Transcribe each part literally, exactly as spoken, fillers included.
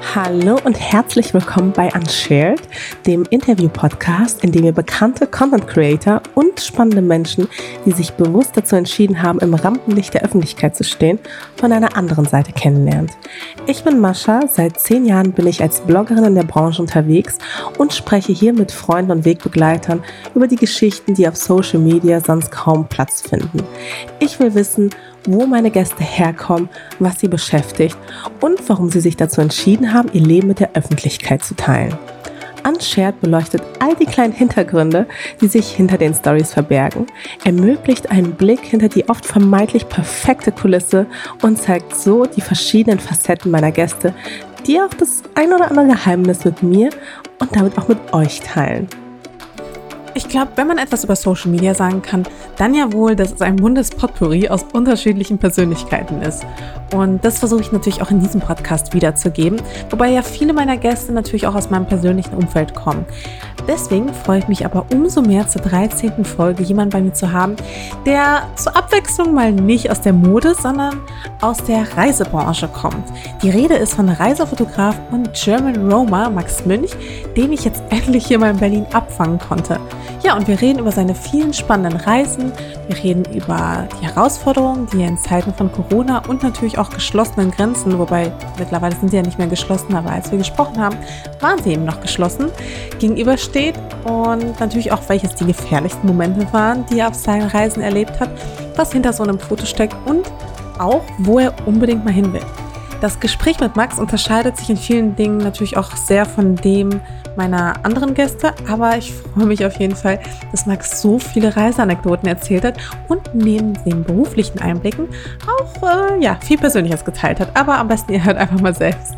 Hallo und herzlich willkommen bei Unshared, dem Interview-Podcast, in dem ihr bekannte Content-Creator und spannende Menschen, die sich bewusst dazu entschieden haben, im Rampenlicht der Öffentlichkeit zu stehen, von einer anderen Seite kennenlernt. Ich bin Mascha, seit zehn Jahren bin ich als Bloggerin in der Branche unterwegs und spreche hier mit Freunden und Wegbegleitern über die Geschichten, die auf Social Media sonst kaum Platz finden. Ich will wissen, wo meine Gäste herkommen, was sie beschäftigt und warum sie sich dazu entschieden haben, ihr Leben mit der Öffentlichkeit zu teilen. Unshared beleuchtet all die kleinen Hintergründe, die sich hinter den Stories verbergen, ermöglicht einen Blick hinter die oft vermeintlich perfekte Kulisse und zeigt so die verschiedenen Facetten meiner Gäste, die auch das ein oder andere Geheimnis mit mir und damit auch mit euch teilen. Ich glaube, wenn man etwas über Social Media sagen kann, dann ja wohl, dass es ein buntes Potpourri aus unterschiedlichen Persönlichkeiten ist. Und das versuche ich natürlich auch in diesem Podcast wiederzugeben, wobei ja viele meiner Gäste natürlich auch aus meinem persönlichen Umfeld kommen. Deswegen freue ich mich aber umso mehr zur dreizehnten Folge jemanden bei mir zu haben, der zur Abwechslung mal nicht aus der Mode, sondern aus der Reisebranche kommt. Die Rede ist von Reisefotograf und German Roamer Max Münch, den ich jetzt endlich hier mal in Berlin abfangen konnte. Ja, und wir reden über seine vielen spannenden Reisen, wir reden über die Herausforderungen, die er in Zeiten von Corona und natürlich auch geschlossenen Grenzen, wobei mittlerweile sind sie ja nicht mehr geschlossen, aber als wir gesprochen haben, waren sie eben noch geschlossen, gegenübersteht und natürlich auch, welches die gefährlichsten Momente waren, die er auf seinen Reisen erlebt hat, was hinter so einem Foto steckt und auch, wo er unbedingt mal hin will. Das Gespräch mit Max unterscheidet sich in vielen Dingen natürlich auch sehr von dem meiner anderen Gäste, aber ich freue mich auf jeden Fall, dass Max so viele Reiseanekdoten erzählt hat und neben den beruflichen Einblicken auch äh, ja, viel Persönliches geteilt hat. Aber am besten ihr hört einfach mal selbst.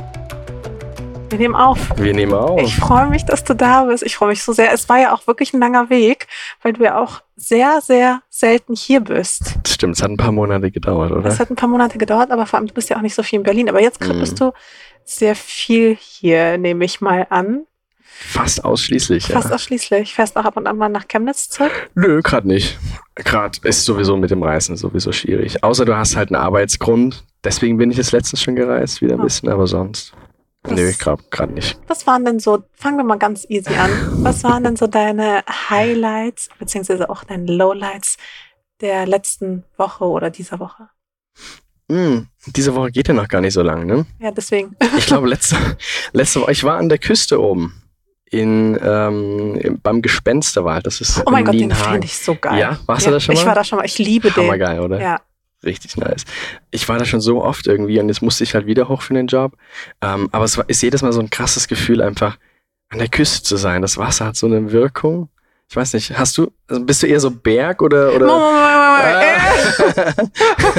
Wir nehmen auf. Wir nehmen auf. Ich freue mich, dass du da bist. Ich freue mich so sehr. Es war ja auch wirklich ein langer Weg, weil du ja auch sehr, sehr selten hier bist. Das stimmt, es hat ein paar Monate gedauert, oder? Es hat ein paar Monate gedauert, aber vor allem, du bist ja auch nicht so viel in Berlin. Aber jetzt mm. bist du sehr viel hier, nehme ich mal an. Fast ausschließlich, Fast ja. ausschließlich. Fährst auch ab und an mal nach Chemnitz zurück? Nö, gerade nicht. Gerade ist sowieso mit dem Reisen sowieso schwierig. Außer du hast halt einen Arbeitsgrund. Deswegen bin ich jetzt letztens schon gereist, wieder ein oh. bisschen, aber sonst... Was, Nö, gerade nicht. Was waren denn so, fangen wir mal ganz easy an, was waren denn so deine Highlights, beziehungsweise auch deine Lowlights der letzten Woche oder dieser Woche? Mm, diese Woche geht ja noch gar nicht so lang, ne? Ja, deswegen. Ich glaube, letzte, letzte Woche, ich war an der Küste oben, in, ähm, beim Gespensterwald, das ist Oh mein Gott, den Nienhagen. finde ich so geil. Ja, warst ja, du da schon mal? Ich war da schon mal, ich liebe den. Hammergeil, oder? Ja. Richtig nice. Ich war da schon so oft irgendwie und jetzt musste ich halt wieder hoch für den Job. Ähm, aber es war, ist jedes Mal so ein krasses Gefühl, einfach an der Küste zu sein. Das Wasser hat so eine Wirkung. Ich weiß nicht, hast du, also bist du eher so Berg oder... oder Moment, Moment, Moment, Moment.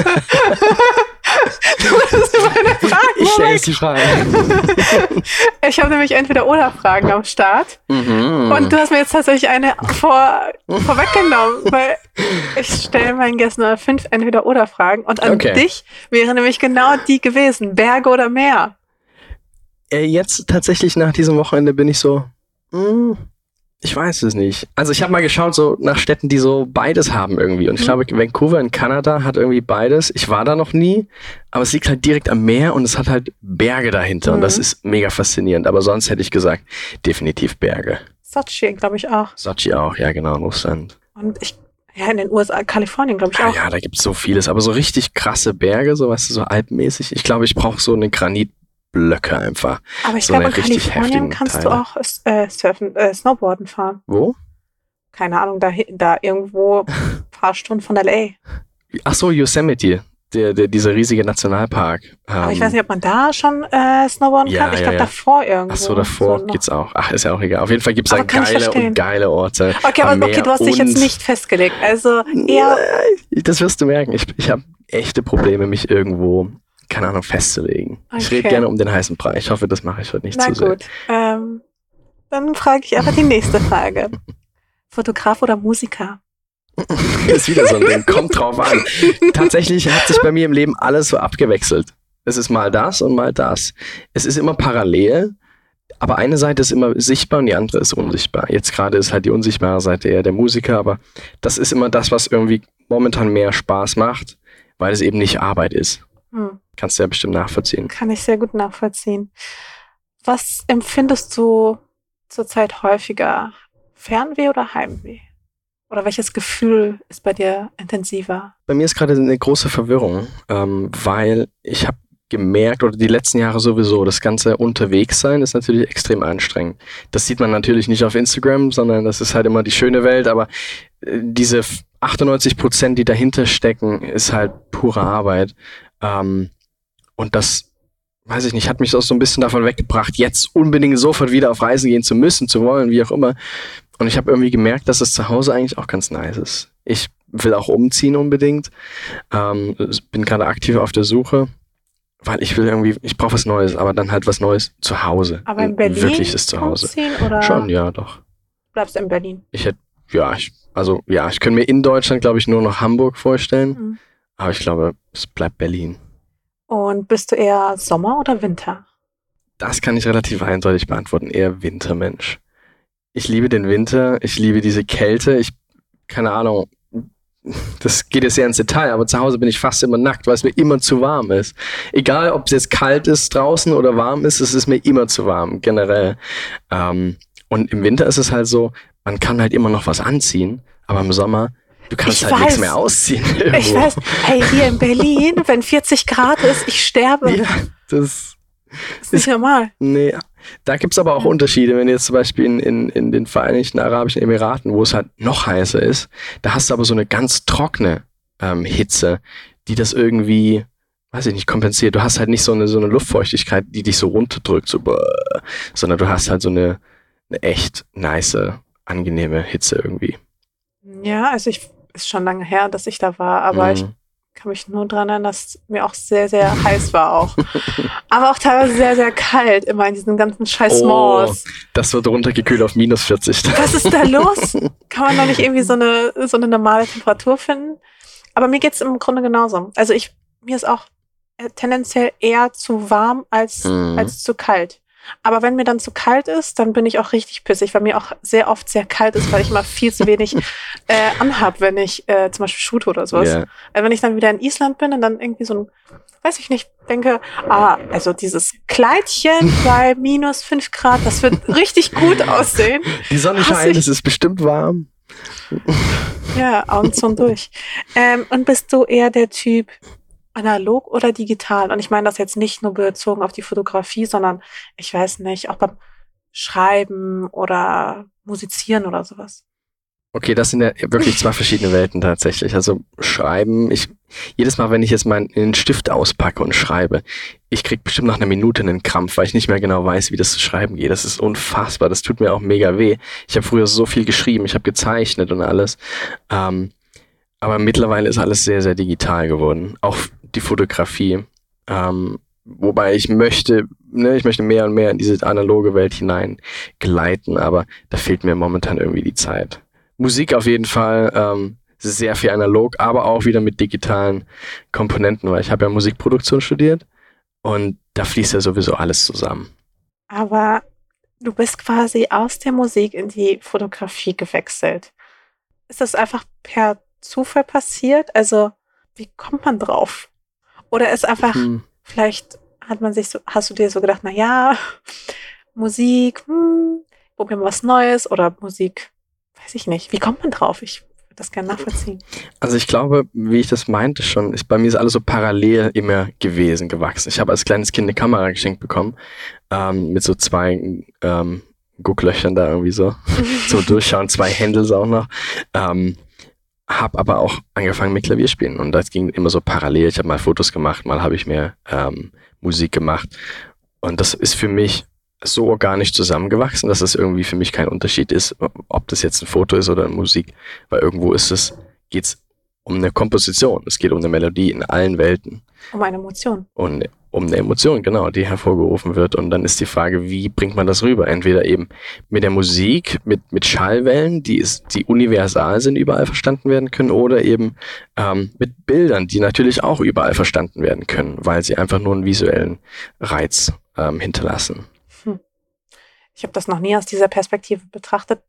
Du musst meine Fragen. Ich stelle jetzt die Frage. Ich habe nämlich Entweder-Oder-Fragen am Start. Mhm. Und du hast mir jetzt tatsächlich eine vor, vorweggenommen, weil ich stelle meinen Gästen nur fünf Entweder-Oder-Fragen und an okay. dich wäre nämlich genau die gewesen. Berge oder Meer? Äh, jetzt tatsächlich nach diesem Wochenende bin ich so... Mh, Ich weiß es nicht. Also ich habe mal geschaut so nach Städten, die so beides haben irgendwie. Und ich glaube, Vancouver in Kanada hat irgendwie beides. Ich war da noch nie, aber es liegt halt direkt am Meer und es hat halt Berge dahinter. Mhm. Und das ist mega faszinierend. Aber sonst hätte ich gesagt, definitiv Berge. Sochi, glaube ich auch. Sochi auch, ja genau, in Russland. Und ich, ja, in den U S A, Kalifornien, glaube ich Ah, auch. ja, da gibt's so vieles. Aber so richtig krasse Berge, so weißt du, so alpenmäßig. Ich glaube, ich brauche so eine Granit Blöcke einfach. Aber ich so glaube, in richtig Kalifornien kannst Teile. du auch äh, surfen, äh, Snowboarden fahren. Wo? Keine Ahnung, da, da irgendwo ein paar Stunden von L A. Ach so, Yosemite, der, der, dieser riesige Nationalpark. Aber ähm, ich weiß nicht, ob man da schon äh, snowboarden ja, kann. Ich ja, glaube, ja. davor irgendwo. Ach so, davor so geht's auch. Ach, ist ja auch egal. Auf jeden Fall gibt's Aber da kann ich geile verstehen. und geile Orte. Okay, aber okay, du hast dich jetzt nicht festgelegt. Also eher... Das wirst du merken. Ich, ich habe echte Probleme, mich irgendwo, keine Ahnung, festzulegen. Okay. Ich rede gerne um den heißen Brei. Ich hoffe, das mache ich heute nicht Na zu sehr. gut. Ähm, dann frage ich einfach die nächste Frage. Fotograf oder Musiker? Ist wieder so ein Ding. Kommt drauf an. Tatsächlich hat sich bei mir im Leben alles so abgewechselt. Es ist mal das und mal das. Es ist immer parallel, aber eine Seite ist immer sichtbar und die andere ist unsichtbar. Jetzt gerade ist halt die unsichtbare Seite eher der Musiker, aber das ist immer das, was irgendwie momentan mehr Spaß macht, weil es eben nicht Arbeit ist. Hm. Kannst du ja bestimmt nachvollziehen. Kann ich sehr gut nachvollziehen. Was empfindest du zurzeit häufiger? Fernweh oder Heimweh? Oder welches Gefühl ist bei dir intensiver? Bei mir ist gerade eine große Verwirrung, ähm, weil ich habe gemerkt, oder die letzten Jahre sowieso, das ganze Unterwegssein ist natürlich extrem anstrengend. Das sieht man natürlich nicht auf Instagram, sondern das ist halt immer die schöne Welt, aber äh, diese achtundneunzig Prozent, die dahinter stecken, ist halt pure Arbeit. Ähm, und das, weiß ich nicht, hat mich auch so ein bisschen davon weggebracht, jetzt unbedingt sofort wieder auf Reisen gehen zu müssen, zu wollen, wie auch immer. Und ich habe irgendwie gemerkt, dass es zu Hause eigentlich auch ganz nice ist. Ich will auch umziehen unbedingt. Ähm, bin gerade aktiv auf der Suche, weil ich will irgendwie, ich brauche was Neues, aber dann halt was Neues zu Hause. Aber in Berlin Wirklich ist zu Hause. umziehen, oder Schon, ja, doch. bleibst du in Berlin? Ich hätte, ja, ich, also ja, ich könnte mir in Deutschland, glaube ich, nur noch Hamburg vorstellen. Mhm. Aber ich glaube, es bleibt Berlin. Und bist du eher Sommer oder Winter? Das kann ich relativ eindeutig beantworten. Eher Wintermensch. Ich liebe den Winter, ich liebe diese Kälte. Ich, keine Ahnung, das geht jetzt sehr ins Detail, aber zu Hause bin ich fast immer nackt, weil es mir immer zu warm ist. Egal, ob es jetzt kalt ist draußen oder warm ist, es ist mir immer zu warm, generell. Ähm, und im Winter ist es halt so, man kann halt immer noch was anziehen, aber im Sommer, du kannst Ich halt weiß. nichts mehr ausziehen. Irgendwo. Ich weiß, hey, hier in Berlin, wenn vierzig Grad ist, ich sterbe. Ja, das ist nicht normal. Nee, da gibt's aber auch Unterschiede. Wenn du jetzt zum Beispiel in, in, in den Vereinigten Arabischen Emiraten, wo es halt noch heißer ist, da hast du aber so eine ganz trockene ähm, Hitze, die das irgendwie, weiß ich nicht, kompensiert. Du hast halt nicht so eine, so eine Luftfeuchtigkeit, die dich so runterdrückt, so, bäh, sondern du hast halt so eine, eine echt nice, angenehme Hitze irgendwie. Ja, also ich ist schon lange her, dass ich da war, aber Mhm. ich kann mich nur dran erinnern, dass mir auch sehr, sehr heiß war auch. Aber auch teilweise sehr, sehr kalt, immer in diesen ganzen scheiß Oh. Malls. Das wird runtergekühlt auf minus vierzig. Was ist da los? Kann man doch nicht irgendwie so eine, so eine normale Temperatur finden? Aber mir geht's im Grunde genauso. Also ich, mir ist auch äh, tendenziell eher zu warm als, Mhm. als zu kalt. Aber wenn mir dann zu kalt ist, dann bin ich auch richtig pissig, weil mir auch sehr oft sehr kalt ist, weil ich immer viel zu wenig äh, anhab, wenn ich äh, zum Beispiel shoote oder sowas. Ja. Äh, wenn ich dann wieder in Island bin und dann irgendwie so ein, weiß ich nicht, denke, ah, also dieses Kleidchen bei minus fünf Grad, das wird richtig gut aussehen. Die Sonne Hass scheint, ich. es ist bestimmt warm. Ja, Augen zu und durch. Ähm, und bist du eher der Typ analog oder digital? Und ich meine das jetzt nicht nur bezogen auf die Fotografie, sondern ich weiß nicht, auch beim Schreiben oder Musizieren oder sowas. Okay, das sind ja wirklich zwei verschiedene Welten tatsächlich. Also schreiben, ich jedes Mal, wenn ich jetzt meinen Stift auspacke und schreibe, ich krieg bestimmt nach einer Minute einen Krampf, weil ich nicht mehr genau weiß, wie das zu schreiben geht. Das ist unfassbar, das tut mir auch mega weh. Ich habe früher so viel geschrieben, ich habe gezeichnet und alles. Ähm, aber mittlerweile ist alles sehr, sehr digital geworden. Auch die Fotografie. Ähm, wobei ich möchte, ne, ich möchte mehr und mehr in diese analoge Welt hinein gleiten, aber da fehlt mir momentan irgendwie die Zeit. Musik auf jeden Fall, ähm, sehr viel analog, aber auch wieder mit digitalen Komponenten, weil ich habe ja Musikproduktion studiert und da fließt ja sowieso alles zusammen. Aber du bist quasi aus der Musik in die Fotografie gewechselt. Ist das einfach per Zufall passiert? Also, wie kommt man drauf? Oder ist einfach, Hm. vielleicht hat man sich so, hast du dir so gedacht, na ja, Musik, hm, probieren wir was Neues oder Musik, weiß ich nicht. Wie kommt man drauf? Ich würde das gerne nachvollziehen. Also ich glaube, wie ich das meinte schon, ist, bei mir ist alles so parallel immer gewesen, gewachsen. Ich habe als kleines Kind eine Kamera geschenkt bekommen, ähm, mit so zwei ähm, Gucklöchern da irgendwie so, so durchschauen, zwei Handles auch noch. Ähm, hab aber auch angefangen mit Klavierspielen und das ging immer so parallel. Ich habe mal Fotos gemacht, mal habe ich mir ähm, Musik gemacht und das ist für mich so organisch zusammengewachsen, dass es irgendwie für mich kein Unterschied ist, ob das jetzt ein Foto ist oder eine Musik, weil irgendwo ist es, geht's um eine Komposition, es geht um eine Melodie in allen Welten. Um eine Emotion. Und um eine Emotion, genau, die hervorgerufen wird. Und dann ist die Frage, wie bringt man das rüber? Entweder eben mit der Musik, mit, mit Schallwellen, die, ist, die universal sind, überall verstanden werden können, oder eben ähm, mit Bildern, die natürlich auch überall verstanden werden können, weil sie einfach nur einen visuellen Reiz ähm, hinterlassen. Ich habe das noch nie aus dieser Perspektive betrachtet,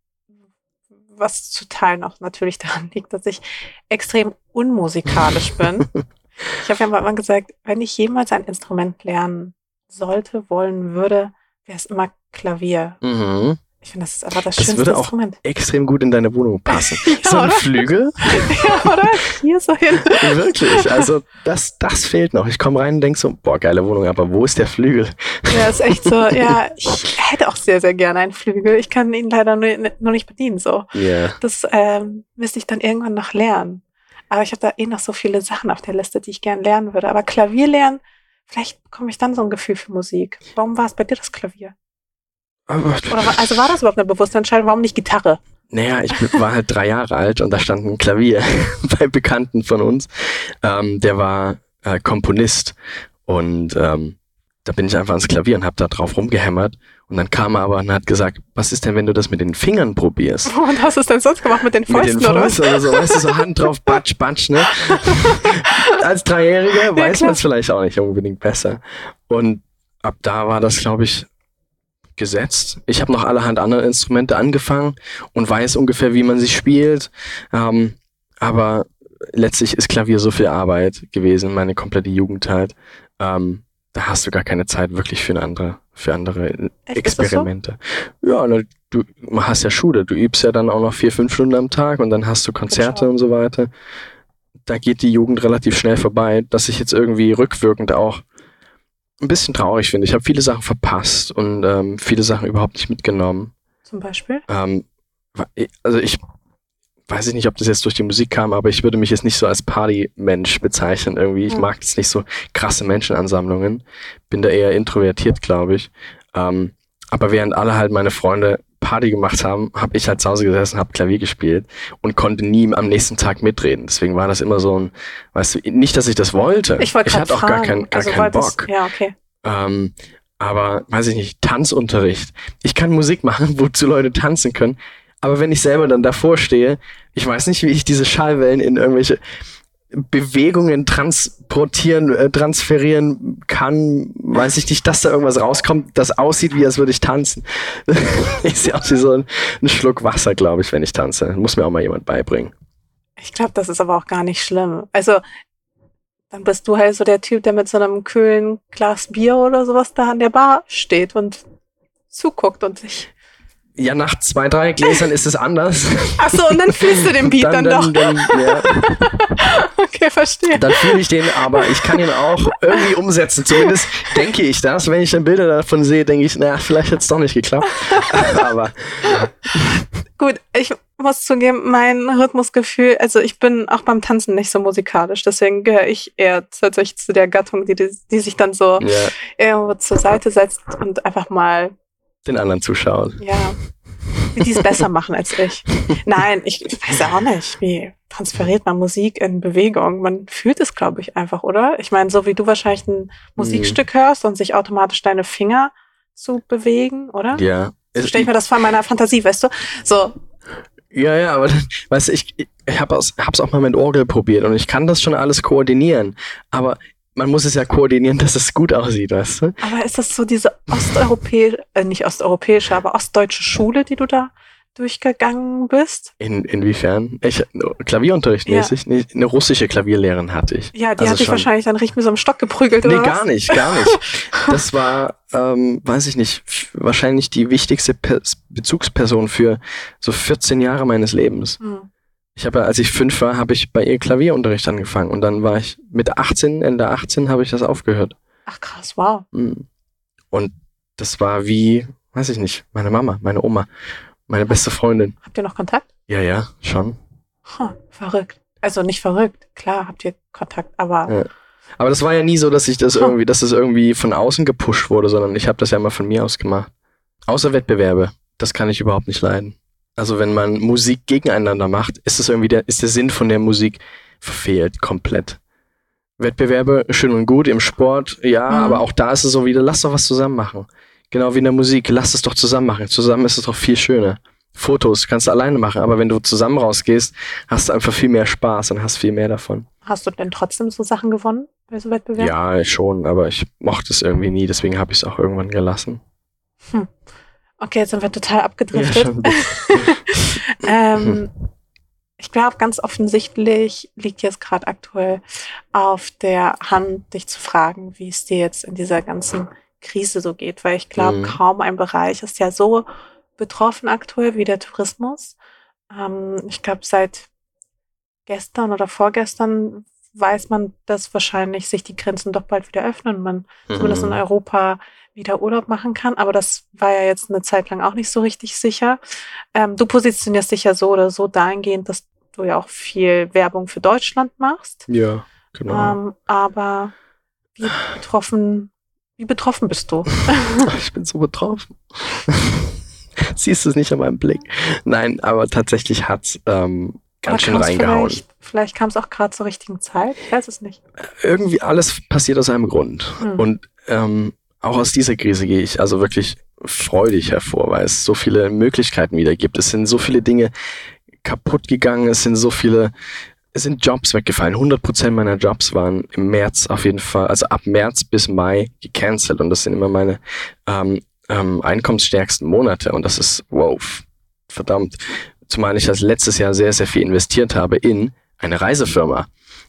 was zu Teilen auch natürlich daran liegt, dass ich extrem unmusikalisch bin. Ich habe ja mal irgendwann gesagt, wenn ich jemals ein Instrument lernen sollte, wollen würde, wäre es immer Klavier. Mhm. Ich finde, das ist einfach das, Das schönste würde auch Instrument. extrem gut in deine Wohnung passen. Ja, so ein oder? Flügel. Ja, oder? Hier so hin. Wirklich. Also das, das fehlt noch. Ich komme rein und denke so, boah, geile Wohnung, aber wo ist der Flügel? Ja, ist echt so. Ja, ich hätte auch sehr, sehr gerne einen Flügel. Ich kann ihn leider nur, nur nicht bedienen. So. Ja. Das ähm, müsste ich dann irgendwann noch lernen. Aber ich habe da eh noch so viele Sachen auf der Liste, die ich gerne lernen würde. Aber Klavier lernen, vielleicht bekomme ich dann so ein Gefühl für Musik. Warum war es bei dir das Klavier? Aber, Oder war, also war das überhaupt eine bewusste Entscheidung? Warum nicht Gitarre? naja, ich war halt drei Jahre alt und da stand ein Klavier bei Bekannten von uns. Ähm, der war äh, Komponist und ähm, da bin ich einfach ans Klavier und habe da drauf rumgehämmert. Und dann kam er aber und hat gesagt, was ist denn, wenn du das mit den Fingern probierst? Und hast du es denn sonst gemacht mit den Fäusten, mit den oder was? Fäusten oder so, weißt du, so Hand drauf, batsch, batsch, ne? Als Dreijähriger weiß klar. man es vielleicht auch nicht unbedingt besser. Und ab da war das, glaube ich, gesetzt. Ich habe noch allerhand andere Instrumente angefangen und weiß ungefähr, wie man sie spielt. Ähm, aber letztlich ist Klavier so viel Arbeit gewesen, meine komplette Jugendzeit. Ähm, da hast du gar keine Zeit wirklich für eine andere, für andere Echt, ist das so? Experimente. Ja, na, du hast ja Schule, du übst ja dann auch noch vier, fünf Stunden am Tag und dann hast du Konzerte Schau. und so weiter. Da geht die Jugend relativ schnell vorbei, dass ich jetzt irgendwie rückwirkend auch ein bisschen traurig finde. Ich habe viele Sachen verpasst und ähm, viele Sachen überhaupt nicht mitgenommen. Zum Beispiel? Ähm, also ich weiß ich nicht, ob das jetzt durch die Musik kam, aber ich würde mich jetzt nicht so als Party-Mensch bezeichnen irgendwie. Ich Hm. mag jetzt nicht so krasse Menschenansammlungen. Bin da eher introvertiert, glaube ich. Ähm, aber während alle halt meine Freunde Party gemacht haben, habe ich halt zu Hause gesessen, habe Klavier gespielt und konnte nie am nächsten Tag mitreden. Deswegen war das immer so ein, weißt du, nicht, dass ich das wollte. Ich wollte ich gerade hatte auch fragen. gar, kein, gar also keinen wolltest- Bock. Ja, okay. Ähm, aber, weiß ich nicht, Tanzunterricht. Ich kann Musik machen, wozu Leute tanzen können. Aber wenn ich selber dann davor stehe, ich weiß nicht, wie ich diese Schallwellen in irgendwelche Bewegungen transportieren, äh, transferieren kann. Weiß ich nicht, dass da irgendwas rauskommt, das aussieht, wie als würde ich tanzen. Ich sehe aus wie so ein, ein Schluck Wasser, glaube ich, wenn ich tanze. Muss mir auch mal jemand beibringen. Ich glaube, das ist aber auch gar nicht schlimm. Also, dann bist du halt so der Typ, der mit so einem kühlen Glas Bier oder sowas da an der Bar steht und zuguckt und sich... Ja, nach zwei, drei Gläsern ist es anders. Ach so, und dann fühlst du den Beat dann, dann, doch. dann, dann, ja. Okay, verstehe. Dann fühle ich den, aber ich kann ihn auch irgendwie umsetzen. Zumindest denke ich das. Wenn ich dann Bilder davon sehe, denke ich, naja, vielleicht hat es doch nicht geklappt. Aber Gut, ich muss zugeben, mein Rhythmusgefühl, also ich bin auch beim Tanzen nicht so musikalisch, deswegen gehöre ich eher tatsächlich zu der Gattung, die, die, die sich dann so ja, irgendwo zur Seite setzt und einfach mal, den anderen zuschauen. ja, die es besser machen als ich. Nein, ich, ich weiß ja auch nicht, wie transferiert man Musik in Bewegung? Man fühlt es, glaube ich, einfach, oder? Ich meine, so wie du wahrscheinlich ein Musikstück hörst und sich automatisch deine Finger zu bewegen, oder? Ja. So stelle ich mir das vor in meiner Fantasie, weißt du? So, Ja, ja, aber dann, weißt du, ich, ich habe es auch mal mit Orgel probiert und ich kann das schon alles koordinieren. Aber man muss es ja koordinieren, dass es gut aussieht, weißt du? aber ist das so diese osteuropäische, äh, nicht osteuropäische, aber ostdeutsche Schule, die du da durchgegangen bist? In, inwiefern? Ich, Klavierunterricht Ja. mäßig? Nee, eine russische Klavierlehrerin hatte ich. Ja, die Also hat dich schon- wahrscheinlich dann richtig mit so einem Stock geprügelt, Nee, oder was? gar nicht, gar nicht. Das war, ähm, weiß ich nicht, f- wahrscheinlich die wichtigste Pe- Bezugsperson für so vierzehn Jahre meines Lebens. Hm. Ich habe, ja, als ich fünf war, habe ich bei ihr Klavierunterricht angefangen und dann war ich mit achtzehn, Ende achtzehn habe ich das aufgehört. Ach krass, wow. Mm. Und das war wie, weiß ich nicht, meine Mama, meine Oma, meine beste Freundin. Habt ihr noch Kontakt? Ja, ja, schon. Huh, verrückt. Also nicht verrückt, klar habt ihr Kontakt, aber Ja. Aber das war ja nie so, dass ich das Huh. irgendwie, dass das irgendwie von außen gepusht wurde, sondern ich habe das ja immer von mir aus gemacht. Außer Wettbewerbe. Das kann ich überhaupt nicht leiden. Also wenn man Musik gegeneinander macht, ist das irgendwie der, ist der Sinn von der Musik verfehlt komplett. Wettbewerbe, schön und gut im Sport, ja, Mhm. aber auch da ist es so wieder, lass doch was zusammen machen. Genau wie in der Musik, lass es doch zusammen machen. Zusammen ist es doch viel schöner. Fotos kannst du alleine machen, aber wenn du zusammen rausgehst, hast du einfach viel mehr Spaß und hast viel mehr davon. hast du denn trotzdem so Sachen gewonnen bei so Wettbewerben? Ja, schon, aber ich mochte es irgendwie nie, deswegen habe ich es auch irgendwann gelassen. Okay, jetzt sind wir total abgedriftet. schon ein bisschen. ähm, ich glaube, ganz offensichtlich liegt jetzt gerade aktuell auf der Hand, dich zu fragen, wie es dir jetzt in dieser ganzen Krise so geht, weil ich glaube, Mhm. kaum ein Bereich ist ja so betroffen aktuell wie der Tourismus. Ähm, ich glaube, seit gestern oder vorgestern weiß man, dass wahrscheinlich sich die Grenzen doch bald wieder öffnen und man zumindest in Mhm. Europa wieder Urlaub machen kann. Aber das war ja jetzt eine Zeit lang auch nicht so richtig sicher. Ähm, du positionierst dich ja so oder so dahingehend, dass du ja auch viel Werbung für Deutschland machst. Ja, genau. Ähm, aber wie betroffen, wie betroffen bist du? Ich bin so betroffen. Siehst du es nicht an meinem Blick? Nein, aber tatsächlich hat's ähm, ganz Oder schön kam's reingehauen. Vielleicht, vielleicht kam es auch gerade zur richtigen Zeit. Ich weiß es nicht. Irgendwie alles passiert aus einem Grund. Hm. Und ähm, auch aus dieser Krise gehe ich also wirklich freudig hervor, weil es so viele Möglichkeiten wieder gibt. Es sind so viele Dinge kaputt gegangen, es sind so viele, es sind Jobs weggefallen. hundert Prozent meiner Jobs waren im März auf jeden Fall, also ab März bis Mai gecancelt und das sind immer meine ähm, ähm, einkommensstärksten Monate und das ist, wow, verdammt. Zumal ich das letztes Jahr sehr, sehr viel investiert habe in eine Reisefirma,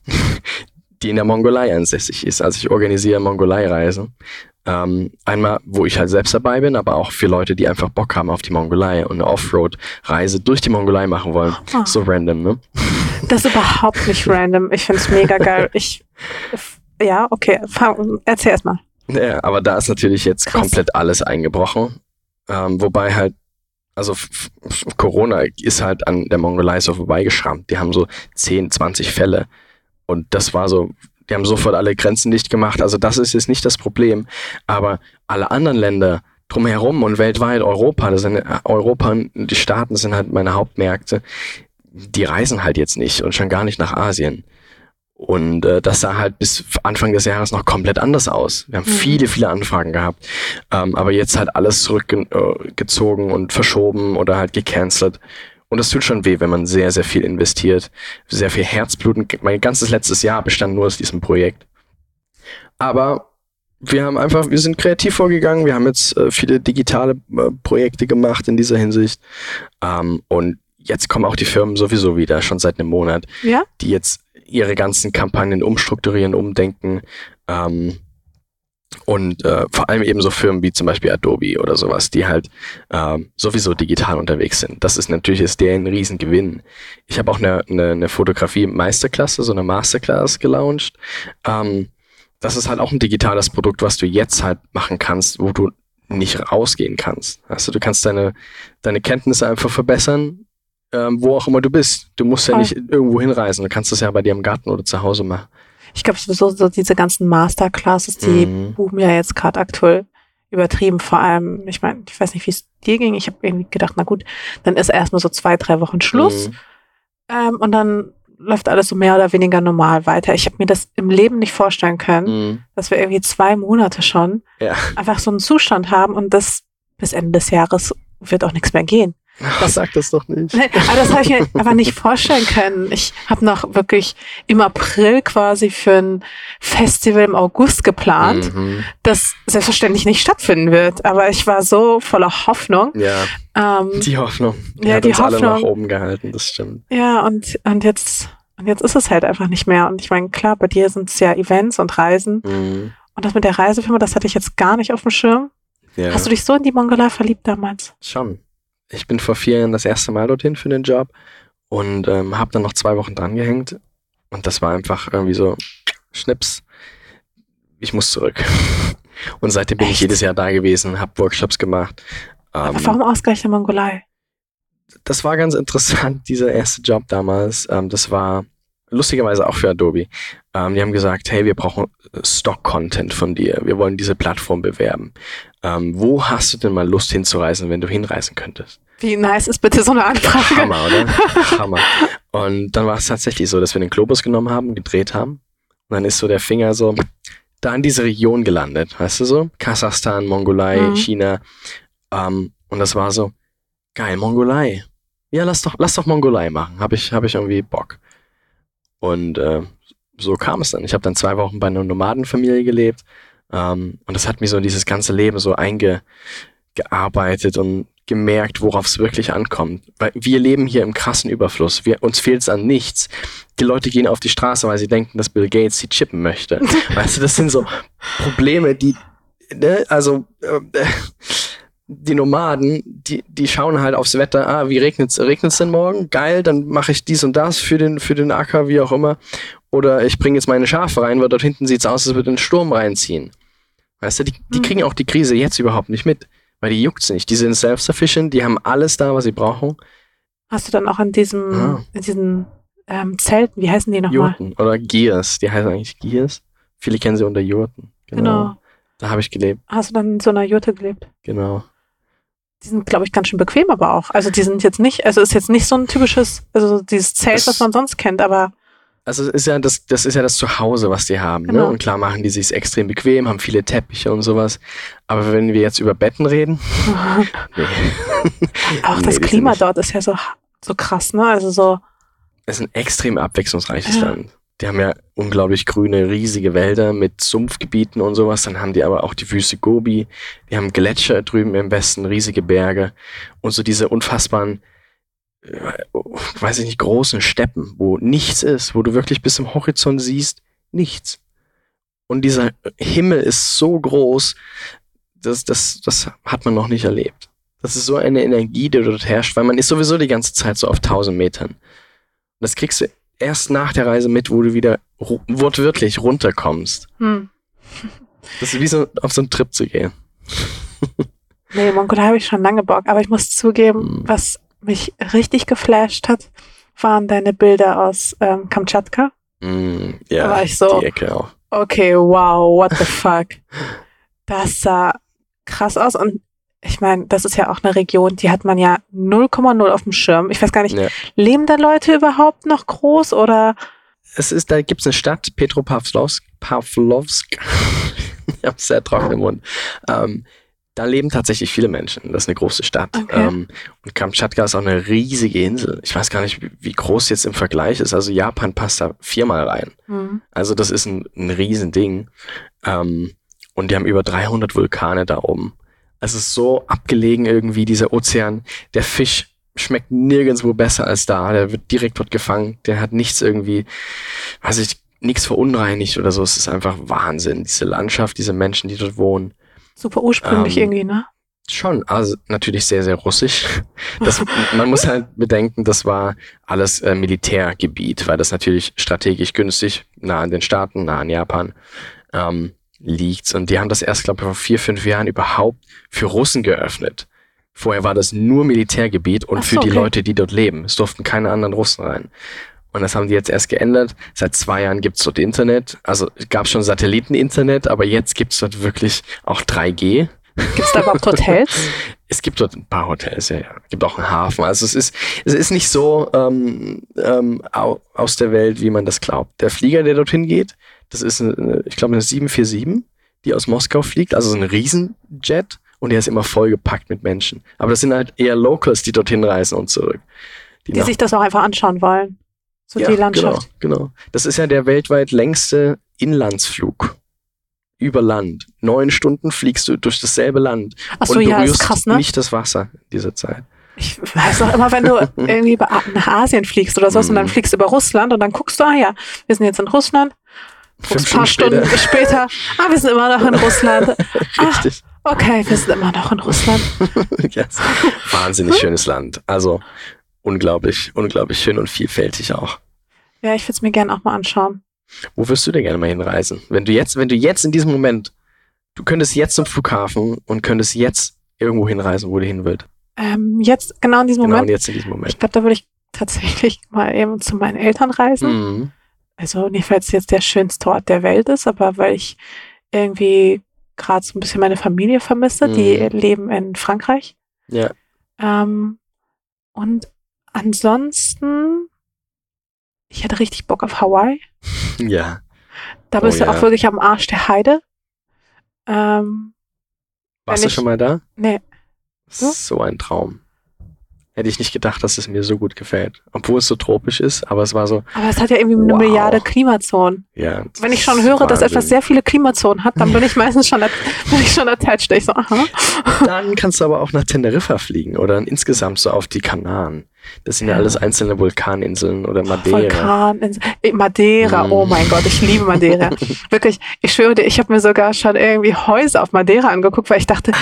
die in der Mongolei ansässig ist. Also ich organisiere Mongolei-Reisen. Ähm, einmal, wo ich halt selbst dabei bin, aber auch für Leute, die einfach Bock haben auf die Mongolei und eine Offroad-Reise durch die Mongolei machen wollen. Ah. So random, ne? Das ist überhaupt nicht random. Ich finde es mega geil. Ich, ja, okay, fang, erzähl erst mal. Ja, aber da ist natürlich jetzt Krass. komplett alles eingebrochen. Ähm, wobei halt, also f- f- Corona ist halt an der Mongolei so vorbeigeschrammt. Die haben so zehn, zwanzig Fälle. Und das war so, die haben sofort alle Grenzen dicht gemacht. Also das ist jetzt nicht das Problem. Aber alle anderen Länder drumherum und weltweit, Europa, das sind Europa und die Staaten sind halt meine Hauptmärkte. Die reisen halt jetzt nicht und schon gar nicht nach Asien. Und äh, das sah halt bis Anfang des Jahres noch komplett anders aus. Wir haben Mhm. viele, viele Anfragen gehabt. Ähm, aber jetzt halt alles zurückgezogen äh, und verschoben oder halt gecancelt. Und das tut schon weh, wenn man sehr, sehr viel investiert. Sehr viel Herzblut. Mein ganzes letztes Jahr bestand nur aus diesem Projekt. Aber wir haben einfach, wir sind kreativ vorgegangen. Wir haben jetzt äh, viele digitale äh, Projekte gemacht in dieser Hinsicht. Ähm, und jetzt kommen auch die Firmen sowieso wieder, schon seit einem Monat, Ja? die jetzt ihre ganzen Kampagnen umstrukturieren, umdenken. Ähm, und äh, vor allem eben so Firmen wie zum Beispiel Adobe oder sowas, die halt ähm, sowieso digital unterwegs sind. Das ist natürlich ist der ein Riesengewinn. Ich habe auch eine, eine, eine Fotografie-Meisterklasse, so eine Masterclass gelauncht. Ähm, das ist halt auch ein digitales Produkt, was du jetzt halt machen kannst, wo du nicht rausgehen kannst. Also du kannst deine, deine Kenntnisse einfach verbessern, ähm, wo auch immer du bist. Du musst ja Voll. nicht irgendwo hinreisen. Du kannst das ja bei dir im Garten oder zu Hause machen. Ich glaube sowieso so diese ganzen Masterclasses, die Mhm. boomen ja jetzt gerade aktuell übertrieben. Vor allem, ich meine, ich weiß nicht, wie es dir ging. Ich habe irgendwie gedacht, na gut, dann ist erstmal so zwei, drei Wochen Schluss. Mhm. Ähm, und dann läuft alles so mehr oder weniger normal weiter. Ich habe mir das im Leben nicht vorstellen können, Mhm. dass wir irgendwie zwei Monate schon Ja. einfach so einen Zustand haben und das bis Ende des Jahres wird auch nichts mehr gehen. Das sag das doch nicht. Nee, aber das habe ich mir einfach nicht vorstellen können. Ich habe noch wirklich im April quasi für ein Festival im August geplant, Mhm. das selbstverständlich nicht stattfinden wird. Aber ich war so voller Hoffnung. Ja, Ähm, die Hoffnung. Die Ja, hat die uns alle nach Hoffnung. oben gehalten, das stimmt. ja, und, und jetzt und jetzt ist es halt einfach nicht mehr. Und ich meine, klar, bei dir sind es ja Events und Reisen. Mhm. Und das mit der Reisefirma, das hatte ich jetzt gar nicht auf dem Schirm. Ja, Hast du dich so in die Mongolei verliebt damals? schon. Ich bin vor vier Jahren das erste Mal dorthin für den Job und ähm, habe dann noch zwei Wochen dran gehängt. Und das war einfach irgendwie so, Schnips, ich muss zurück. Und seitdem bin ich Echt? jedes Jahr da gewesen, habe Workshops gemacht. Aber Ähm, warum ausgerechnet Mongolei? das war ganz interessant, dieser erste Job damals. Ähm, das war lustigerweise auch für Adobe. Ähm, die haben gesagt, hey, wir brauchen Stock-Content von dir. Wir wollen diese Plattform bewerben. Ähm, wo hast du denn mal Lust hinzureisen, wenn du hinreisen könntest? Wie nice ist bitte so eine Anfrage? Hammer, oder? Hammer. Und dann war es tatsächlich so, dass wir den Globus genommen haben, gedreht haben. Und dann ist so der Finger so da in diese Region gelandet, weißt du so? Kasachstan, Mongolei, Mhm. China. Ähm, und das war so, geil, Mongolei. Ja, lass doch, lass doch Mongolei machen. Hab ich, hab ich irgendwie Bock. Und äh, so kam es dann. Ich habe dann zwei Wochen bei einer Nomadenfamilie gelebt. Ähm, und das hat mich so in dieses ganze Leben so eingearbeitet und gemerkt, worauf es wirklich ankommt. Weil wir leben hier im krassen Überfluss. Wir, uns fehlt es an nichts. Die Leute gehen auf die Straße, weil sie denken, dass Bill Gates sie chippen möchte. Weißt du, das sind so Probleme, die, ne, also äh, die Nomaden, die, die schauen halt aufs Wetter, ah, wie regnet's, regnet's denn morgen? Geil, dann mache ich dies und das für den, für den Acker, wie auch immer. Oder ich bringe jetzt meine Schafe rein, weil dort hinten sieht's aus, als würde ein Sturm reinziehen. Weißt du, die, die kriegen auch die Krise jetzt überhaupt nicht mit. Weil die juckt's nicht. Die sind self-sufficient, die haben alles da, was sie brauchen. Hast du dann auch in diesem, ja. in diesen ähm, Zelten, wie heißen die nochmal? Jurten oder Gears, die heißen eigentlich Gears. Viele kennen sie unter Jurten. Genau. genau. Da habe ich gelebt. Hast du dann in so einer Jurte gelebt? Genau. Die sind, glaube ich, ganz schön bequem aber auch. Also die sind jetzt nicht, also ist jetzt nicht so ein typisches, also dieses Zelt, das, was man sonst kennt, aber... Also ist ja das, das ist ja das Zuhause, was die haben. Genau. Ne? Und klar machen die sich extrem bequem, haben viele Teppiche und sowas. Aber wenn wir jetzt über Betten reden... nee. Auch das nee, Klima dort ist ja so, so krass, ne? Also so... Es ist ein extrem abwechslungsreiches ja. Land. Die haben ja unglaublich grüne, riesige Wälder mit Sumpfgebieten und sowas. Dann haben die aber auch die Wüste Gobi. Die haben Gletscher drüben im Westen, riesige Berge. Und so diese unfassbaren... weiß ich nicht, großen Steppen, wo nichts ist, wo du wirklich bis zum Horizont siehst, nichts. Und dieser Himmel ist so groß, das, das, das hat man noch nicht erlebt. Das ist so eine Energie, die dort herrscht, weil man ist sowieso die ganze Zeit so auf tausend Metern. Das kriegst du erst nach der Reise mit, wo du wieder ru- wortwörtlich runterkommst. Hm. Das ist wie so auf so einen Trip zu gehen. Nee, Mongolia habe ich schon lange Bock, aber ich muss zugeben, hm. was mich richtig geflasht hat, waren deine Bilder aus ähm, Kamtschatka. Mm, ja, da war ich so, die Ecke auch. Okay, wow, what the fuck. Das sah krass aus und ich meine, das ist ja auch eine Region, die hat man ja null Komma null auf dem Schirm. Ich weiß gar nicht, ja. leben da Leute überhaupt noch groß oder? Es ist, da gibt's eine Stadt, Petropavlovsk, Pavlovsk, ich habe sehr trockenen Mund, ähm, da leben tatsächlich viele Menschen. Das ist eine große Stadt. Okay. Ähm, und Kamtschatka ist auch eine riesige Insel. Ich weiß gar nicht, wie, wie groß jetzt im Vergleich ist. Also Japan passt da viermal rein. Mhm. Also das ist ein, ein Riesending. Ähm, und die haben über dreihundert Vulkane da oben. Es ist so abgelegen irgendwie, dieser Ozean. Der Fisch schmeckt nirgendwo besser als da. Der wird direkt dort gefangen. Der hat nichts irgendwie, weiß ich, nichts verunreinigt oder so. Es ist einfach Wahnsinn. Diese Landschaft, diese Menschen, die dort wohnen. Super ursprünglich ähm, irgendwie, ne? Schon, also natürlich sehr, sehr russisch. Das, man muss halt bedenken, das war alles äh, Militärgebiet, weil das natürlich strategisch günstig nah an den Staaten, nah an Japan ähm, liegt. Und die haben das erst, glaube ich, vor vier, fünf Jahren überhaupt für Russen geöffnet. Vorher war das nur Militärgebiet und so, für die okay. Leute, die dort leben. Es durften keine anderen Russen rein. Und das haben die jetzt erst geändert. Seit zwei Jahren gibt's dort Internet. Also es gab schon Satelliten-Internet, aber jetzt gibt's dort wirklich auch drei G. Gibt's da überhaupt Hotels? Es gibt dort ein paar Hotels, ja, ja. Es gibt auch einen Hafen. Also es ist, es ist nicht so ähm, ähm, aus der Welt, wie man das glaubt. Der Flieger, der dorthin geht, das ist, eine, ich glaube, eine sieben vier sieben, die aus Moskau fliegt. Also so ein Riesenjet. Und der ist immer vollgepackt mit Menschen. Aber das sind halt eher Locals, die dorthin reisen und zurück. Die, die sich das auch einfach anschauen wollen. So ja, die Landschaft. Genau, genau. Das ist ja der weltweit längste Inlandsflug über Land. Neun Stunden fliegst du durch dasselbe Land. Ach so, und ja, berührst ist krass, ne? nicht das Wasser in dieser Zeit. Ich weiß auch immer, wenn du irgendwie nach Asien fliegst oder sowas mhm. und dann fliegst du über Russland und dann guckst du, ah ja, wir sind jetzt in Russland. Fünf ein paar Stunden später. später, ah, wir sind immer noch in Russland. Richtig. Ah, okay, wir sind immer noch in Russland. Yes. Wahnsinnig schönes Land. Also unglaublich, unglaublich schön und vielfältig auch. Ja, ich würde es mir gerne auch mal anschauen. Wo würdest du denn gerne mal hinreisen? Wenn du jetzt, wenn du jetzt in diesem Moment, du könntest jetzt zum Flughafen und könntest jetzt irgendwo hinreisen, wo du hin willst. Ähm, jetzt, genau in diesem genau Moment? Genau, jetzt in diesem Moment. Ich glaube, da würde ich tatsächlich mal eben zu meinen Eltern reisen. Mhm. Also nicht, weil es jetzt der schönste Ort der Welt ist, aber weil ich irgendwie gerade so ein bisschen meine Familie vermisse. Mhm. Die leben in Frankreich. Ja. Ähm, und ansonsten, ich hätte richtig Bock auf Hawaii. Ja. Da bist oh, du ja. auch wirklich am Arsch der Heide. Ähm, Warst du ich, schon mal da? Nee. Du? So ein Traum. hätte ich nicht gedacht, dass es mir so gut gefällt. Obwohl es so tropisch ist, aber es war so... Aber es hat ja irgendwie eine wow. Milliarde Klimazonen. Ja, wenn ich schon höre, dass etwas sehr viele Klimazonen hat, dann bin ich meistens schon, bin ich schon attached. Ich so, aha. Dann kannst du aber auch nach Teneriffa fliegen oder insgesamt so auf die Kanaren. Das sind ja, ja alles einzelne Vulkaninseln oder Madeira. Vulkaninseln. Madeira, mm. oh mein Gott, ich liebe Madeira. Wirklich, ich schwöre dir, ich habe mir sogar schon irgendwie Häuser auf Madeira angeguckt, weil ich dachte,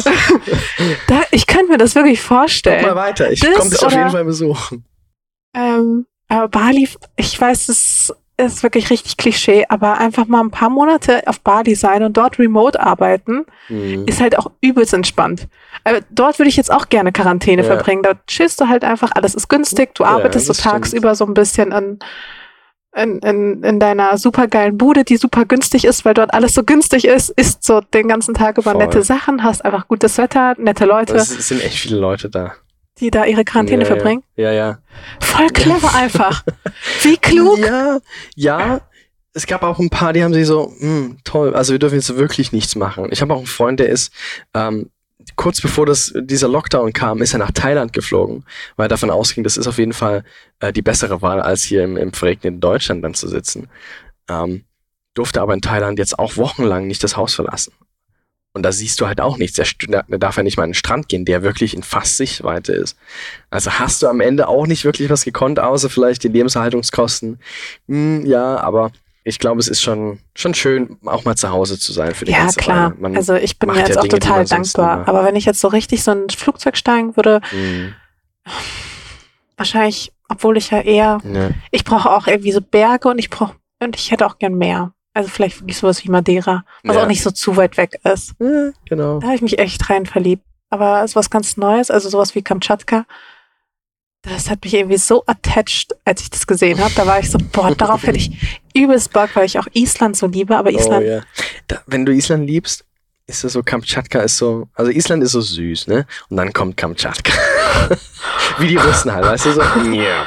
da, ich könnte mir das wirklich vorstellen. Guck mal weiter, ich komme dich auf jeden Fall besuchen. Ähm, aber Bali, ich weiß, es ist wirklich richtig Klischee, aber einfach mal ein paar Monate auf Bali sein und dort remote arbeiten, mhm. ist halt auch übelst entspannt. Aber dort würde ich jetzt auch gerne Quarantäne ja. verbringen. Dort chillst du halt einfach, alles ist günstig, du arbeitest ja, so tagsüber so ein bisschen an, in, in, in deiner supergeilen Bude, die super günstig ist, weil dort alles so günstig ist, isst so den ganzen Tag über Voll. nette Sachen, hast einfach gutes Wetter, nette Leute. Es sind echt viele Leute da. Die da ihre Quarantäne ja, verbringen? Ja, ja. Voll clever einfach. Wie klug. Ja, ja. Es gab auch ein paar, die haben sich so, mh, toll, also wir dürfen jetzt wirklich nichts machen. Ich habe auch einen Freund, der ist, ähm, kurz bevor das, dieser Lockdown kam, ist er nach Thailand geflogen, weil er davon ausging, das ist auf jeden Fall äh, die bessere Wahl, als hier im, im verregneten Deutschland dann zu sitzen. Ähm, durfte aber in Thailand jetzt auch wochenlang nicht das Haus verlassen. Und da siehst du halt auch nichts. Der, der darf ja nicht mal an den Strand gehen, der wirklich in fast Sichtweite ist. Also hast du am Ende auch nicht wirklich was gekonnt, außer vielleicht die Lebenserhaltungskosten. Hm, ja, aber ich glaube, es ist schon schon schön, auch mal zu Hause zu sein für die ja, ganze klar. Man also ich bin mir jetzt ja auch Dinge, total dankbar. Aber wenn ich jetzt so richtig so ein Flugzeug steigen würde, hm. wahrscheinlich, obwohl ich ja eher, ja. ich brauche auch irgendwie so Berge und ich brauche, und ich hätte auch gern Meer. Also vielleicht wirklich sowas wie Madeira, was ja. auch nicht so zu weit weg ist. Ja, genau. Da habe ich mich echt rein verliebt. Aber es ist was ganz Neues, also sowas wie Kamtschatka. Das hat mich irgendwie so attached, als ich das gesehen habe. Da war ich so, boah, darauf hätte ich übelst Bock, weil ich auch Island so liebe. Aber Island... Oh, ja. da, wenn du Island liebst, ist das so, Kamtschatka ist so... Also Island ist so süß, ne? Und dann kommt Kamtschatka. Wie die Russen halt, weißt du, so... Yeah.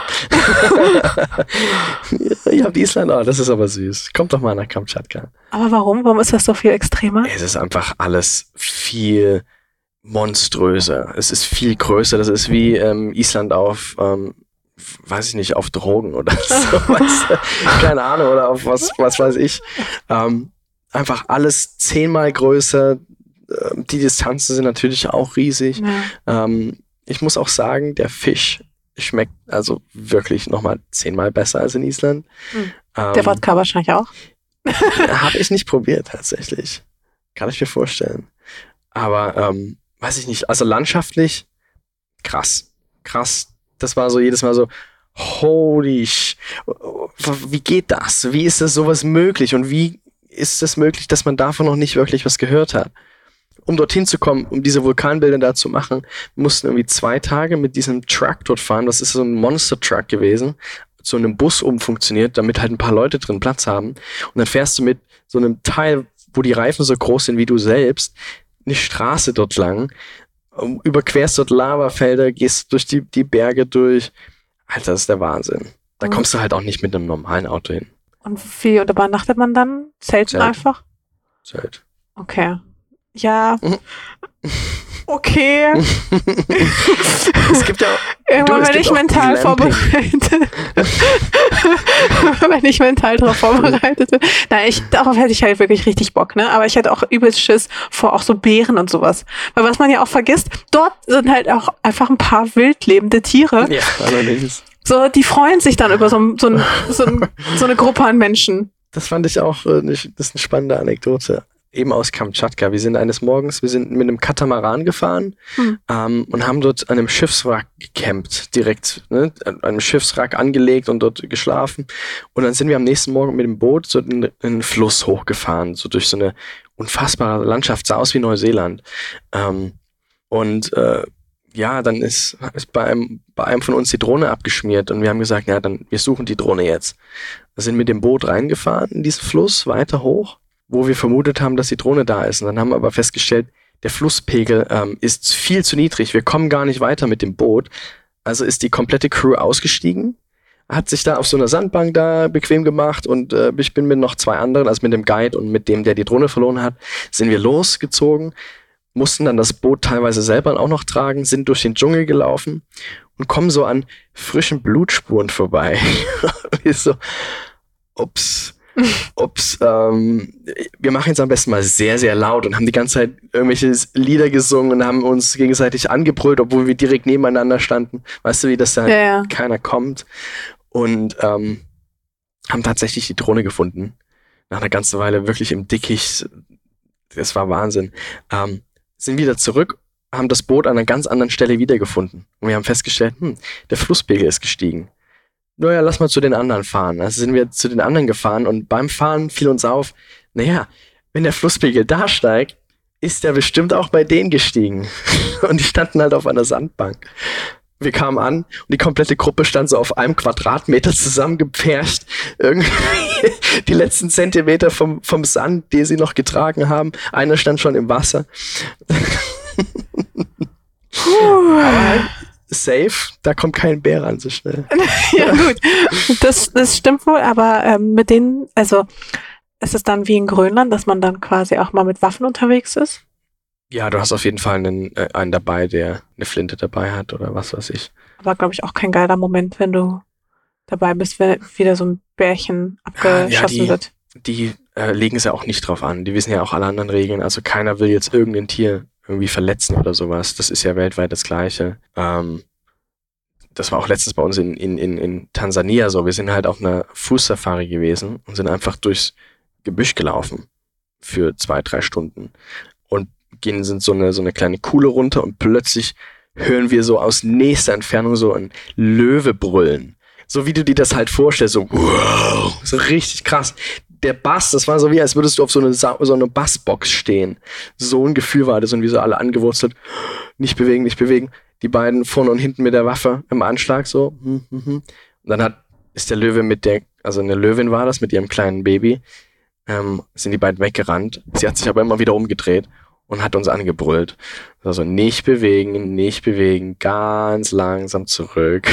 Ihr habt Island, oh, das ist aber süß. Kommt doch mal nach Kamtschatka. Aber warum? Warum ist das so viel extremer? Es ist einfach alles viel monströser. Es ist viel größer. Das ist wie ähm, Island auf... Ähm, weiß ich nicht, auf Drogen oder so, weißt du? Keine Ahnung, oder auf was, was weiß ich. Ähm, einfach alles zehnmal größer. Die Distanzen sind natürlich auch riesig. Ja. Ähm, ich muss auch sagen, der Fisch schmeckt also wirklich nochmal zehnmal besser als in Island. Mhm. Ähm, der Wodka wahrscheinlich auch. Habe ich nicht probiert, tatsächlich. Kann ich mir vorstellen. Aber, ähm, weiß ich nicht, also landschaftlich krass. Krass. Das war so jedes Mal so, holy sh, wie geht das? Wie ist das sowas möglich? Und wie ist es möglich, dass man davon noch nicht wirklich was gehört hat? Um dorthin zu kommen, um diese Vulkanbilder da zu machen, mussten irgendwie zwei Tage mit diesem Truck dort fahren. Das ist so ein Monster-Truck gewesen, so einem Bus umfunktioniert, damit halt ein paar Leute drin Platz haben. Und dann fährst du mit so einem Teil, wo die Reifen so groß sind wie du selbst, eine Straße dort lang, überquerst dort Lavafelder, gehst durch die, die Berge durch. Alter, das ist der Wahnsinn. Da mhm. kommst du halt auch nicht mit einem normalen Auto hin. Und wie übernachtet man dann? Zelten Zelt. einfach? Zelt. Okay. Ja. Mhm. Okay. Es gibt ja auch, Irgendwann, du, wenn ich mental vorbereitet wenn ich mental darauf vorbereitet bin. Nein, ich, darauf hätte ich halt wirklich richtig Bock, ne? Aber ich hätte auch übelst Schiss vor auch so Bären und sowas. Weil was man ja auch vergisst, dort sind halt auch einfach ein paar wild lebende Tiere. Ja, allerdings. So, die freuen sich dann über so, so, ein, so, ein, so eine Gruppe an Menschen. Das fand ich auch, äh, das ist eine spannende Anekdote. Eben aus Kamtschatka. Wir sind eines Morgens, wir sind mit einem Katamaran gefahren hm. ähm, und haben dort an einem Schiffswrack gecampt, direkt, ne, an einem Schiffswrack angelegt und dort geschlafen. Und dann sind wir am nächsten Morgen mit dem Boot so in, in einen Fluss hochgefahren, so durch so eine unfassbare Landschaft, sah aus wie Neuseeland. Ähm, und äh, ja, dann ist, ist bei, einem, bei einem von uns die Drohne abgeschmiert und wir haben gesagt, ja, dann wir suchen die Drohne jetzt. Wir sind mit dem Boot reingefahren in diesen Fluss, weiter hoch, wo wir vermutet haben, dass die Drohne da ist. Und dann haben wir aber festgestellt, der Flusspegel ähm, ist viel zu niedrig. Wir kommen gar nicht weiter mit dem Boot. Also ist die komplette Crew ausgestiegen, hat sich da auf so einer Sandbank da bequem gemacht und äh, ich bin mit noch zwei anderen, also mit dem Guide und mit dem, der die Drohne verloren hat, sind wir losgezogen. mussten dann das Boot teilweise selber auch noch tragen, sind durch den Dschungel gelaufen und kommen so an frischen Blutspuren vorbei. Und ich so, ups, ups, ähm, wir machen jetzt am besten mal sehr, sehr laut und haben die ganze Zeit irgendwelche Lieder gesungen und haben uns gegenseitig angebrüllt, obwohl wir direkt nebeneinander standen. Weißt du, wie das da Ja, ja. keiner kommt? Und ähm, haben tatsächlich die Drohne gefunden. Nach einer ganzen Weile wirklich im Dickicht. Das war Wahnsinn. Ähm, sind wieder zurück, haben das Boot an einer ganz anderen Stelle wiedergefunden. Und wir haben festgestellt, hm, der Flusspegel ist gestiegen. Naja, lass mal zu den anderen fahren. Also sind wir zu den anderen gefahren und beim Fahren fiel uns auf, naja, wenn der Flusspegel da steigt, ist der bestimmt auch bei denen gestiegen. Und die standen halt auf einer Sandbank. Wir kamen an und die komplette Gruppe stand so auf einem Quadratmeter zusammengepfercht. Irgendwie die letzten Zentimeter vom, vom Sand, den sie noch getragen haben. Einer stand schon im Wasser. Aber halt safe, da kommt kein Bär ran so schnell. Ja gut, das, das stimmt wohl, aber ähm, mit denen, also ist es dann wie in Grönland, dass man dann quasi auch mal mit Waffen unterwegs ist? Ja, du hast auf jeden Fall einen, äh, einen dabei, der eine Flinte dabei hat oder was weiß ich. Aber glaube ich auch kein geiler Moment, wenn du dabei bist, wenn wieder so ein Bärchen abgeschossen ja, die, wird. Die äh, legen es ja auch nicht drauf an. Die wissen ja auch alle anderen Regeln. Also keiner will jetzt irgendein Tier irgendwie verletzen oder sowas. Das ist ja weltweit das Gleiche. Ähm, das war auch letztens bei uns in, in, in, in Tansania so. Wir sind halt auf einer Fußsafari gewesen und sind einfach durchs Gebüsch gelaufen für zwei, drei Stunden. Und gehen sind so eine, so eine kleine Kuhle runter und plötzlich hören wir so aus nächster Entfernung so ein Löwe brüllen. So wie du dir das halt vorstellst, so wow, so richtig krass. Der Bass, das war so wie, als würdest du auf so eine, Sa- so eine Bassbox stehen. So ein Gefühl war das und wie so alle angewurzelt. Nicht bewegen, nicht bewegen. Die beiden vorne und hinten mit der Waffe im Anschlag so. Und dann hat, ist der Löwe mit der, also eine Löwin war das, mit ihrem kleinen Baby, ähm, sind die beiden weggerannt. Sie hat sich aber immer wieder umgedreht und hat uns angebrüllt. Also nicht bewegen, nicht bewegen, ganz langsam zurück.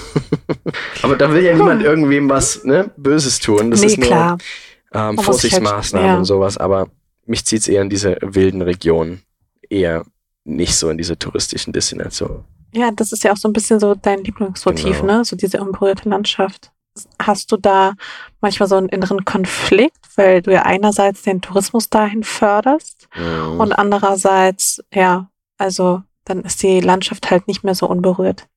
Aber da will ja niemand irgendwem was ne, Böses tun. Das nee, ist nur klar. ähm, Halt, Vorsichtsmaßnahmen ja. und sowas. Aber mich zieht's eher in diese wilden Regionen. Eher nicht so in diese touristischen Destinationen. Ja, das ist ja auch so ein bisschen so dein Lieblingsmotiv, Genau. ne? So diese unberührte Landschaft. Hast du da manchmal so einen inneren Konflikt, weil du ja einerseits den Tourismus dahin förderst Mhm. und andererseits, ja, also dann ist die Landschaft halt nicht mehr so unberührt.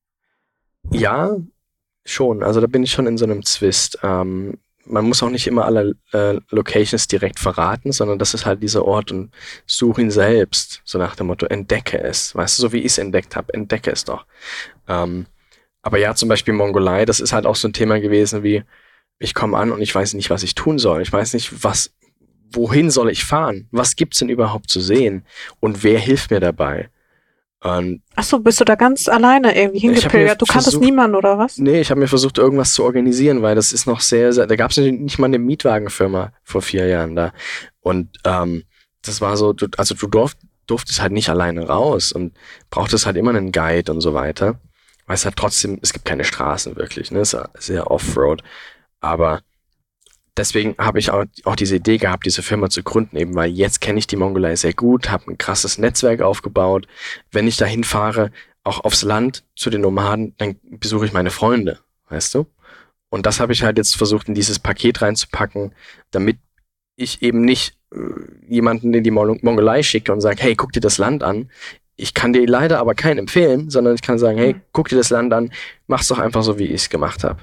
Ja, schon. Also da bin ich schon in so einem Zwist. Ähm, man muss auch nicht immer alle äh, Locations direkt verraten, sondern das ist halt dieser Ort und such ihn selbst. So nach dem Motto, entdecke es. Weißt du, so wie ich es entdeckt habe, entdecke es doch. Ähm, aber ja, zum Beispiel Mongolei, das ist halt auch so ein Thema gewesen wie, ich komme an und ich weiß nicht, was ich tun soll. Ich weiß nicht, was, wohin soll ich fahren? Was gibt's denn überhaupt zu sehen? Und wer hilft mir dabei? Und Ach so, bist du da ganz alleine irgendwie Ich hab mir hingepilgert? Du kanntest versucht- niemanden oder was? nee, ich habe mir versucht, irgendwas zu organisieren, weil das ist noch sehr, sehr da gab es nicht mal eine Mietwagenfirma vor vier Jahren da. Und ähm, das war so, du, also du durft, durftest halt nicht alleine raus und brauchtest halt immer einen Guide und so weiter. Weil es halt trotzdem, es gibt keine Straßen wirklich, ne? Es ist sehr Offroad. Aber deswegen habe ich auch, auch diese Idee gehabt, diese Firma zu gründen, eben weil jetzt kenne ich die Mongolei sehr gut, habe ein krasses Netzwerk aufgebaut. Wenn ich da hinfahre, auch aufs Land zu den Nomaden, dann besuche ich meine Freunde, weißt du? Und das habe ich halt jetzt versucht, in dieses Paket reinzupacken, damit ich eben nicht äh, jemanden in die Mol- Mongolei schicke und sage, hey, guck dir das Land an. Ich kann dir leider aber keinen empfehlen, sondern ich kann sagen, hey, guck dir das Land an, mach's doch einfach so, wie ich es gemacht habe.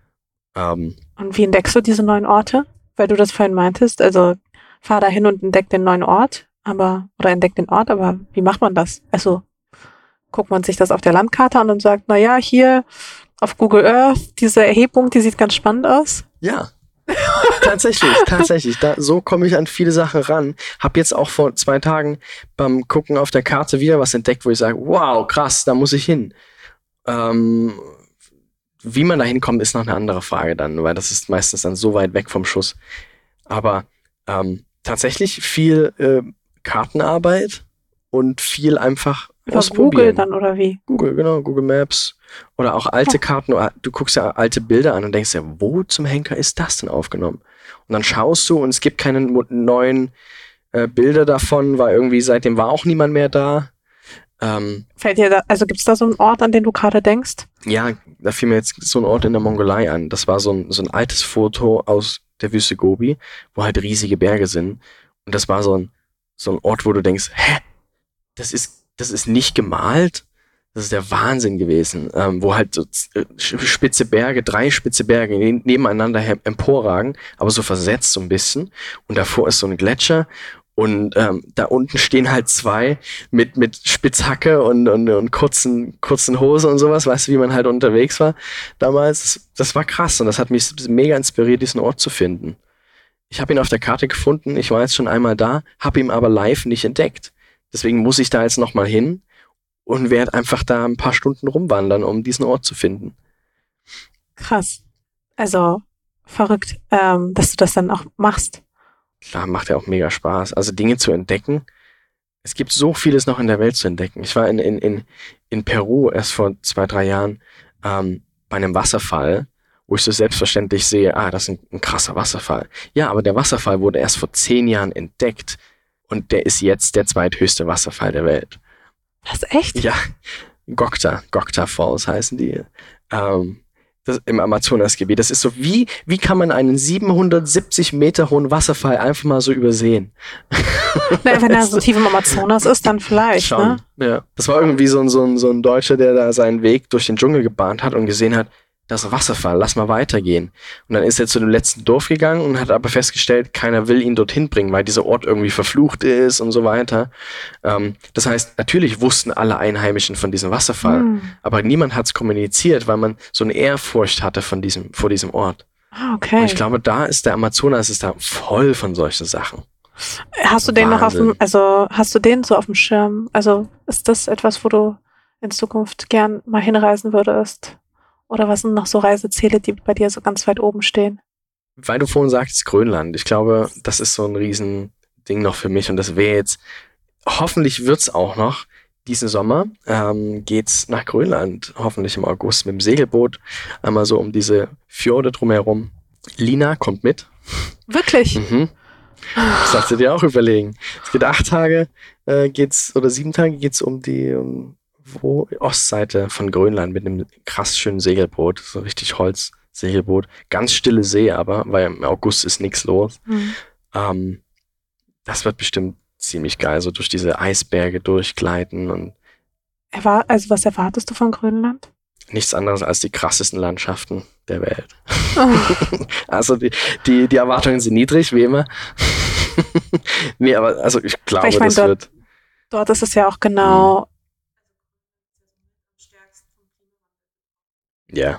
Ähm, Und wie entdeckst du diese neuen Orte? Weil du das vorhin meintest, also fahr da hin und entdeck den neuen Ort, aber, oder entdeck den Ort, aber wie macht man das? Also guckt man sich das auf der Landkarte an und sagt, na ja, hier auf Google Earth, diese Erhebung, die sieht ganz spannend aus. Ja, tatsächlich, tatsächlich. Da, so komme ich an viele Sachen ran. Hab jetzt auch vor zwei Tagen beim Gucken auf der Karte wieder was entdeckt, wo ich sage, wow, krass, da muss ich hin. Ähm, wie man da hinkommt, ist noch eine andere Frage dann, weil das ist meistens dann so weit weg vom Schuss. Aber ähm, tatsächlich viel äh, Kartenarbeit und viel einfach Über ausprobieren. Google dann oder wie? Google, genau, Google Maps. Oder auch alte Karten, oder du guckst ja alte Bilder an und denkst ja, wo zum Henker ist das denn aufgenommen? Und dann schaust du und es gibt keine mo- neuen äh, Bilder davon, weil irgendwie seitdem war auch niemand mehr da. Ähm, Fällt dir da, also gibt es da so einen Ort, an den du gerade denkst? ja, da fiel mir jetzt so ein Ort in der Mongolei an. Das war so ein, so ein altes Foto aus der Wüste Gobi, wo halt riesige Berge sind. Und das war so ein, so ein Ort, wo du denkst, hä, das ist, das ist nicht gemalt? Das ist der Wahnsinn gewesen, ähm, wo halt so spitze Berge, drei spitze Berge nebeneinander emporragen, aber so versetzt so ein bisschen. Und davor ist so ein Gletscher. Und ähm, da unten stehen halt zwei mit mit Spitzhacke und, und, und kurzen kurzen Hosen und sowas, weißt du, wie man halt unterwegs war damals. Das, das war krass und das hat mich mega inspiriert, diesen Ort zu finden. Ich habe ihn auf der Karte gefunden, ich war jetzt schon einmal da, habe ihn aber live nicht entdeckt. Deswegen muss ich da jetzt nochmal hin und werde einfach da ein paar Stunden rumwandern, um diesen Ort zu finden. Krass. Also verrückt, ähm, dass du das dann auch machst. Klar, macht ja auch mega Spaß. Also Dinge zu entdecken. Es gibt so vieles noch in der Welt zu entdecken. Ich war in, in, in, in Peru erst vor zwei, drei Jahren ähm, bei einem Wasserfall, wo ich so selbstverständlich sehe, ah, das ist ein, ein krasser Wasserfall. Ja, aber der Wasserfall wurde erst vor zehn Jahren entdeckt und der ist jetzt der zweithöchste Wasserfall der Welt. Was, echt? Ja, Gokta, Gokta Falls heißen die. Ähm, Das, im Amazonasgebiet. Das ist so, wie, wie kann man einen siebenhundertsiebzig Meter hohen Wasserfall einfach mal so übersehen? Na, wenn er so tief im Amazonas ist, dann vielleicht, Schon, ne? ja. Das war irgendwie so ein, so, ein, so ein Deutscher, der da seinen Weg durch den Dschungel gebahnt hat und gesehen hat, das ist ein Wasserfall, lass mal weitergehen. Und dann ist er zu dem letzten Dorf gegangen und hat aber festgestellt, keiner will ihn dorthin bringen, weil dieser Ort irgendwie verflucht ist und so weiter. Ähm, das heißt, natürlich wussten alle Einheimischen von diesem Wasserfall, mm. aber niemand hat es kommuniziert, weil man so eine Ehrfurcht hatte von diesem, vor diesem Ort. Ah, okay. Und ich glaube, da ist der Amazonas ist da voll von solchen Sachen. Hast du den Wahnsinn. noch auf dem, also hast du den so auf dem Schirm? Also ist das etwas, wo du in Zukunft gern mal hinreisen würdest? Oder was sind noch so Reiseziele, die bei dir so ganz weit oben stehen? Weil du vorhin sagtest, Grönland. Ich glaube, das ist so ein Riesending noch für mich. Und das wäre jetzt, hoffentlich wird's auch noch, diesen Sommer ähm, geht's nach Grönland. Hoffentlich im August mit dem Segelboot. Einmal so um diese Fjorde drumherum. Lina kommt mit. Wirklich? Mhm. Das darfst du dir auch überlegen. Es geht acht Tage, äh, geht's, oder sieben Tage geht's um die, um, wo Ostseite von Grönland mit einem krass schönen Segelboot, so richtig Holz-Segelboot. Ganz stille See aber, weil im August ist nichts los. Mhm. Ähm, das wird bestimmt ziemlich geil, so durch diese Eisberge durchgleiten und Erwar- also was erwartest du von Grönland? Nichts anderes als die krassesten Landschaften der Welt. Oh. Also die, die, die Erwartungen sind niedrig, wie immer. Nee, aber also ich glaube, ich mein, das dort, wird... Dort ist es ja auch genau... Mhm. Ja.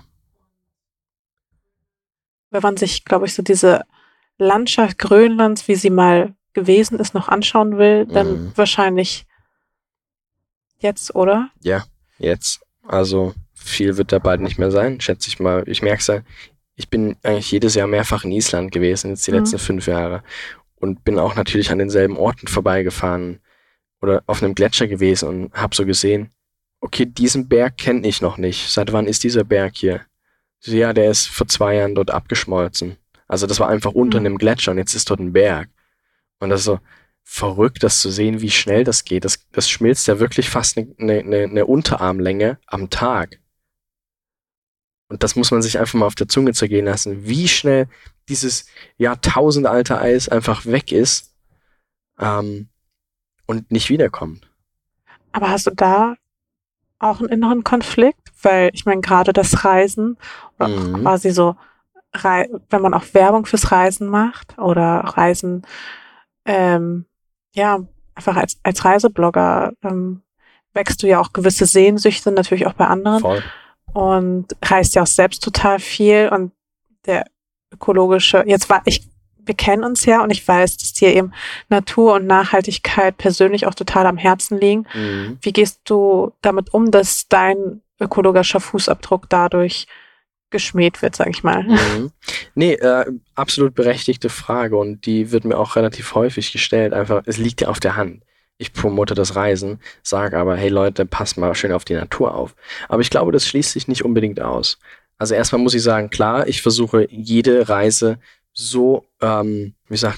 Wenn man sich, glaube ich, so diese Landschaft Grönlands, wie sie mal gewesen ist, noch anschauen will, dann mhm. wahrscheinlich jetzt, oder? Ja, jetzt. Also viel wird da bald nicht mehr sein, schätze ich mal. Ich merke es ja, ich bin eigentlich jedes Jahr mehrfach in Island gewesen, jetzt die mhm. letzten fünf Jahre. Und bin auch natürlich an denselben Orten vorbeigefahren oder auf einem Gletscher gewesen und habe so gesehen, okay, diesen Berg kenne ich noch nicht. Seit wann ist dieser Berg hier? Ja, der ist vor zwei Jahren dort abgeschmolzen. Also das war einfach unter mhm. einem Gletscher und jetzt ist dort ein Berg. Und das ist so verrückt, das zu sehen, wie schnell das geht. Das, das schmilzt ja wirklich fast eine, eine, eine Unterarmlänge am Tag. Und das muss man sich einfach mal auf der Zunge zergehen lassen, wie schnell dieses jahrtausendalte Eis einfach weg ist ähm, und nicht wiederkommt. Aber hast du da auch einen inneren Konflikt? Weil ich meine, gerade das Reisen, mhm. quasi so, wenn man auch Werbung fürs Reisen macht oder Reisen, ähm, ja, einfach als, als Reiseblogger ähm, wächst du ja auch gewisse Sehnsüchte, natürlich auch bei anderen. Voll. Und reist ja auch selbst total viel und der ökologische, jetzt war ich, wir kennen uns ja und ich weiß, dass dir eben Natur und Nachhaltigkeit persönlich auch total am Herzen liegen. Mhm. Wie gehst du damit um, dass dein ökologischer Fußabdruck dadurch geschmäht wird, sag ich mal? Mhm. Nee, äh, absolut berechtigte Frage und die wird mir auch relativ häufig gestellt. Einfach, es liegt ja auf der Hand. Ich promote das Reisen, sage aber, hey Leute, passt mal schön auf die Natur auf. Aber ich glaube, das schließt sich nicht unbedingt aus. Also erstmal muss ich sagen, klar, ich versuche jede Reise so, ähm, wie sagt man,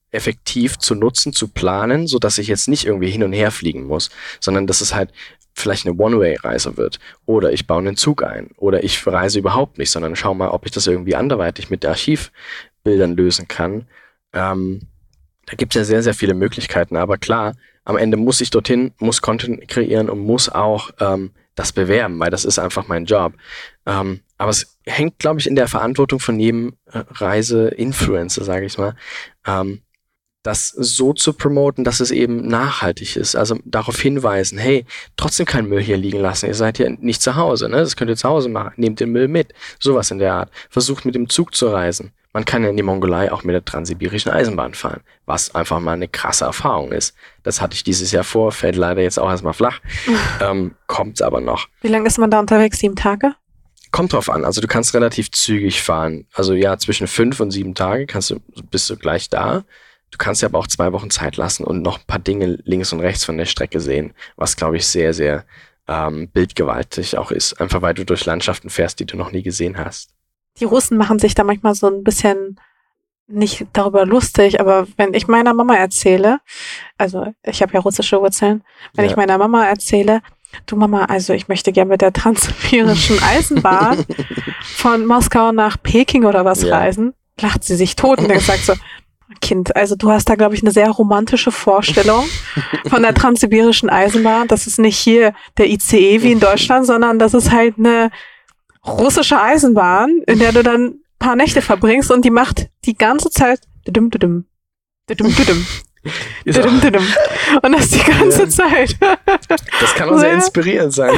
effektiv zu nutzen, zu planen, so dass ich jetzt nicht irgendwie hin und her fliegen muss, sondern dass es halt vielleicht eine One-Way-Reise wird. Oder ich baue einen Zug ein. Oder ich reise überhaupt nicht, sondern schau mal, ob ich das irgendwie anderweitig mit Archivbildern lösen kann. Ähm, da gibt es ja sehr, sehr viele Möglichkeiten. Aber klar, am Ende muss ich dorthin, muss Content kreieren und muss auch ähm, das bewerben, weil das ist einfach mein Job. Ähm, aber es hängt, glaube ich, in der Verantwortung von jedem äh, Reise-Influencer, sage ich mal, ähm, das so zu promoten, dass es eben nachhaltig ist. Also darauf hinweisen, hey, trotzdem keinen Müll hier liegen lassen. Ihr seid hier nicht zu Hause, ne? Das könnt ihr zu Hause machen. Nehmt den Müll mit. Sowas in der Art. Versucht mit dem Zug zu reisen. Man kann ja in die Mongolei auch mit der transsibirischen Eisenbahn fahren, was einfach mal eine krasse Erfahrung ist. Das hatte ich dieses Jahr vor, fällt leider jetzt auch erstmal flach. ähm, kommt's aber noch. Wie lange ist man da unterwegs? Sieben Tage? Kommt drauf an. Also du kannst relativ zügig fahren. Also ja, zwischen fünf und sieben Tage kannst du, bist du gleich da. Du kannst dir aber auch zwei Wochen Zeit lassen und noch ein paar Dinge links und rechts von der Strecke sehen, was, glaube ich, sehr, sehr ähm, bildgewaltig auch ist. Einfach weil du durch Landschaften fährst, die du noch nie gesehen hast. Die Russen machen sich da manchmal so ein bisschen nicht darüber lustig, aber wenn ich meiner Mama erzähle, also ich habe ja russische Wurzeln, wenn ja. ich meiner Mama erzähle, du Mama, also ich möchte gerne mit der transsibirischen Eisenbahn von Moskau nach Peking oder was ja. reisen, lacht sie sich tot und dann sagt so, Kind, also du hast da, glaube ich, eine sehr romantische Vorstellung von der transsibirischen Eisenbahn. Das ist nicht hier der I C E wie in Deutschland, sondern das ist halt eine russische Eisenbahn, in der du dann ein paar Nächte verbringst und die macht die ganze Zeit düdüm, düdüm, düdüm, düdüm. Düdüm, düdüm. Und das die ganze ja. Zeit. Das kann auch sehr inspirierend sein.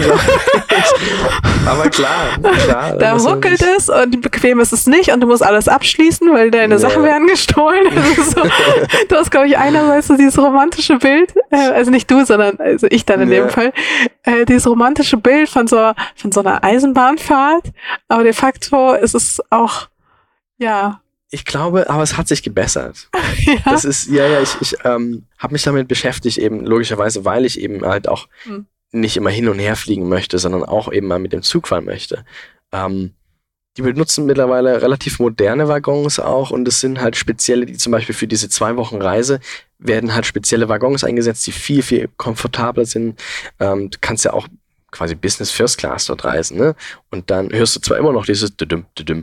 Aber klar, klar. Da ruckelt es und bequem ist es nicht und du musst alles abschließen, weil deine ja. Sachen werden gestohlen. Also so, du hast, glaube ich, einerseits so dieses romantische Bild, äh, also nicht du, sondern also ich dann in ja. dem Fall, äh, dieses romantische Bild von so, von so einer Eisenbahnfahrt. Aber de facto ist es auch, ja, ich glaube, aber es hat sich gebessert. Ja. Das ist, ja, ja, ich, ich ähm, habe mich damit beschäftigt, eben logischerweise, weil ich eben halt auch hm. nicht immer hin und her fliegen möchte, sondern auch eben mal mit dem Zug fahren möchte. Ähm, die benutzen mittlerweile relativ moderne Waggons auch und es sind halt spezielle, die zum Beispiel für diese zwei Wochen Reise werden halt spezielle Waggons eingesetzt, die viel, viel komfortabler sind. Ähm, du kannst ja auch quasi Business First Class dort reisen, ne? Und dann hörst du zwar immer noch dieses düdüm, düdüm,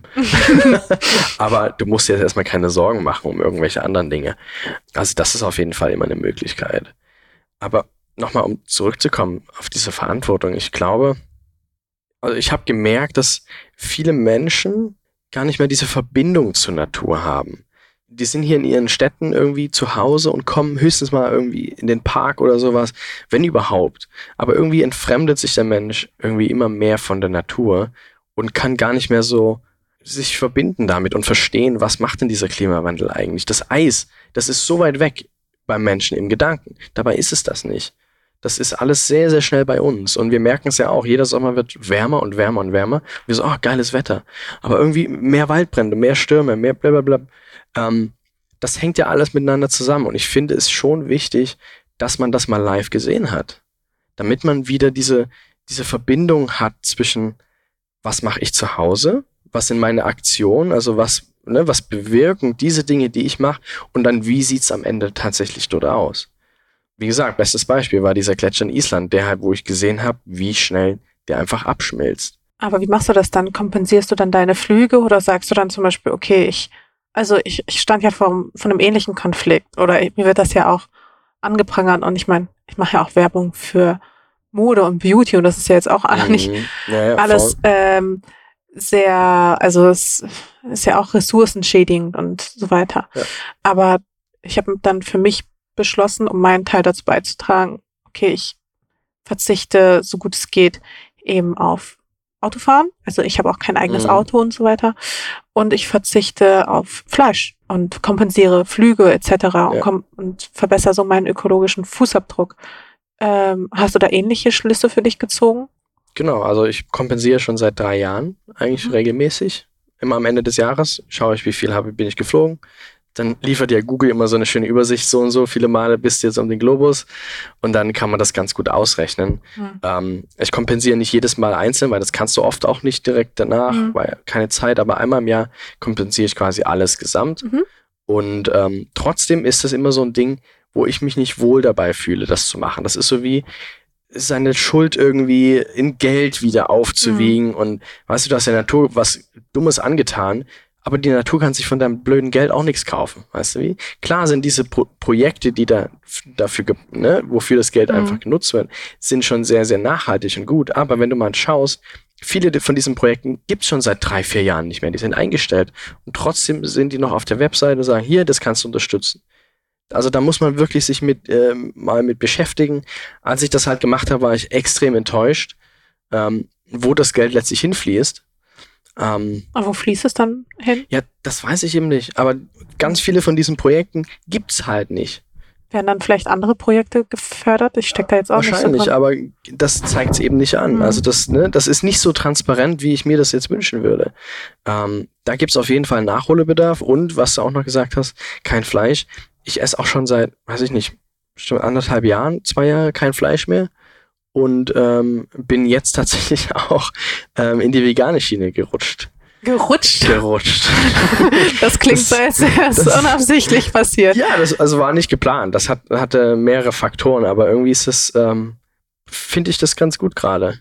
aber du musst dir jetzt erstmal keine Sorgen machen um irgendwelche anderen Dinge. Also das ist auf jeden Fall immer eine Möglichkeit. Aber nochmal, um zurückzukommen auf diese Verantwortung, ich glaube, also ich habe gemerkt, dass viele Menschen gar nicht mehr diese Verbindung zur Natur haben. Die sind hier in ihren Städten irgendwie zu Hause und kommen höchstens mal irgendwie in den Park oder sowas, wenn überhaupt. Aber irgendwie entfremdet sich der Mensch irgendwie immer mehr von der Natur und kann gar nicht mehr so sich verbinden damit und verstehen, was macht denn dieser Klimawandel eigentlich? Das Eis, das ist so weit weg beim Menschen im Gedanken. Dabei ist es das nicht. Das ist alles sehr, sehr schnell bei uns. Und wir merken es ja auch, jeder Sommer wird wärmer und wärmer und wärmer. Wir so, oh, geiles Wetter. Aber irgendwie mehr Waldbrände, mehr Stürme, mehr blablabla. Ähm, das hängt ja alles miteinander zusammen. Und ich finde es schon wichtig, dass man das mal live gesehen hat. Damit man wieder diese, diese Verbindung hat zwischen, was mache ich zu Hause? Was sind meine Aktionen? Also was, ne, was bewirken diese Dinge, die ich mache? Und dann, wie sieht's am Ende tatsächlich dort aus? Wie gesagt, bestes Beispiel war dieser Gletscher in Island, der halt, wo ich gesehen habe, wie schnell der einfach abschmilzt. Aber wie machst du das dann? Kompensierst du dann deine Flüge oder sagst du dann zum Beispiel, okay, ich, also ich, ich stand ja vor, vor einem ähnlichen Konflikt oder mir wird das ja auch angeprangert und ich meine, ich mache ja auch Werbung für Mode und Beauty und das ist ja jetzt auch mhm. nicht ja, ja, alles ähm, sehr, also es ist ja auch ressourcenschädigend und so weiter. Ja. Aber ich habe dann für mich beschlossen, um meinen Teil dazu beizutragen, okay, ich verzichte, so gut es geht, eben auf Autofahren. Also ich habe auch kein eigenes mhm. Auto und so weiter. Und ich verzichte auf Fleisch und kompensiere Flüge et cetera. Ja. Und, kom- und verbessere so meinen ökologischen Fußabdruck. Ähm, hast du da ähnliche Schlüsse für dich gezogen? Genau, also ich kompensiere schon seit drei Jahren eigentlich mhm. regelmäßig. Immer am Ende des Jahres schaue ich, wie viel habe, bin ich geflogen. Dann liefert ja Google immer so eine schöne Übersicht, so und so viele Male bist du jetzt um den Globus und dann kann man das ganz gut ausrechnen. Mhm. Ähm, ich kompensiere nicht jedes Mal einzeln, weil das kannst du oft auch nicht direkt danach, mhm. weil keine Zeit, aber einmal im Jahr kompensiere ich quasi alles gesamt. Mhm. Und ähm, trotzdem ist das immer so ein Ding, wo ich mich nicht wohl dabei fühle, das zu machen. Das ist so wie seine Schuld irgendwie in Geld wieder aufzuwiegen. Mhm. Und weißt du, du hast der Natur was Dummes angetan, aber die Natur kann sich von deinem blöden Geld auch nichts kaufen. Weißt du wie? Klar sind diese Pro- Projekte, die da dafür, ne, wofür das Geld mhm. einfach genutzt wird, sind schon sehr, sehr nachhaltig und gut. Aber wenn du mal schaust, viele von diesen Projekten gibt's schon seit drei, vier Jahren nicht mehr. Die sind eingestellt. Und trotzdem sind die noch auf der Webseite und sagen, hier, das kannst du unterstützen. Also da muss man wirklich sich mit ähm, mal mit beschäftigen. Als ich das halt gemacht habe, war ich extrem enttäuscht, ähm, wo das Geld letztlich hinfließt. Ähm, Und wo fließt es dann hin? Ja, das weiß ich eben nicht. Aber ganz viele von diesen Projekten gibt's halt nicht. Werden dann vielleicht andere Projekte gefördert? Ich stecke da jetzt auch nicht so dran. Wahrscheinlich, aber das zeigt es eben nicht an. Mhm. Also das, ne, das ist nicht so transparent, wie ich mir das jetzt wünschen würde. Ähm, da gibt's auf jeden Fall Nachholbedarf und, was du auch noch gesagt hast, kein Fleisch. Ich esse auch schon seit, weiß ich nicht, schon anderthalb Jahren, zwei Jahre kein Fleisch mehr und ähm, bin jetzt tatsächlich auch ähm, in die vegane Schiene gerutscht. Gerutscht? Gerutscht. Das klingt das, so, als wäre es unabsichtlich passiert. Ja, das also war nicht geplant. Das hat, hatte mehrere Faktoren, aber irgendwie ist es, ähm, finde ich das ganz gut gerade.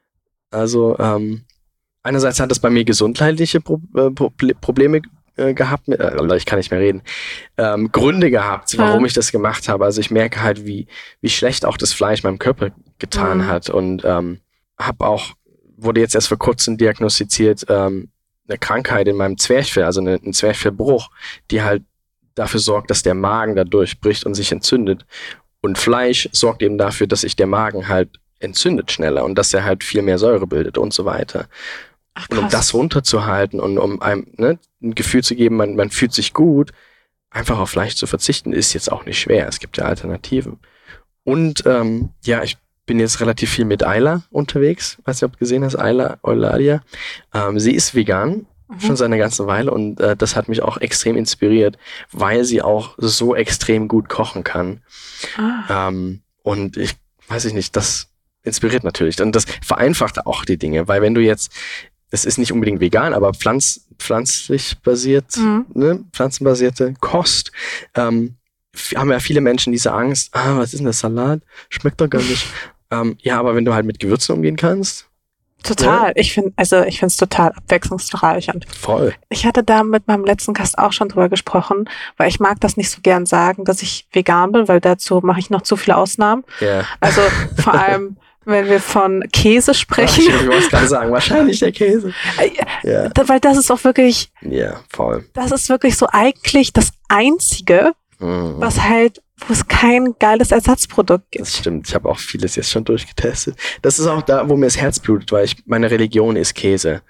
Also ähm, einerseits hat das bei mir gesundheitliche Pro- äh, Pro- Probleme äh, gehabt, äh, ich kann nicht mehr reden, ähm, Gründe gehabt, warum ja. ich das gemacht habe. Also ich merke halt, wie, wie schlecht auch das Fleisch meinem Körper getan mhm. hat und ähm, habe auch, wurde jetzt erst vor kurzem diagnostiziert, ähm, eine Krankheit in meinem Zwerchfell, also eine, ein Zwerchfellbruch, die halt dafür sorgt, dass der Magen da durchbricht und sich entzündet. Und Fleisch sorgt eben dafür, dass sich der Magen halt entzündet schneller und dass er halt viel mehr Säure bildet und so weiter. Ach, und um das runterzuhalten und um einem ne, ein Gefühl zu geben, man, man fühlt sich gut, einfach auf Fleisch zu verzichten, ist jetzt auch nicht schwer. Es gibt ja Alternativen. Und ähm, ja, ich bin jetzt relativ viel mit Ayla unterwegs. Weiß nicht, ob du gesehen hast, Ayla Eulalia. Ähm, sie ist vegan, mhm. schon seit einer ganzen Weile und äh, das hat mich auch extrem inspiriert, weil sie auch so extrem gut kochen kann. Ah. Ähm, und ich weiß ich nicht, das inspiriert natürlich. Und das vereinfacht auch die Dinge, weil wenn du jetzt, das ist nicht unbedingt vegan, aber pflanz, pflanzlich basiert, mhm. ne, pflanzenbasierte Kost, ähm, haben ja viele Menschen diese Angst, ah, was ist denn das Salat? Schmeckt doch gar nicht. ähm, ja, aber wenn du halt mit Gewürzen umgehen kannst. Total. Ja. Ich finde, also ich finde es total abwechslungsbereichernd. Voll. Ich hatte da mit meinem letzten Gast auch schon drüber gesprochen, weil ich mag das nicht so gern sagen, dass ich vegan bin, weil dazu mache ich noch zu viele Ausnahmen. Ja. Also vor allem, wenn wir von Käse sprechen. Ach, ich wollte gerade sagen, wahrscheinlich der Käse. Ja. Da, weil das ist auch wirklich. Ja, voll. Das ist wirklich so eigentlich das Einzige, mhm. was halt, wo es kein geiles Ersatzprodukt gibt. Das stimmt. Ich habe auch vieles jetzt schon durchgetestet. Das ist auch da, wo mir das Herz blutet, weil ich, meine Religion ist Käse.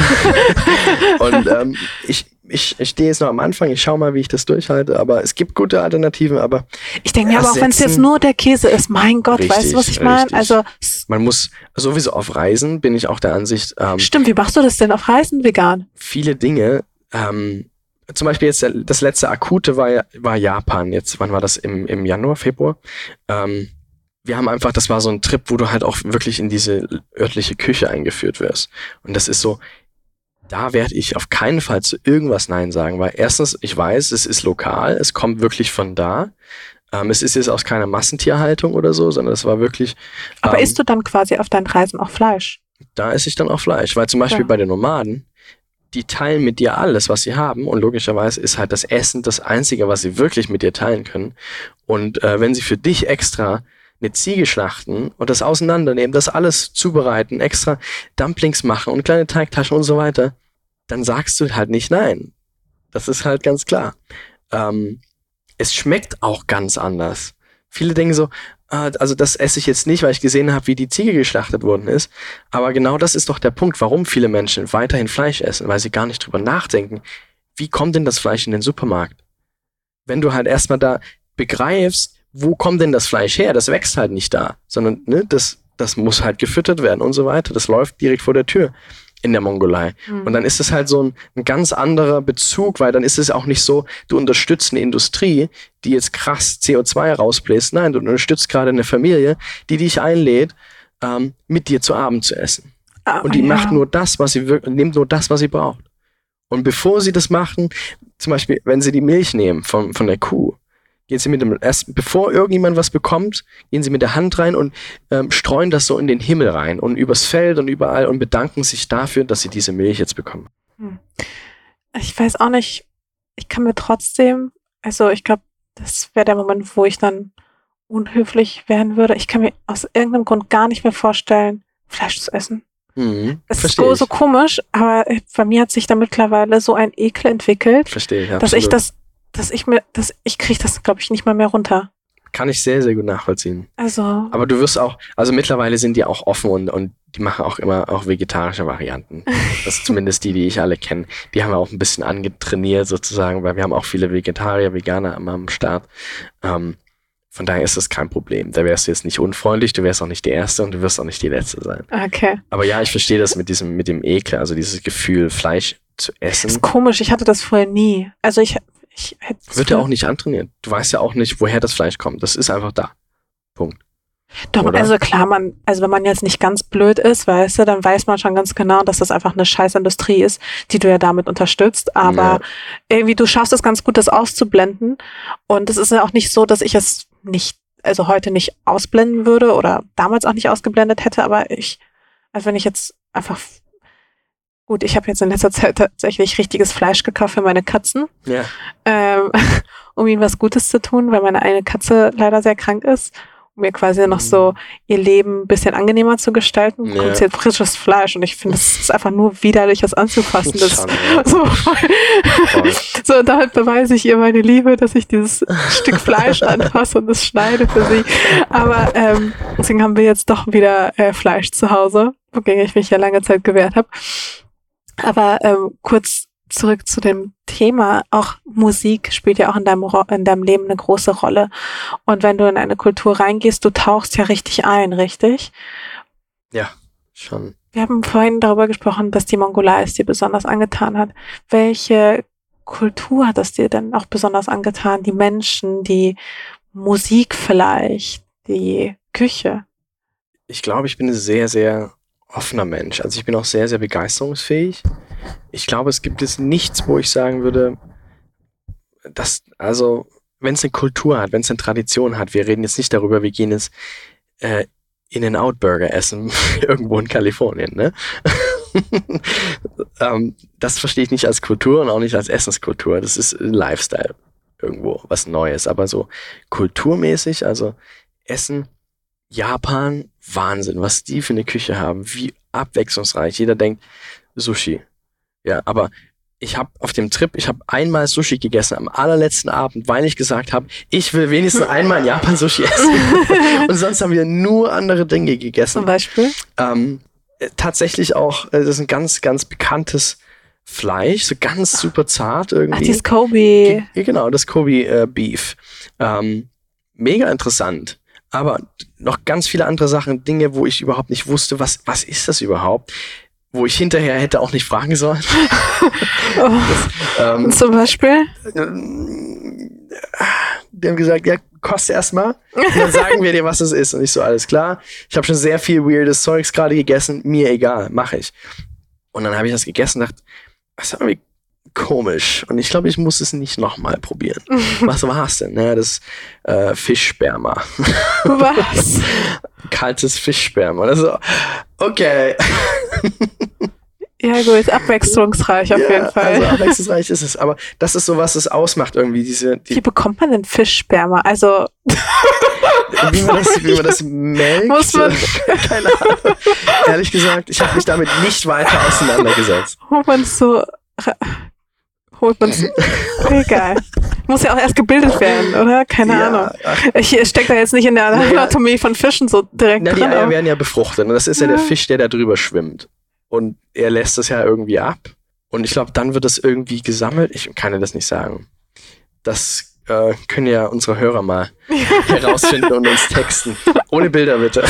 Und ähm, ich, ich, ich stehe jetzt noch am Anfang, ich schaue mal, wie ich das durchhalte, aber es gibt gute Alternativen, aber ich denke mir aber auch, wenn es jetzt nur der Käse ist, mein Gott, richtig, weißt du, was ich meine? Also man muss, sowieso auf Reisen bin ich auch der Ansicht. Ähm, Stimmt, wie machst du das denn auf Reisen vegan? Viele Dinge, ähm, zum Beispiel jetzt das letzte Akute war, war Japan. Jetzt, wann war das? Im, im Januar, Februar? Ähm, wir haben einfach, das war so ein Trip, wo du halt auch wirklich in diese örtliche Küche eingeführt wirst. Und das ist so, da werde ich auf keinen Fall zu irgendwas Nein sagen, weil erstens, ich weiß, es ist lokal, es kommt wirklich von da. Ähm, es ist jetzt aus keiner Massentierhaltung oder so, sondern es war wirklich... Aber ähm, isst du dann quasi auf deinen Reisen auch Fleisch? Da esse ich dann auch Fleisch, weil zum Beispiel ja. bei den Nomaden, die teilen mit dir alles, was sie haben und logischerweise ist halt das Essen das Einzige, was sie wirklich mit dir teilen können. Und äh, wenn sie für dich extra eine Ziege schlachten und das auseinandernehmen, das alles zubereiten, extra Dumplings machen und kleine Teigtaschen und so weiter, dann sagst du halt nicht nein. Das ist halt ganz klar. Ähm, es schmeckt auch ganz anders. Viele denken so, äh, also das esse ich jetzt nicht, weil ich gesehen habe, wie die Ziege geschlachtet worden ist. Aber genau das ist doch der Punkt, warum viele Menschen weiterhin Fleisch essen, weil sie gar nicht drüber nachdenken, wie kommt denn das Fleisch in den Supermarkt? Wenn du halt erstmal da begreifst, wo kommt denn das Fleisch her? Das wächst halt nicht da, sondern ne, das, das muss halt gefüttert werden und so weiter. Das läuft direkt vor der Tür in der Mongolei. Mhm. Und dann ist es halt so ein, ein ganz anderer Bezug, weil dann ist es auch nicht so, du unterstützt eine Industrie, die jetzt krass C O zwei rausbläst. Nein, du unterstützt gerade eine Familie, die dich einlädt, ähm, mit dir zu Abend zu essen. Ah, und die ja. macht nur das, was sie wirklich, nimmt nur das, was sie braucht. Und bevor sie das machen, zum Beispiel, wenn sie die Milch nehmen von, von der Kuh, gehen sie mit dem, erst bevor irgendjemand was bekommt, gehen sie mit der Hand rein und ähm, streuen das so in den Himmel rein und übers Feld und überall und bedanken sich dafür, dass sie diese Milch jetzt bekommen. Hm. Ich weiß auch nicht, ich kann mir trotzdem, also ich glaube, das wäre der Moment, wo ich dann unhöflich werden würde. Ich kann mir aus irgendeinem Grund gar nicht mehr vorstellen, Fleisch zu essen. Mhm, es ist so, so komisch, aber bei mir hat sich da mittlerweile so ein Ekel entwickelt, verstehe, ja, dass ich das, dass ich mir, dass ich kriege das, glaube ich, nicht mal mehr runter. Kann ich sehr, sehr gut nachvollziehen. Also. Aber du wirst auch, also mittlerweile sind die auch offen und, und die machen auch immer auch vegetarische Varianten. Das ist zumindest die, die ich alle kenne. Die haben wir auch ein bisschen angetrainiert sozusagen, weil wir haben auch viele Vegetarier, Veganer am, am Start. Ähm, Von daher ist das kein Problem. Da wärst du jetzt nicht unfreundlich, du wärst auch nicht die Erste und du wirst auch nicht die Letzte sein. Okay. Aber ja, ich verstehe das mit diesem, mit dem Ekel, also dieses Gefühl, Fleisch zu essen. Das ist komisch, ich hatte das vorher nie. Also ich, ich hätte. Wird ja auch nicht antrainiert. Du weißt ja auch nicht, woher das Fleisch kommt. Das ist einfach da. Punkt. Doch, oder? Also klar, man, also wenn man jetzt nicht ganz blöd ist, weißt du, dann weiß man schon ganz genau, dass das einfach eine Scheißindustrie ist, die du ja damit unterstützt. Aber ja. irgendwie, du schaffst es ganz gut, das auszublenden. Und es ist ja auch nicht so, dass ich es nicht, also heute nicht ausblenden würde oder damals auch nicht ausgeblendet hätte, aber ich, also wenn ich jetzt einfach, gut, ich habe jetzt in letzter Zeit tatsächlich richtiges Fleisch gekauft für meine Katzen, ja. ähm, um ihnen was Gutes zu tun, weil meine eine Katze leider sehr krank ist, um mir quasi noch so ihr Leben ein bisschen angenehmer zu gestalten, ja. bekommt sie jetzt frisches Fleisch und ich finde, es ist einfach nur widerlich, das anzufassen. Das Schon, ja. so, so, damit beweise ich ihr meine Liebe, dass ich dieses Stück Fleisch anfasse und es schneide für sie. Aber ähm, deswegen haben wir jetzt doch wieder äh, Fleisch zu Hause, wogegen ich mich ja lange Zeit gewehrt habe. Aber ähm, kurz zurück zu dem Thema, auch Musik spielt ja auch in deinem, Ro- in deinem Leben eine große Rolle. Und wenn du in eine Kultur reingehst, du tauchst ja richtig ein, richtig? Ja, schon. Wir haben vorhin darüber gesprochen, dass die Mongolei es dir besonders angetan hat. Welche Kultur hat es dir denn auch besonders angetan? Die Menschen, die Musik vielleicht, die Küche? Ich glaube, ich bin ein sehr, sehr offener Mensch. Also ich bin auch sehr, sehr begeisterungsfähig. Ich glaube, es gibt jetzt nichts, wo ich sagen würde, dass, also, wenn es eine Kultur hat, wenn es eine Tradition hat, wir reden jetzt nicht darüber, wir gehen jetzt äh, In-N-Out-Burger essen, irgendwo in Kalifornien, ne? ähm, das verstehe ich nicht als Kultur und auch nicht als Essenskultur. Das ist ein Lifestyle irgendwo, was Neues. Aber so kulturmäßig, also Essen, Japan, Wahnsinn, was die für eine Küche haben, wie abwechslungsreich. Jeder denkt, Sushi. Ja, aber ich habe auf dem Trip, ich habe einmal Sushi gegessen am allerletzten Abend, weil ich gesagt habe, ich will wenigstens einmal in Japan Sushi essen. Und sonst haben wir nur andere Dinge gegessen. Zum Beispiel? Ähm, tatsächlich auch, das ist ein ganz, ganz bekanntes Fleisch, so ganz super zart irgendwie. Ach, dieses Kobe. Ge- genau, das Kobe äh, Beef. Ähm, mega interessant. Aber noch ganz viele andere Sachen, Dinge, wo ich überhaupt nicht wusste, was, was ist das überhaupt? Wo ich hinterher hätte auch nicht fragen sollen. Oh. das, ähm, Zum Beispiel? Die haben gesagt, ja, koste erst mal. Und dann sagen wir dir, was es ist. Und ich so, alles klar. Ich habe schon sehr viel weirdes Zeugs gerade gegessen. Mir egal, mache ich. Und dann habe ich das gegessen und dachte, das ist irgendwie komisch. Und ich glaube, ich muss es nicht nochmal probieren. Was war es denn? Ja, das äh, Fischsperma. Was? Kaltes Fischsperma. Also, okay. Ja gut, abwechslungsreich auf ja, jeden Fall. Also abwechslungsreich ist es. Aber das ist so, was es ausmacht irgendwie. Diese, die, wie bekommt man denn Fischsperma? Also wie man das, wie man das melkt? Muss man keine Ahnung. Ehrlich gesagt, ich habe mich damit nicht weiter auseinandergesetzt. Holt man es so... Holt man es... Egal. Muss ja auch erst gebildet werden, oder? Keine ja, Ahnung. Ach, Ich stecke da jetzt nicht in der Anatomie naja, von Fischen so direkt na, drin. Die Eier werden ja befruchtet. Und das ist ja, ja der Fisch, der da drüber schwimmt. Und er lässt das ja irgendwie ab. Und ich glaube, dann wird das irgendwie gesammelt. Ich kann dir das nicht sagen. Das äh, können ja unsere Hörer mal herausfinden und uns texten. Ohne Bilder, bitte.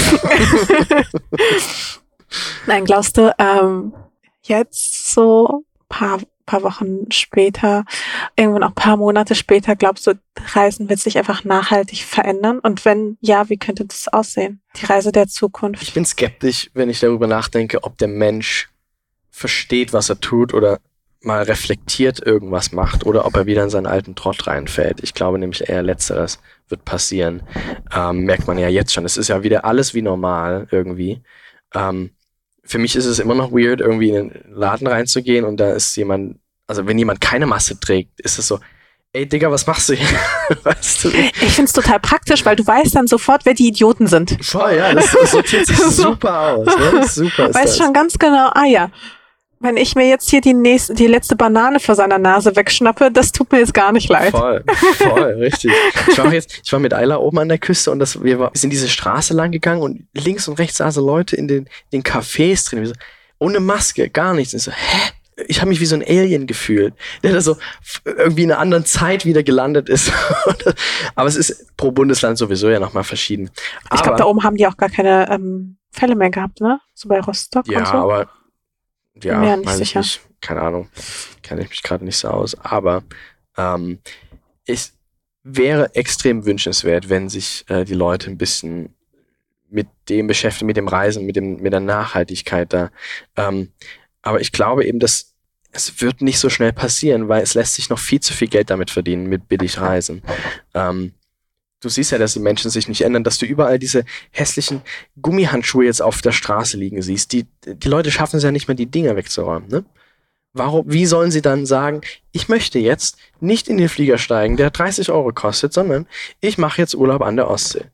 Nein, glaubst du, ähm, jetzt so ein paar, paar Wochen später, irgendwann auch ein paar Monate später, glaubst du, Reisen wird sich einfach nachhaltig verändern? Und wenn ja, wie könnte das aussehen? Die Reise der Zukunft. Ich bin skeptisch, wenn ich darüber nachdenke, ob der Mensch versteht, was er tut oder mal reflektiert irgendwas macht oder ob er wieder in seinen alten Trott reinfällt. Ich glaube nämlich eher Letzteres wird passieren. Ähm, merkt man ja jetzt schon. Es ist ja wieder alles wie normal irgendwie. Ähm, für mich ist es immer noch weird, irgendwie in den Laden reinzugehen und da ist jemand, also wenn jemand keine Maske trägt, ist es so, ey Digga, was machst du hier? Weißt du? Ich finde es total praktisch, weil du weißt dann sofort, wer die Idioten sind. Voll, ja, das, das sortiert sich super aus. Ne? Super ist weißt das. schon ganz genau, ah ja, wenn ich mir jetzt hier die nächste, die letzte Banane vor seiner Nase wegschnappe, das tut mir jetzt gar nicht leid. Voll, voll, richtig. Ich war jetzt, ich war mit Ayla oben an der Küste und das, wir, war, wir sind diese Straße lang gegangen und links und rechts saßen Leute in den, den Cafés drin, so, ohne Maske, gar nichts. Und ich so, hä? Ich habe mich wie so ein Alien gefühlt, der da so irgendwie in einer anderen Zeit wieder gelandet ist. Aber es ist pro Bundesland sowieso ja nochmal verschieden. Aber ich glaube, da oben haben die auch gar keine ähm, Fälle mehr gehabt, ne? So bei Rostock ja, und so. Aber ja, Bin mir nicht weiß sicher. ich nicht. Keine Ahnung. Kenne ich mich gerade nicht so aus. Aber ähm, es wäre extrem wünschenswert, wenn sich äh, die Leute ein bisschen mit dem beschäftigen, mit dem Reisen, mit dem, mit der Nachhaltigkeit da. Ähm, aber ich glaube eben, dass es wird nicht so schnell passieren, weil es lässt sich noch viel zu viel Geld damit verdienen, mit billig Reisen. Ähm, du siehst ja, dass die Menschen sich nicht ändern, dass du überall diese hässlichen Gummihandschuhe jetzt auf der Straße liegen siehst. Die, die Leute schaffen es ja nicht mehr, die Dinger wegzuräumen, ne? Warum, wie sollen sie dann sagen, ich möchte jetzt nicht in den Flieger steigen, der dreißig Euro kostet, sondern ich mache jetzt Urlaub an der Ostsee.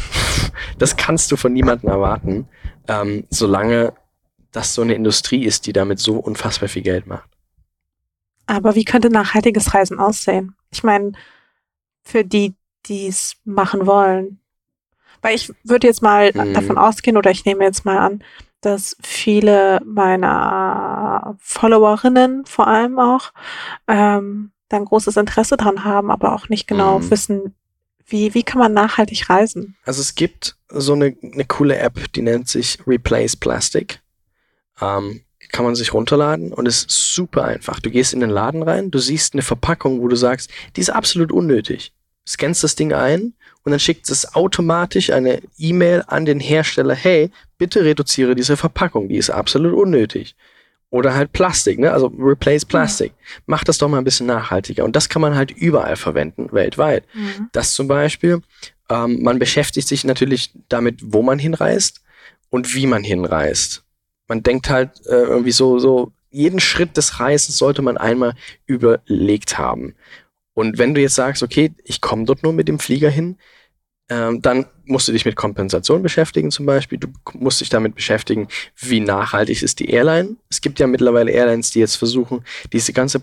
Das kannst du von niemandem erwarten, ähm, solange das so eine Industrie ist, die damit so unfassbar viel Geld macht. Aber wie könnte nachhaltiges Reisen aussehen? Ich meine, für die, die es machen wollen. Weil ich würde jetzt mal mhm. davon ausgehen, oder ich nehme jetzt mal an, dass viele meiner Followerinnen vor allem auch ähm, dann großes Interesse dran haben, aber auch nicht genau mhm. wissen, wie, wie kann man nachhaltig reisen? Also es gibt so eine, eine coole App, die nennt sich Replace Plastic. Ähm, kann man sich runterladen und ist super einfach. Du gehst in den Laden rein, du siehst eine Verpackung, wo du sagst, die ist absolut unnötig. Scannst das Ding ein und dann schickt es automatisch eine E-Mail an den Hersteller, hey, bitte reduziere diese Verpackung, die ist absolut unnötig. Oder halt Plastik, ne? Also Replace Plastic. Mhm. Mach das doch mal ein bisschen nachhaltiger. Und das kann man halt überall verwenden, weltweit. Mhm. Das zum Beispiel, ähm, man beschäftigt sich natürlich damit, wo man hinreist und wie man hinreist. Man denkt halt äh, irgendwie so, so, jeden Schritt des Reisens sollte man einmal überlegt haben. Und wenn du jetzt sagst, okay, ich komme dort nur mit dem Flieger hin, ähm, dann musst du dich mit Kompensation beschäftigen zum Beispiel. Du musst dich damit beschäftigen, wie nachhaltig ist die Airline. Es gibt ja mittlerweile Airlines, die jetzt versuchen, diese ganze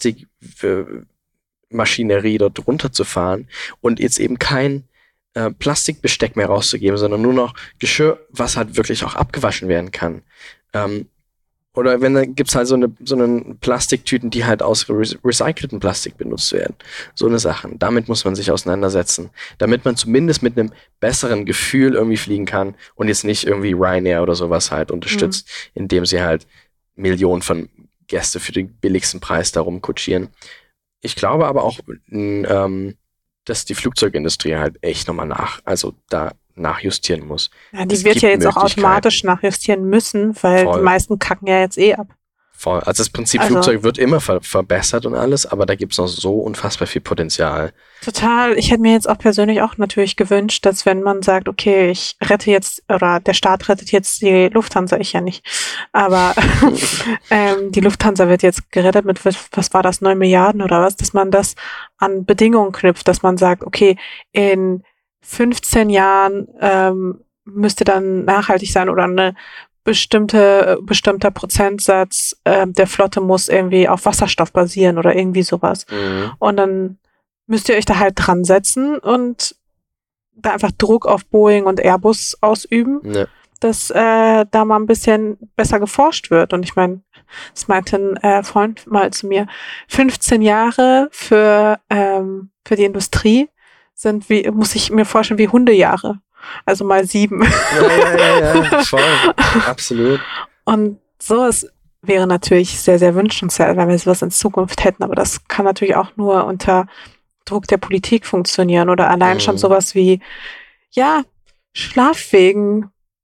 Plastikmaschinerie dort runterzufahren und jetzt eben kein äh, Plastikbesteck mehr rauszugeben, sondern nur noch Geschirr, was halt wirklich auch abgewaschen werden kann. Ähm, Oder wenn, dann gibt's halt so eine, so eine Plastiktüten, die halt aus re- recyceltem Plastik benutzt werden. So eine Sachen. Damit muss man sich auseinandersetzen. Damit man zumindest mit einem besseren Gefühl irgendwie fliegen kann und jetzt nicht irgendwie Ryanair oder sowas halt unterstützt, mhm. indem sie halt Millionen von Gäste für den billigsten Preis darum kutschieren. Ich glaube aber auch, ähm, dass die Flugzeugindustrie halt echt nochmal nach, also da nachjustieren muss. Ja, die es wird ja jetzt auch automatisch nachjustieren müssen, weil Voll. Die meisten kacken ja jetzt eh ab. Voll. Also das Prinzip also, Flugzeug wird immer ver- verbessert und alles, aber da gibt es noch so unfassbar viel Potenzial. Total. Ich hätte mir jetzt auch persönlich auch natürlich gewünscht, dass wenn man sagt, okay, ich rette jetzt, oder der Staat rettet jetzt die Lufthansa, ich ja nicht, aber ähm, die Lufthansa wird jetzt gerettet mit, was war das, neun Milliarden oder was, dass man das an Bedingungen knüpft, dass man sagt, okay, in fünfzehn Jahren ähm, müsste dann nachhaltig sein oder eine bestimmte bestimmter Prozentsatz äh, der Flotte muss irgendwie auf Wasserstoff basieren oder irgendwie sowas. Mhm. Und dann müsst ihr euch da halt dran setzen und da einfach Druck auf Boeing und Airbus ausüben, ja. dass äh, da mal ein bisschen besser geforscht wird. Und ich meine, das meinte ein äh, Freund mal zu mir, fünfzehn Jahre für ähm, für die Industrie sind wie, muss ich mir vorstellen, wie Hundejahre. Also mal sieben. Ja, ja, ja, ja, voll. Absolut. Und sowas wäre natürlich sehr, sehr wünschenswert, wenn wir sowas in Zukunft hätten. Aber das kann natürlich auch nur unter Druck der Politik funktionieren oder allein mhm. schon sowas wie, ja, Schlafwegen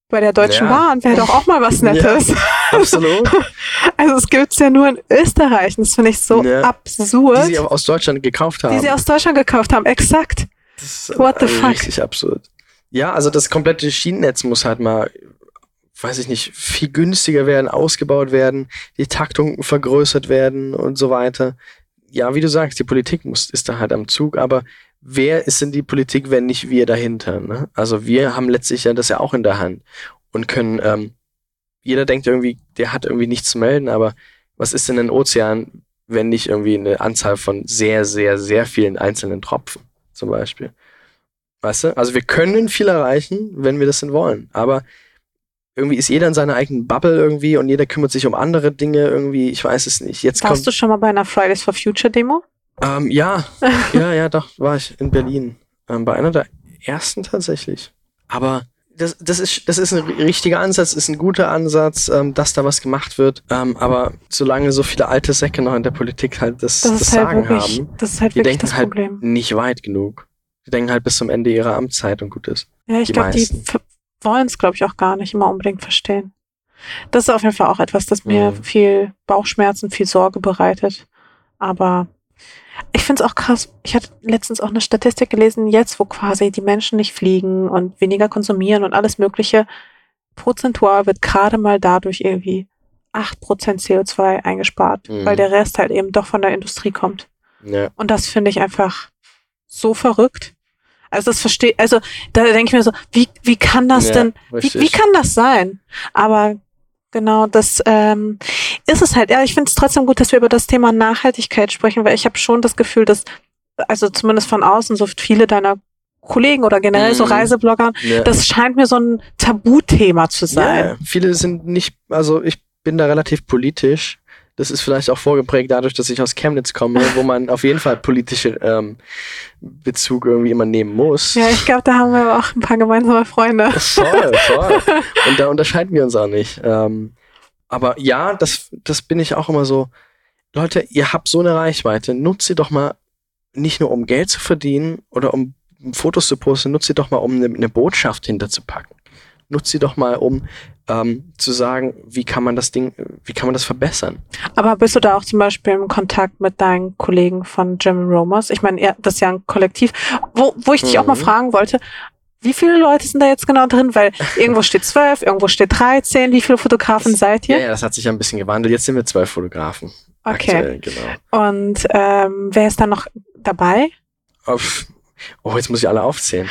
bei der Deutschen Ja. Bahn wäre doch auch mal was Nettes. Ja, absolut. Also es gibt's ja nur in Österreich. Und das finde ich so Ja. absurd. Die sie auch aus Deutschland gekauft haben. Die sie aus Deutschland gekauft haben, exakt. Das ist What the also fuck? richtig absurd. Ja, also das komplette Schienennetz muss halt mal, weiß ich nicht, viel günstiger werden, ausgebaut werden, die Taktung vergrößert werden und so weiter. Ja, wie du sagst, die Politik muss, ist da halt am Zug, aber wer ist denn die Politik, wenn nicht wir dahinter? Ne? Also wir haben letztlich ja das ja auch in der Hand und können, ähm, jeder denkt irgendwie, der hat irgendwie nichts zu melden, aber was ist denn ein Ozean, wenn nicht irgendwie eine Anzahl von sehr, sehr, sehr vielen einzelnen Tropfen zum Beispiel? Weißt du? Also wir können viel erreichen, wenn wir das denn wollen. Aber irgendwie ist jeder in seiner eigenen Bubble irgendwie und jeder kümmert sich um andere Dinge irgendwie. Ich weiß es nicht. Jetzt Warst kommt, du schon mal bei einer Fridays for Future Demo? ähm, ja, ja, ja, doch, war ich in Berlin. Ähm, bei einer der ersten tatsächlich. Aber das, das ist, das ist ein richtiger Ansatz, ist ein guter Ansatz, ähm, dass da was gemacht wird. Ähm, aber solange so viele alte Säcke noch in der Politik halt das, Das das, ist halt Sagen wirklich, haben, das ist halt die wirklich denken das halt Problem. nicht weit genug. Die denken halt bis zum Ende ihrer Amtszeit und gut ist. Ja, ich die glaube, die meisten. f- wollen es, glaube ich, auch gar nicht immer unbedingt verstehen. Das ist auf jeden Fall auch etwas, das mir Mhm. viel Bauchschmerzen, viel Sorge bereitet. Aber ich finde es auch krass. Ich hatte letztens auch eine Statistik gelesen, jetzt, wo quasi die Menschen nicht fliegen und weniger konsumieren und alles Mögliche, prozentual wird gerade mal dadurch irgendwie acht Prozent C O zwei eingespart, Mhm. weil der Rest halt eben doch von der Industrie kommt. Ja. Und das finde ich einfach so verrückt. Also das verstehe, also da denke ich mir so, wie, wie kann das Ja, denn, wie, richtig. wie kann das sein? Aber genau, das ähm, ist es halt. Ja, ich finde es trotzdem gut, dass wir über das Thema Nachhaltigkeit sprechen, weil ich habe schon das Gefühl, dass, also zumindest von außen, so viele deiner Kollegen oder generell so Mhm. Reisebloggern, Ja. das scheint mir so ein Tabuthema zu sein. Ja, viele sind nicht, also ich bin da relativ politisch. Das ist vielleicht auch vorgeprägt dadurch, dass ich aus Chemnitz komme, wo man auf jeden Fall politische ähm, Bezug irgendwie immer nehmen muss. Ja, ich glaube, da haben wir auch ein paar gemeinsame Freunde. Voll, voll. Und da unterscheiden wir uns auch nicht. Ähm, aber ja, das, das bin ich auch immer so. Leute, ihr habt so eine Reichweite, nutzt sie doch mal nicht nur um Geld zu verdienen oder um Fotos zu posten, nutzt sie doch mal, um eine, eine Botschaft hinterzupacken. Nutzt sie doch mal, um ähm, zu sagen, wie kann man das Ding, wie kann man das verbessern? Aber bist du da auch zum Beispiel im Kontakt mit deinen Kollegen von German Romers? Ich meine, das ist ja ein Kollektiv, wo, wo ich dich Mhm. auch mal fragen wollte, wie viele Leute sind da jetzt genau drin? Weil irgendwo steht zwölf, irgendwo steht dreizehn. Wie viele Fotografen seid ihr? Ja, ja, das hat sich ja ein bisschen gewandelt. Jetzt sind wir zwölf Fotografen. Okay. Aktuell, genau. Und ähm, wer ist da noch dabei? Auf, oh, jetzt muss ich alle aufzählen.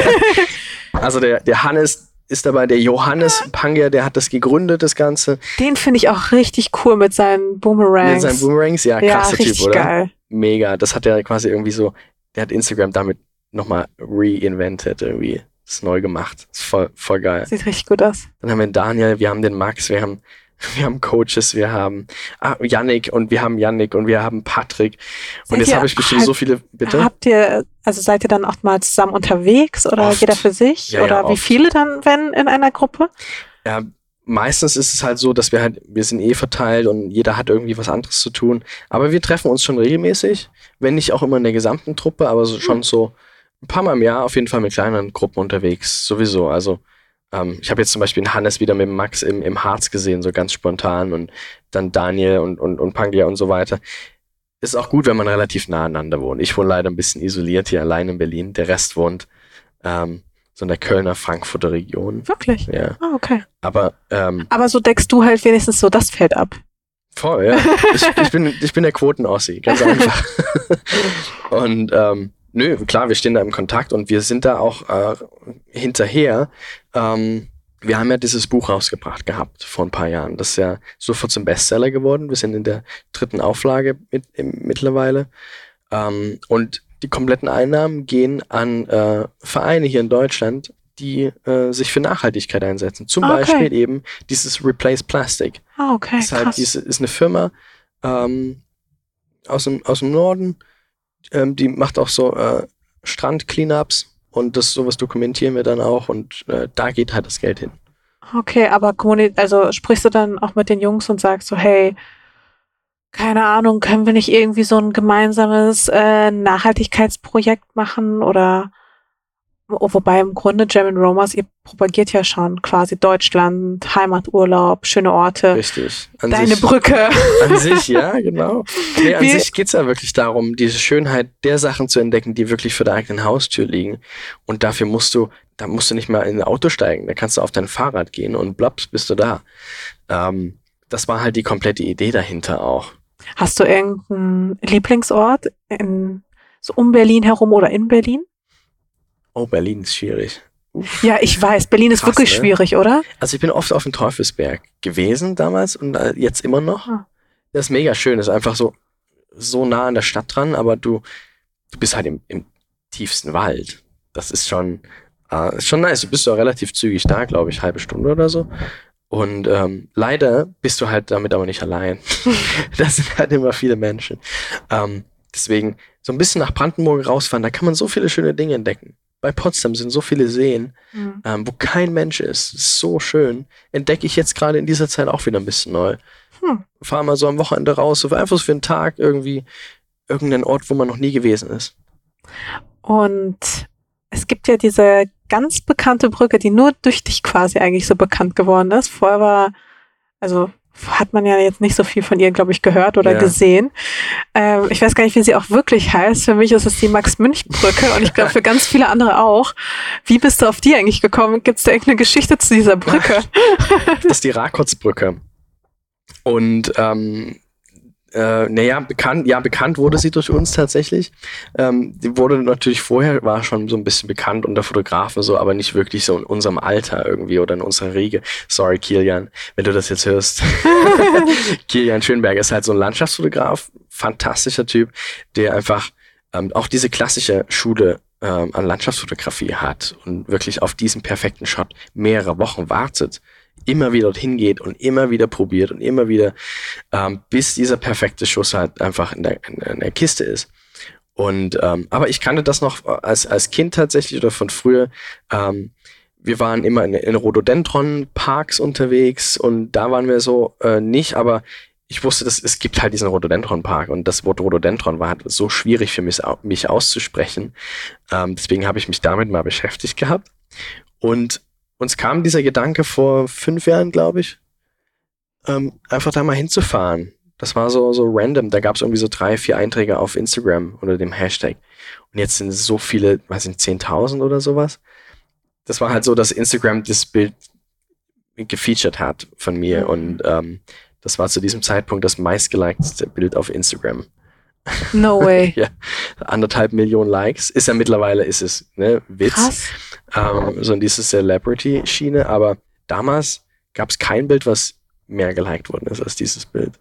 Also der, der Hannes ist dabei, der Johannes Pangier, der hat das gegründet, das Ganze. Den finde ich auch richtig cool mit seinen Boomerangs. Mit seinen Boomerangs, ja, ja, krasser richtig Typ, oder? geil. Mega. Das hat er quasi irgendwie so, der hat Instagram damit nochmal reinvented, irgendwie. Das ist neu gemacht. Das ist voll, voll geil. Sieht richtig gut aus. Dann haben wir den Daniel, wir haben den Max, wir haben, wir haben Coaches, wir haben ah, Yannick und wir haben Yannick und wir haben Patrick. Und Seid jetzt ihr habe ich bestimmt halt- so viele, bitte? Habt ihr, also seid ihr dann auch mal zusammen unterwegs oder Oft. jeder für sich? Ja, ja, oder wie oft. viele dann, wenn in einer Gruppe? Ja, meistens ist es halt so, dass wir halt, wir sind eh verteilt und jeder hat irgendwie was anderes zu tun. Aber wir treffen uns schon regelmäßig, wenn nicht auch immer in der gesamten Truppe, aber so, schon so ein paar Mal im Jahr auf jeden Fall mit kleineren Gruppen unterwegs, sowieso. Also ähm, ich habe jetzt zum Beispiel einen Hannes wieder mit dem Max im, im Harz gesehen, so ganz spontan und dann Daniel und, und, und Pangia und so weiter. Ist auch gut, wenn man relativ nah aneinander wohnt. Ich wohne leider ein bisschen isoliert hier allein in Berlin. Der Rest wohnt ähm, so in der Kölner, Frankfurter Region. Wirklich? Ja, Ah, okay. aber ähm, Aber so deckst du halt wenigstens so das Feld ab. voll, ja. Ich, ich, bin, ich bin der Quoten-Ossi, ganz einfach. Und ähm, nö, klar, wir stehen da im Kontakt und wir sind da auch äh, hinterher. Ähm, wir haben ja dieses Buch rausgebracht gehabt vor ein paar Jahren. Das ist ja sofort zum Bestseller geworden. Wir sind in der dritten Auflage mit, im, mittlerweile. Ähm, und die kompletten Einnahmen gehen an äh, Vereine hier in Deutschland, die äh, sich für Nachhaltigkeit einsetzen. Zum Okay. Beispiel eben dieses Replace Plastic. Ah, okay, Das ist, halt krass. diese, ist eine Firma ähm, aus, dem, aus dem Norden, ähm, die macht auch so äh, Strand-Cleanups und das sowas dokumentieren wir dann auch und äh, da geht halt das Geld hin. Okay, aber kommuni- also sprichst du dann auch mit den Jungs und sagst so, hey, keine Ahnung, können wir nicht irgendwie so ein gemeinsames äh, Nachhaltigkeitsprojekt machen oder Oh, wobei im Grunde German Romance, ihr propagiert ja schon quasi Deutschland, Heimaturlaub, schöne Orte. Richtig. An Deine sich, Brücke. An sich, ja, genau. Nee, an Wie, sich geht's ja wirklich darum, diese Schönheit der Sachen zu entdecken, die wirklich vor der eigenen Haustür liegen. Und dafür musst du, da musst du nicht mal in ein Auto steigen, da kannst du auf dein Fahrrad gehen und blaps, bist du da. Ähm, das war halt die komplette Idee dahinter auch. Hast du irgendeinen Lieblingsort in, so um Berlin herum oder in Berlin? Oh, Berlin ist schwierig. Uff. Ja, ich weiß, Berlin ist Krass, wirklich ne? schwierig, oder? Also ich bin oft auf dem Teufelsberg gewesen damals und äh, jetzt immer noch. Ah. Das ist mega schön, das ist einfach so, so nah an der Stadt dran, aber du, du bist halt im, im tiefsten Wald. Das ist schon, äh, ist schon nice. Du bist auch relativ zügig da, glaube ich, halbe Stunde oder so. Und ähm, leider bist du halt damit aber nicht allein. Das sind halt immer viele Menschen. Ähm, deswegen so ein bisschen nach Brandenburg rausfahren, da kann man so viele schöne Dinge entdecken. Bei Potsdam sind so viele Seen, mhm. ähm, wo kein Mensch ist. Das ist so schön. Entdecke ich jetzt gerade in dieser Zeit auch wieder ein bisschen neu. Hm. Fahr mal so am Wochenende raus, so einfach so für einen Tag irgendwie irgendeinen Ort, wo man noch nie gewesen ist. Und es gibt ja diese ganz bekannte Brücke, die nur durch dich quasi eigentlich so bekannt geworden ist. Vorher war, also hat man ja jetzt nicht so viel von ihr, glaube ich, gehört oder ja. gesehen. Ähm, ich weiß gar nicht, wie sie auch wirklich heißt. Für mich ist es die Max-Münch-Brücke und ich glaube für ganz viele andere auch. Wie bist du auf die eigentlich gekommen? Gibt es da irgendeine Geschichte zu dieser Brücke? Das ist die Rakotsbrücke. Und ähm, äh, naja, bekannt, ja, bekannt wurde sie durch uns tatsächlich. Ähm, die wurde natürlich vorher, war schon so ein bisschen bekannt unter Fotografen so, aber nicht wirklich so in unserem Alter irgendwie oder in unserer Riege. Sorry, Kilian, wenn du das jetzt hörst. Kilian Schönberger ist halt so ein Landschaftsfotograf, fantastischer Typ, der einfach ähm, auch diese klassische Schule ähm, an Landschaftsfotografie hat und wirklich auf diesen perfekten Shot mehrere Wochen wartet. Immer wieder dorthin geht und immer wieder probiert und immer wieder, ähm, bis dieser perfekte Schuss halt einfach in der, in, in der Kiste ist. Und ähm, aber ich kannte das noch als als Kind tatsächlich oder von früher. Ähm, wir waren immer in, in Rhododendron-Parks unterwegs und da waren wir so äh, nicht, aber ich wusste, dass es gibt halt diesen Rhododendron-Park und das Wort Rhododendron war halt so schwierig für mich, mich auszusprechen. Ähm, deswegen habe ich mich damit mal beschäftigt gehabt und uns kam dieser Gedanke vor fünf Jahren, glaube ich, ähm, einfach da mal hinzufahren. Das war so, so random. Da gab es irgendwie so drei, vier Einträge auf Instagram unter dem Hashtag. Und jetzt sind so viele, weiß nicht, zehntausend oder sowas. Das war halt so, dass Instagram das Bild gefeatured hat von mir. Mhm. Und ähm, das war zu diesem Zeitpunkt das meistgelikte Bild auf Instagram. No way. Ja, anderthalb Millionen Likes. Ist ja mittlerweile, ist es, ne, Witz. Krass. Ähm, so in diese Celebrity-Schiene, aber damals gab es kein Bild, was mehr geliked worden ist als dieses Bild.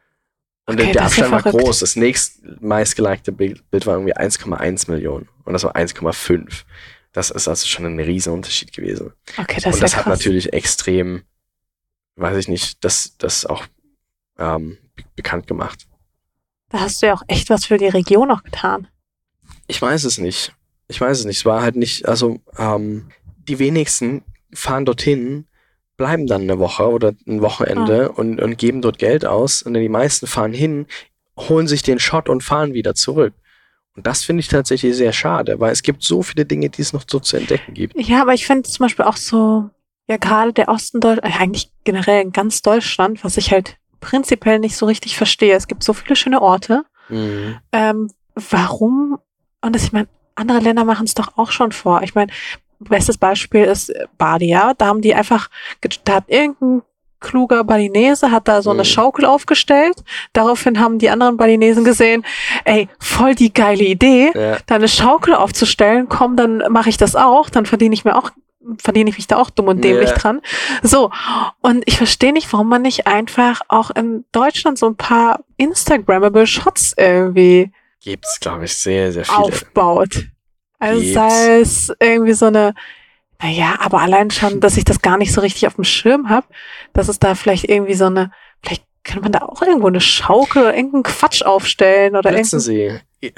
Und okay, der Abstand ja war groß. Das nächst meist gelikte Bild, Bild war irgendwie eins Komma eins Millionen und das war eins Komma fünf. Das ist also schon ein riesen Unterschied gewesen. Okay, das und das ist ja hat krass. natürlich extrem, weiß ich nicht, das, das auch ähm, be- bekannt gemacht. Da hast du ja auch echt was für die Region noch getan. Ich weiß es nicht. Ich weiß es nicht. Es war halt nicht, also ähm, die wenigsten fahren dorthin, bleiben dann eine Woche oder ein Wochenende ah. und, und geben dort Geld aus. Und die meisten fahren hin, holen sich den Shot und fahren wieder zurück. Und das finde ich tatsächlich sehr schade, weil es gibt so viele Dinge, die es noch so zu entdecken gibt. Ja, aber ich finde zum Beispiel auch so, ja gerade der Osten Deutschland, eigentlich generell in ganz Deutschland, was ich halt prinzipiell nicht so richtig verstehe. Es gibt so viele schöne Orte. Mhm. Ähm, warum? Und das, ich meine, andere Länder machen es doch auch schon vor. Ich meine, bestes Beispiel ist Badia. Da haben die einfach, da hat irgendein kluger Balinese, hat da so eine mhm. Schaukel aufgestellt. Daraufhin haben die anderen Balinesen gesehen, ey, voll die geile Idee, ja. da eine Schaukel aufzustellen. Komm, dann mache ich das auch. Dann verdiene ich mir auch verdiene ich mich da auch dumm und dämlich yeah. dran. So, und ich verstehe nicht, warum man nicht einfach auch in Deutschland so ein paar Instagrammable Shots irgendwie gibt's, glaube ich, sehr, sehr viele. Aufbaut. Also gibt's. Sei es irgendwie so eine, naja, aber allein schon, dass ich das gar nicht so richtig auf dem Schirm habe, dass es da vielleicht irgendwie so eine, vielleicht könnte man da auch irgendwo eine Schaukel oder irgendeinen Quatsch aufstellen oder Wissen Sie,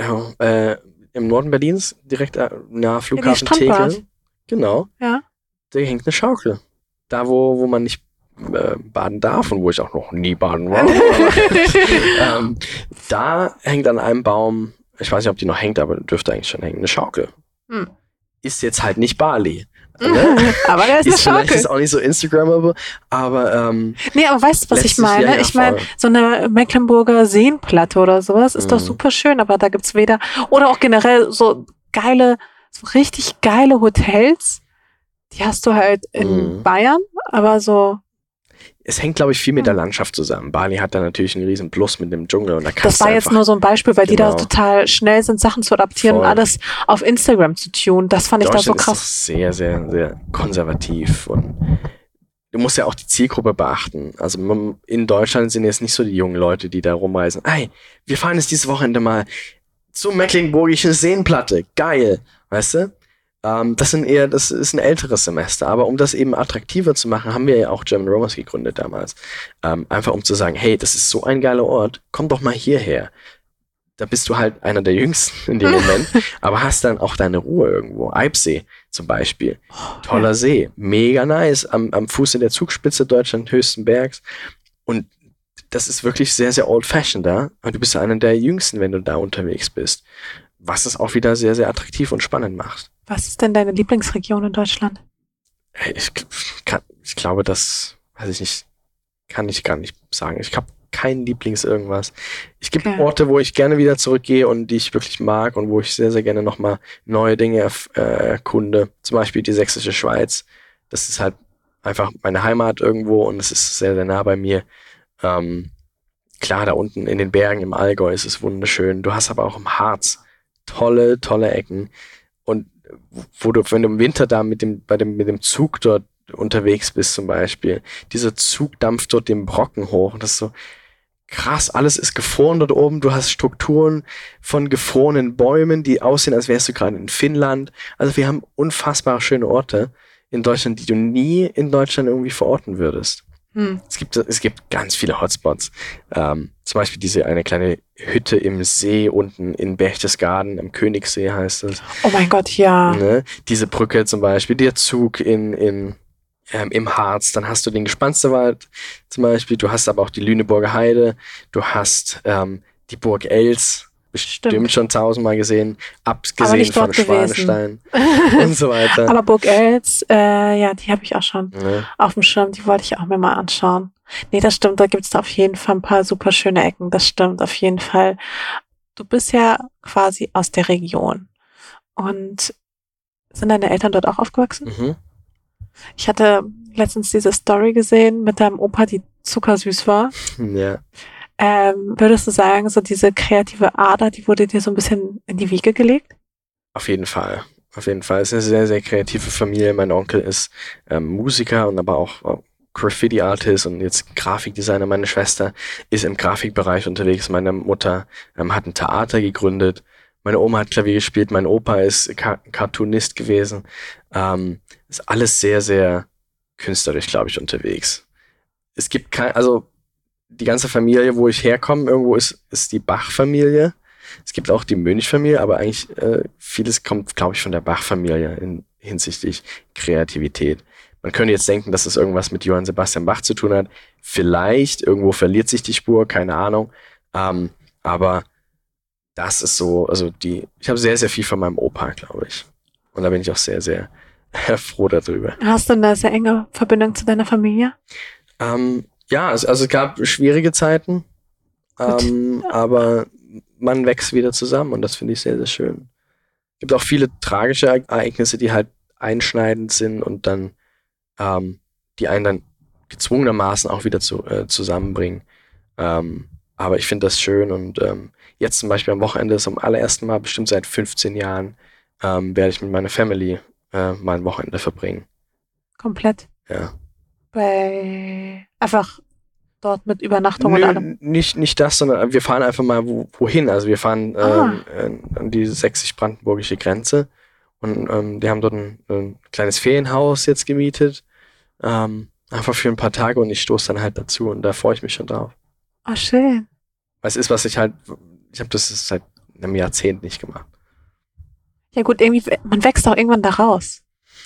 äh, im Norden Berlins, direkt äh, nahe Flughafen ja, Tegel. Genau. Ja. Da hängt eine Schaukel. Da, wo, wo man nicht äh, baden darf und wo ich auch noch nie baden war. aber, ähm, da hängt an einem Baum, ich weiß nicht, ob die noch hängt, aber dürfte eigentlich schon hängen, eine Schaukel. Hm. ist jetzt halt nicht Bali. Ne? Aber der ist, ist eine vielleicht Schaukel. ist auch nicht so Instagrammable, aber ähm, Nee, aber weißt du, was ich letztes meine? Jahr ja Ich meine, voll. so eine Mecklenburger Seenplatte oder sowas ist Mhm. doch super schön, aber da gibt's weder, oder auch generell so geile, so richtig geile Hotels, die hast du halt in Mhm. Bayern, aber so, es hängt, glaube ich, viel mit der Hm. Landschaft zusammen. Bali hat da natürlich einen riesen Plus mit dem Dschungel und da kannst das war du jetzt einfach, nur so ein Beispiel, weil die da genau. total schnell sind, Sachen zu adaptieren Voll. und alles auf Instagram zu tun. Das fand ich da so Deutschland ist krass. doch sehr, sehr, sehr konservativ und du musst ja auch die Zielgruppe beachten. Also man- in Deutschland sind jetzt nicht so die jungen Leute, die da rumreisen. Hey, wir fahren jetzt dieses Wochenende mal zur Mecklenburgischen Seenplatte. Geil. Weißt du? Ähm, das sind eher, das ist ein älteres Semester. Aber um das eben attraktiver zu machen, haben wir ja auch German Romance gegründet damals. Ähm, einfach um zu sagen, hey, das ist so ein geiler Ort. Komm doch mal hierher. Da bist du halt einer der Jüngsten in dem Moment, aber hast dann auch deine Ruhe irgendwo. Eibsee zum Beispiel. Toller ja. See. Mega nice. Am, am Fuße der Zugspitze Deutschland höchsten Bergs. Und das ist wirklich sehr, sehr old-fashioned da. Und du bist ja einer der Jüngsten, wenn du da unterwegs bist. Was es auch wieder sehr, sehr attraktiv und spannend macht. Was ist denn deine Lieblingsregion in Deutschland? Hey, Ich, kann, ich glaube, das, weiß ich nicht, kann ich gar nicht sagen. Ich habe kein Lieblings-Irgendwas. Es gibt Okay. Orte, wo ich gerne wieder zurückgehe und die ich wirklich mag und wo ich sehr, sehr gerne nochmal neue Dinge erf- äh, erkunde. Zum Beispiel die Sächsische Schweiz. Das ist halt einfach meine Heimat irgendwo und es ist sehr, sehr nah bei mir. Ähm, klar, da unten in den Bergen im Allgäu ist es wunderschön. Du hast aber auch im Harz tolle, tolle Ecken. Und wo du, wenn du im Winter da mit dem, bei dem, mit dem Zug dort unterwegs bist zum Beispiel, dieser Zug dampft dort den Brocken hoch und das ist so krass, alles ist gefroren dort oben, du hast Strukturen von gefrorenen Bäumen, die aussehen, als wärst du gerade in Finnland. Also wir haben unfassbar schöne Orte in Deutschland, die du nie in Deutschland irgendwie verorten würdest. Hm. Es gibt, es gibt ganz viele Hotspots. Ähm, zum Beispiel diese eine kleine Hütte im See unten in Berchtesgaden, am Königssee heißt es. Oh mein Gott, ja. Ne? Diese Brücke zum Beispiel, der Zug in, in, ähm, im Harz, dann hast du den Gespansterwald zum Beispiel, du hast aber auch die Lüneburger Heide, du hast ähm, die Burg Els, bestimmt Stimmt. schon tausendmal gesehen, Aber abgesehen nicht von dort gewesen. Schwanestein und so weiter. Aber Burg Els, äh, ja, die habe ich auch schon Ne? auf dem Schirm. Die wollte ich auch mir mal anschauen. Nee, das stimmt. Da gibt's da auf jeden Fall ein paar super schöne Ecken. Das stimmt auf jeden Fall. Du bist ja quasi aus der Region. Und sind deine Eltern dort auch aufgewachsen? Mhm. Ich hatte letztens diese Story gesehen mit deinem Opa, die zuckersüß war. Ja. Ähm, würdest du sagen, so diese kreative Ader, die wurde dir so ein bisschen in die Wiege gelegt? Auf jeden Fall. Auf jeden Fall. Es ist eine sehr, sehr kreative Familie. Mein Onkel ist ähm, Musiker und aber auch, auch Graffiti-Artist und jetzt Grafikdesigner. Meine Schwester ist im Grafikbereich unterwegs. Meine Mutter ähm, hat ein Theater gegründet. Meine Oma hat Klavier gespielt. Mein Opa ist Ka- Cartoonist gewesen. Ähm, ist alles sehr, sehr künstlerisch, glaube ich, unterwegs. Es gibt kein, also die ganze Familie, wo ich herkomme, irgendwo ist, ist die Bach-Familie. Es gibt auch die Mönch-Familie, aber eigentlich äh, vieles kommt, glaube ich, von der Bach-Familie in, hinsichtlich Kreativität. Man könnte jetzt denken, dass es irgendwas mit Johann Sebastian Bach zu tun hat. Vielleicht, irgendwo verliert sich die Spur, keine Ahnung. Ähm, aber das ist so, also die, ich habe sehr, sehr viel von meinem Opa, glaube ich. Und da bin ich auch sehr, sehr froh darüber. Hast du eine sehr enge Verbindung zu deiner Familie? Ähm, ja, also, also es gab schwierige Zeiten, ähm, aber man wächst wieder zusammen und das finde ich sehr, sehr schön. Es gibt auch viele tragische Ereignisse, die halt einschneidend sind und dann ähm, die einen dann gezwungenermaßen auch wieder zu, äh, zusammenbringen. Ähm, aber ich finde das schön und ähm, jetzt zum Beispiel am Wochenende, zum allerersten Mal, bestimmt seit fünfzehn Jahren, ähm, werde ich mit meiner Family äh, mein Wochenende verbringen. Komplett? Ja. Bei einfach dort mit Übernachtung und Nö, allem? nicht, nicht das, sondern wir fahren einfach mal wo, wohin. Also wir fahren Ah. ähm, äh, an die sächsisch-brandenburgische Grenze und ähm, die haben dort ein, ein kleines Ferienhaus jetzt gemietet. Ähm, einfach für ein paar Tage und ich stoße dann halt dazu und da freue ich mich schon drauf. Oh, schön. Weil es ist, was ich halt, ich habe das seit einem Jahrzehnt nicht gemacht. Ja gut, irgendwie, man wächst auch irgendwann da raus.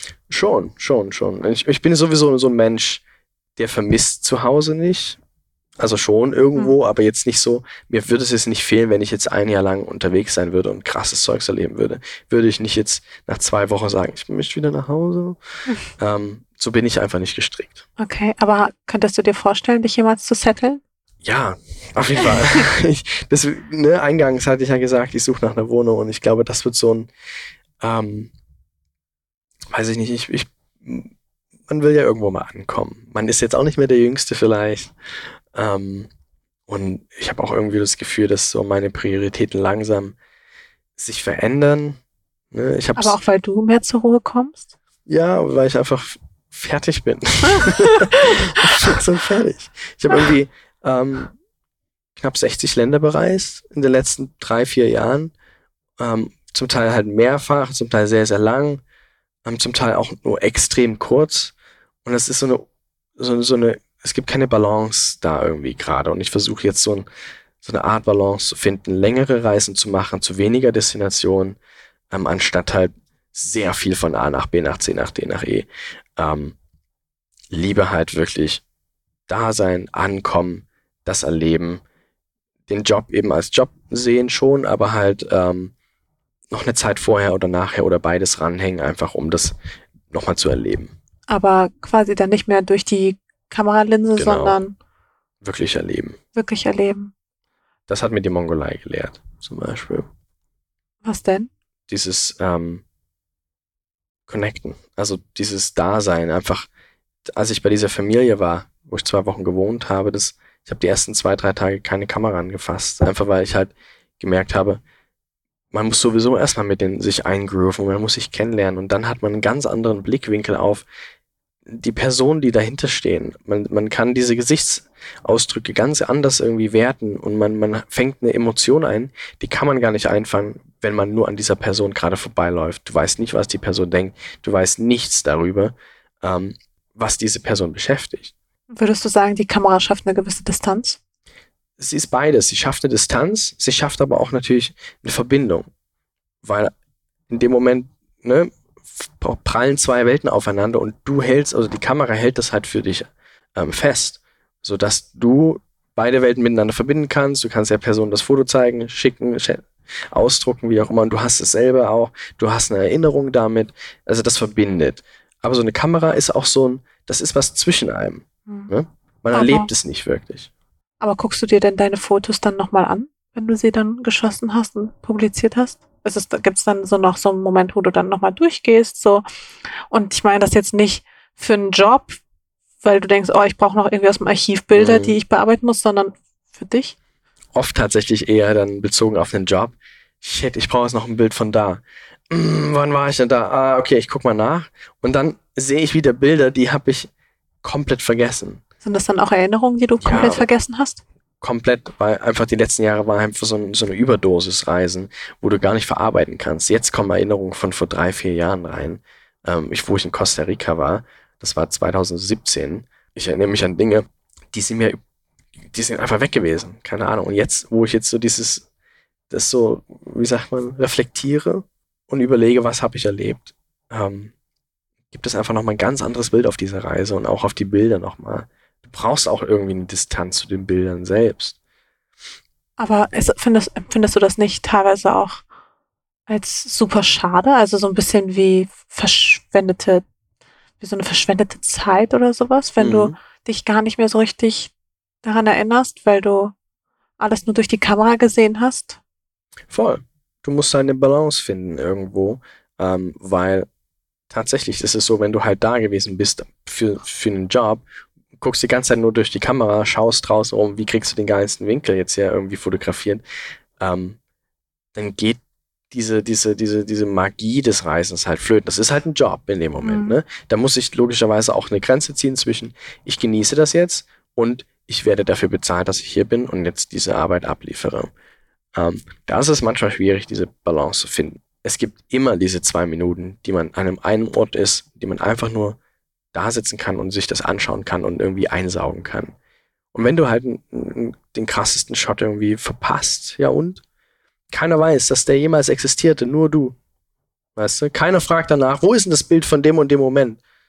Schon, schon, schon. Ich, ich bin sowieso so ein Mensch, der vermisst zu Hause nicht. Also schon irgendwo, mhm. aber jetzt nicht so, mir würde es jetzt nicht fehlen, wenn ich jetzt ein Jahr lang unterwegs sein würde und krasses Zeugs erleben würde. Würde ich nicht jetzt nach zwei Wochen sagen, ich möchte wieder nach Hause. Mhm. Ähm, so bin ich einfach nicht gestrickt. Okay, aber könntest du dir vorstellen, dich jemals zu setteln? Ja, auf jeden Fall. ich, das, ne, eingangs hatte ich ja gesagt, ich suche nach einer Wohnung und ich glaube, das wird so ein, ähm, weiß ich nicht, ich, ich, man will ja irgendwo mal ankommen. Man ist jetzt auch nicht mehr der Jüngste vielleicht. Ähm, und ich habe auch irgendwie das Gefühl, dass so meine Prioritäten langsam sich verändern. Ne, ich Aber auch weil du mehr zur Ruhe kommst? Ja, weil ich einfach fertig bin. so fertig. Ich habe irgendwie ähm, knapp sechzig Länder bereist in den letzten drei, vier Jahren. Ähm, zum Teil halt mehrfach, zum Teil sehr, sehr lang, ähm, zum Teil auch nur extrem kurz. Und es ist so eine, so, so eine, es gibt keine Balance da irgendwie gerade. Und ich versuche jetzt so, ein, so eine Art Balance zu finden, längere Reisen zu machen, zu weniger Destinationen, ähm, anstatt halt sehr viel von A nach B, nach C, nach D, nach E. Ähm, Liebe halt wirklich da sein, ankommen, das erleben, den Job eben als Job sehen schon, aber halt ähm, noch eine Zeit vorher oder nachher oder beides ranhängen, einfach um das nochmal zu erleben. Aber quasi dann nicht mehr durch die Kameralinse, genau, sondern wirklich erleben. Wirklich erleben. Das hat mir die Mongolei gelehrt, zum Beispiel. Was denn? Dieses ähm, Connecten, also dieses Dasein, einfach, als ich bei dieser Familie war, wo ich zwei Wochen gewohnt habe, das, ich habe die ersten zwei, drei Tage keine Kamera angefasst, einfach weil ich halt gemerkt habe, man muss sowieso erstmal mit denen sich eingrooven, man muss sich kennenlernen und dann hat man einen ganz anderen Blickwinkel auf die Personen, die dahinter stehen. Man, man kann diese Gesichtsausdrücke ganz anders irgendwie werten und man, man fängt eine Emotion ein, die kann man gar nicht einfangen, wenn man nur an dieser Person gerade vorbeiläuft. Du weißt nicht, was die Person denkt, du weißt nichts darüber, ähm, was diese Person beschäftigt. Würdest du sagen, die Kamera schafft eine gewisse Distanz? Sie ist beides. Sie schafft eine Distanz, sie schafft aber auch natürlich eine Verbindung. Weil in dem Moment, ne, prallen zwei Welten aufeinander und du hältst, also die Kamera hält das halt für dich ähm, fest, sodass du beide Welten miteinander verbinden kannst. Du kannst der Person das Foto zeigen, schicken, ausdrucken, wie auch immer, und du hast es selber auch, du hast eine Erinnerung damit, also das verbindet. Aber so eine Kamera ist auch so ein, das ist was zwischen einem. Mhm. Ne? Man aber erlebt es nicht wirklich. Aber guckst du dir denn deine Fotos dann nochmal an, wenn du sie dann geschossen hast und publiziert hast? Gibt es dann so noch so einen Moment, wo du dann nochmal durchgehst? So? Und ich meine das jetzt nicht für einen Job, weil du denkst, oh, ich brauche noch irgendwie aus dem Archiv Bilder, mhm. die ich bearbeiten muss, sondern für dich? Oft tatsächlich eher dann bezogen auf den Job. Shit, ich brauche jetzt noch ein Bild von da. Hm, wann war ich denn da? Ah, okay, ich guck mal nach. Und dann sehe ich wieder Bilder, die habe ich komplett vergessen. Sind das dann auch Erinnerungen, die du komplett ja, vergessen hast? Komplett, weil einfach die letzten Jahre war einfach so, ein, so eine Überdosis-Reisen, wo du gar nicht verarbeiten kannst. Jetzt kommen Erinnerungen von vor drei, vier Jahren rein, ähm, ich, wo ich in Costa Rica war. Das war zwanzig siebzehn. Ich erinnere mich an Dinge, die sind mir, die sind einfach weg gewesen. Keine Ahnung. Und jetzt, wo ich jetzt so dieses, das so, wie sagt man, reflektiere und überlege, was habe ich erlebt, ähm, gibt es einfach nochmal ein ganz anderes Bild auf dieser Reise und auch auf die Bilder nochmal. Du brauchst auch irgendwie eine Distanz zu den Bildern selbst. Aber ist, findest, findest du das nicht teilweise auch als super schade? Also so ein bisschen wie verschwendete, wie so eine verschwendete Zeit oder sowas, wenn mhm. du dich gar nicht mehr so richtig daran erinnerst, weil du alles nur durch die Kamera gesehen hast? Voll. Du musst eine Balance finden irgendwo, ähm, weil tatsächlich ist es so, wenn du halt da gewesen bist für, für einen Job, guckst die ganze Zeit nur durch die Kamera, schaust draußen rum, wie kriegst du den geilsten Winkel jetzt hier irgendwie fotografieren, ähm, dann geht diese, diese, diese, diese Magie des Reisens halt flöten. Das ist halt ein Job in dem Moment, mhm. ne? Da muss ich logischerweise auch eine Grenze ziehen zwischen, ich genieße das jetzt und ich werde dafür bezahlt, dass ich hier bin und jetzt diese Arbeit abliefere. Ähm, da ist es manchmal schwierig, diese Balance zu finden. Es gibt immer diese zwei Minuten, die man an einem einen Ort ist, die man einfach nur da sitzen kann und sich das anschauen kann und irgendwie einsaugen kann. Und wenn du halt n- n- den krassesten Shot irgendwie verpasst, ja und? Keiner weiß, dass der jemals existierte, nur du. Weißt du? Keiner fragt danach, wo ist denn das Bild von dem und dem Moment?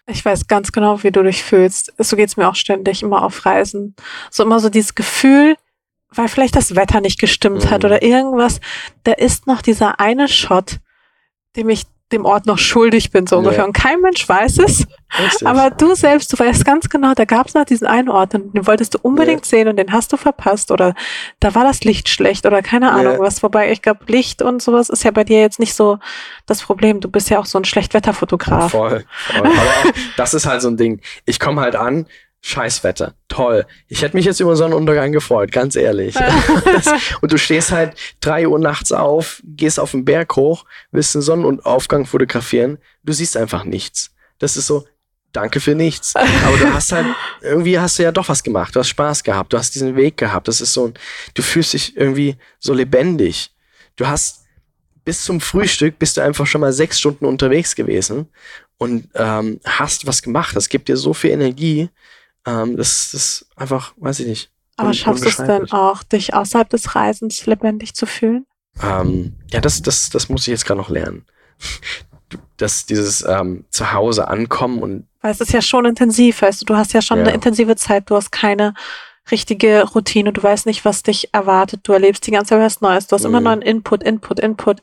Ich weiß ganz genau, wie du dich fühlst. So geht's mir auch ständig, immer auf Reisen. So immer so dieses Gefühl, weil vielleicht das Wetter nicht gestimmt Mhm. hat oder irgendwas, da ist noch dieser eine Shot, dem ich dem Ort noch schuldig bin, so Ja. ungefähr. Und kein Mensch weiß es, Richtig. aber du selbst, du weißt ganz genau, da gab's noch diesen einen Ort und den wolltest du unbedingt Ja. sehen und den hast du verpasst oder da war das Licht schlecht oder keine Ja. Ahnung was. Wobei, ich glaube, Licht und sowas ist ja bei dir jetzt nicht so das Problem. Du bist ja auch so ein Schlechtwetterfotograf. Voll, voll. Aber auch, das ist halt so ein Ding. Ich komme halt an, Scheißwetter, toll. Ich hätte mich jetzt über Sonnenuntergang gefreut, ganz ehrlich. Das, und du stehst halt drei Uhr nachts auf, gehst auf den Berg hoch, willst einen Sonnenaufgang fotografieren, du siehst einfach nichts. Das ist so, danke für nichts. Aber du hast halt, irgendwie hast du ja doch was gemacht, du hast Spaß gehabt, du hast diesen Weg gehabt. Das ist so ein, du fühlst dich irgendwie so lebendig. Du hast bis zum Frühstück bist du einfach schon mal sechs Stunden unterwegs gewesen und ähm, hast was gemacht. Das gibt dir so viel Energie. Ähm, das ist einfach, weiß ich nicht. Aber un- schaffst du es denn unbeschreiblich. auch, dich außerhalb des Reisens lebendig zu fühlen? Ähm, ja, das, das, das muss ich jetzt gerade noch lernen. Du- Das, dieses ähm, Zuhause ankommen und Weil es ist ja schon intensiv, weißt du, du hast ja schon Ja. eine intensive Zeit, du hast keine richtige Routine, du weißt nicht, was dich erwartet, du erlebst die ganze Zeit was Neues, du hast immer Mhm. neuen Input, Input, Input.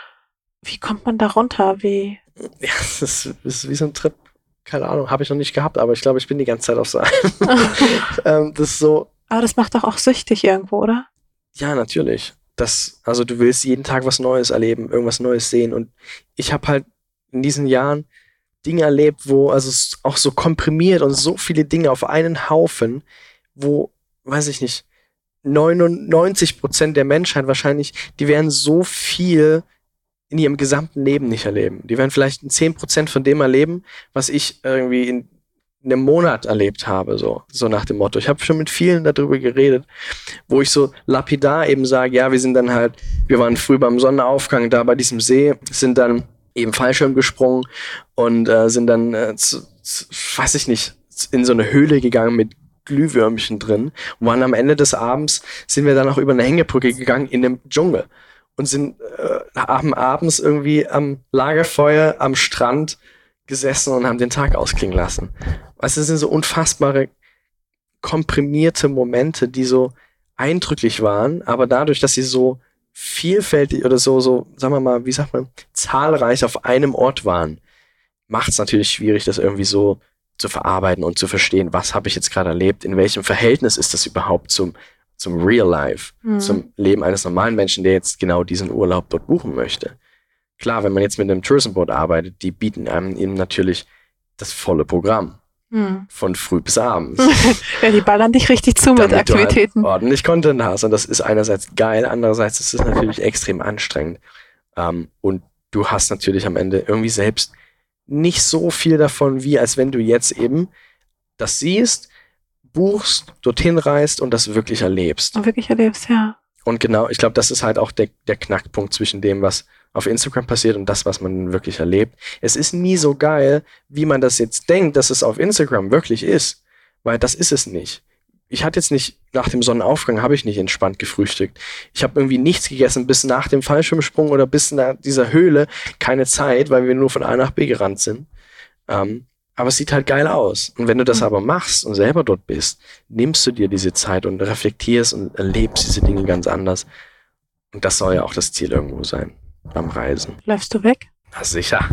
Wie kommt man da runter? Wie? ja, das ist, das ist wie so ein Trip. Keine Ahnung, habe ich noch nicht gehabt, aber ich glaube, ich bin die ganze Zeit auf so einem. ähm, das ist so, Aber das macht doch auch süchtig irgendwo, oder? ja, natürlich. Das, also du willst jeden Tag was Neues erleben, irgendwas Neues sehen. Und ich habe halt in diesen Jahren Dinge erlebt, wo, also es auch so komprimiert und so viele Dinge auf einen Haufen, wo, weiß ich nicht, neunundneunzig Prozent der Menschheit wahrscheinlich, die werden so viel in ihrem gesamten Leben nicht erleben. Die werden vielleicht zehn Prozent von dem erleben, was ich irgendwie in einem Monat erlebt habe, so, so nach dem Motto. Ich habe schon mit vielen darüber geredet, wo ich so lapidar eben sage, ja, wir sind dann halt, wir waren früh beim Sonnenaufgang da bei diesem See, sind dann eben Fallschirm gesprungen und äh, sind dann, äh, zu, zu, weiß ich nicht, in so eine Höhle gegangen mit Glühwürmchen drin und waren am Ende des Abends, sind wir dann auch über eine Hängebrücke gegangen in dem Dschungel und sind äh, haben abends irgendwie am Lagerfeuer am Strand gesessen und haben den Tag ausklingen lassen. Weißt du, das sind so unfassbare, komprimierte Momente, die so eindrücklich waren, aber dadurch, dass sie so vielfältig oder so, so, sagen wir mal, wie sagt man, zahlreich auf einem Ort waren, macht es natürlich schwierig, das irgendwie so zu verarbeiten und zu verstehen, was habe ich jetzt gerade erlebt, in welchem Verhältnis ist das überhaupt zum, zum Real Life, Mhm. zum Leben eines normalen Menschen, der jetzt genau diesen Urlaub dort buchen möchte. Klar, wenn man jetzt mit einem Tourism Board arbeitet, die bieten einem eben natürlich das volle Programm. Hm. Von früh bis abends. Ja, die ballern dich richtig zu mit Damit du halt Aktivitäten. ordentlich Content hast. Und das ist einerseits geil, andererseits ist es natürlich extrem anstrengend. Ähm, und du hast natürlich am Ende irgendwie selbst nicht so viel davon, wie als wenn du jetzt eben das siehst, buchst, dorthin reist und das wirklich erlebst. Und wirklich erlebst, ja. Und genau, ich glaube, das ist halt auch der, der Knackpunkt zwischen dem, was auf Instagram passiert und das, was man wirklich erlebt. Es ist nie so geil, wie man das jetzt denkt, dass es auf Instagram wirklich ist. Weil das ist es nicht. Ich hatte jetzt nicht, nach dem Sonnenaufgang habe ich nicht entspannt gefrühstückt. Ich habe irgendwie nichts gegessen bis nach dem Fallschirmsprung oder bis nach dieser Höhle. Keine Zeit, weil wir nur von A nach B gerannt sind. Ähm, aber es sieht halt geil aus. Und wenn du das Mhm. aber machst und selber dort bist, nimmst du dir diese Zeit und reflektierst und erlebst diese Dinge ganz anders. Und das soll ja auch das Ziel irgendwo sein beim Reisen. Läufst du weg? Na sicher.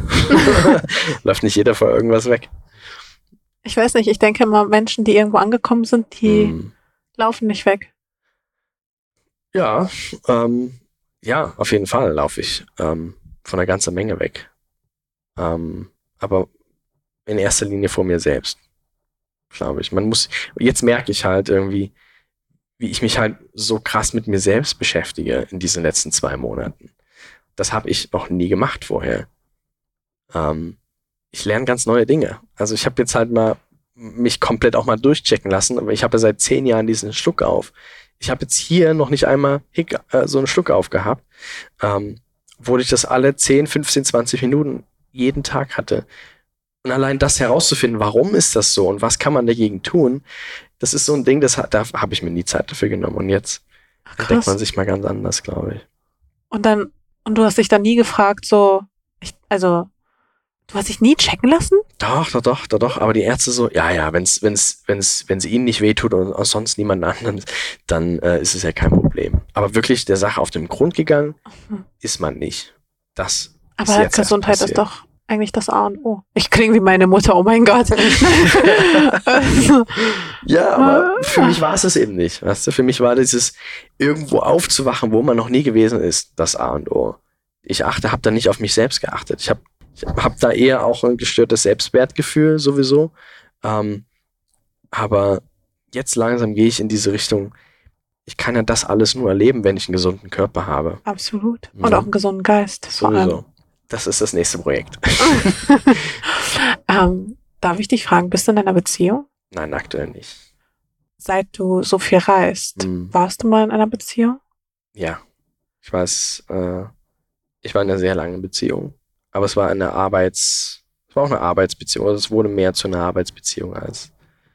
Läuft nicht jeder vor irgendwas weg. Ich weiß nicht, ich denke immer, Menschen, die irgendwo angekommen sind, die Hm. laufen nicht weg. Ja, ähm, ja, auf jeden Fall laufe ich ähm, von einer ganzen Menge weg. Ähm, aber in erster Linie vor mir selbst, glaube ich. Man muss, jetzt merke ich halt irgendwie, wie ich mich halt so krass mit mir selbst beschäftige in diesen letzten zwei Monaten. Das habe ich noch nie gemacht vorher. Ähm, ich lerne ganz neue Dinge. Also ich habe jetzt halt mal mich komplett auch mal durchchecken lassen, aber ich habe ja seit zehn Jahren diesen Schluck auf. Ich habe jetzt hier noch nicht einmal Hick, äh, so einen Schluck auf gehabt, ähm, wo ich das alle zehn, fünfzehn, zwanzig Minuten jeden Tag hatte. Und allein das herauszufinden, warum ist das so und was kann man dagegen tun, das ist so ein Ding, das hat, da habe ich mir nie Zeit dafür genommen. Und jetzt Ach, entdeckt krass. man sich mal ganz anders, glaube ich. Und dann, und du hast dich dann nie gefragt, so, ich, also, Du hast dich nie checken lassen? Doch, doch, doch, doch, doch. Aber die Ärzte so, ja, ja, wenn's, wenn's, wenn's, wenn es ihnen nicht wehtut und, und sonst niemand anderen, dann äh, ist es ja kein Problem. Aber wirklich der Sache auf den Grund gegangen mhm. ist man nicht. Das Aber ist jetzt Gesundheit ist doch eigentlich das A und O. Ich klinge wie meine Mutter, oh mein Gott. Ja, aber für mich war es es eben nicht. Weißt du? Für mich war dieses irgendwo aufzuwachen, wo man noch nie gewesen ist, das A und O. Ich achte, habe da nicht auf mich selbst geachtet. Ich habe ich hab da eher auch ein gestörtes Selbstwertgefühl sowieso. Ähm, aber jetzt langsam gehe ich in diese Richtung. Ich kann ja das alles nur erleben, wenn ich einen gesunden Körper habe. Absolut. Und ja. auch einen gesunden Geist. Sowieso. Vor allem. Das ist das nächste Projekt. ähm, darf ich dich fragen, bist du in einer Beziehung? Nein, aktuell nicht. Seit du so viel reist, hm. warst du mal in einer Beziehung? Ja. Ich weiß, äh, ich war in einer sehr langen Beziehung. Aber es war eine Arbeits... Es war auch eine Arbeitsbeziehung. Also es wurde mehr zu einer Arbeitsbeziehung als,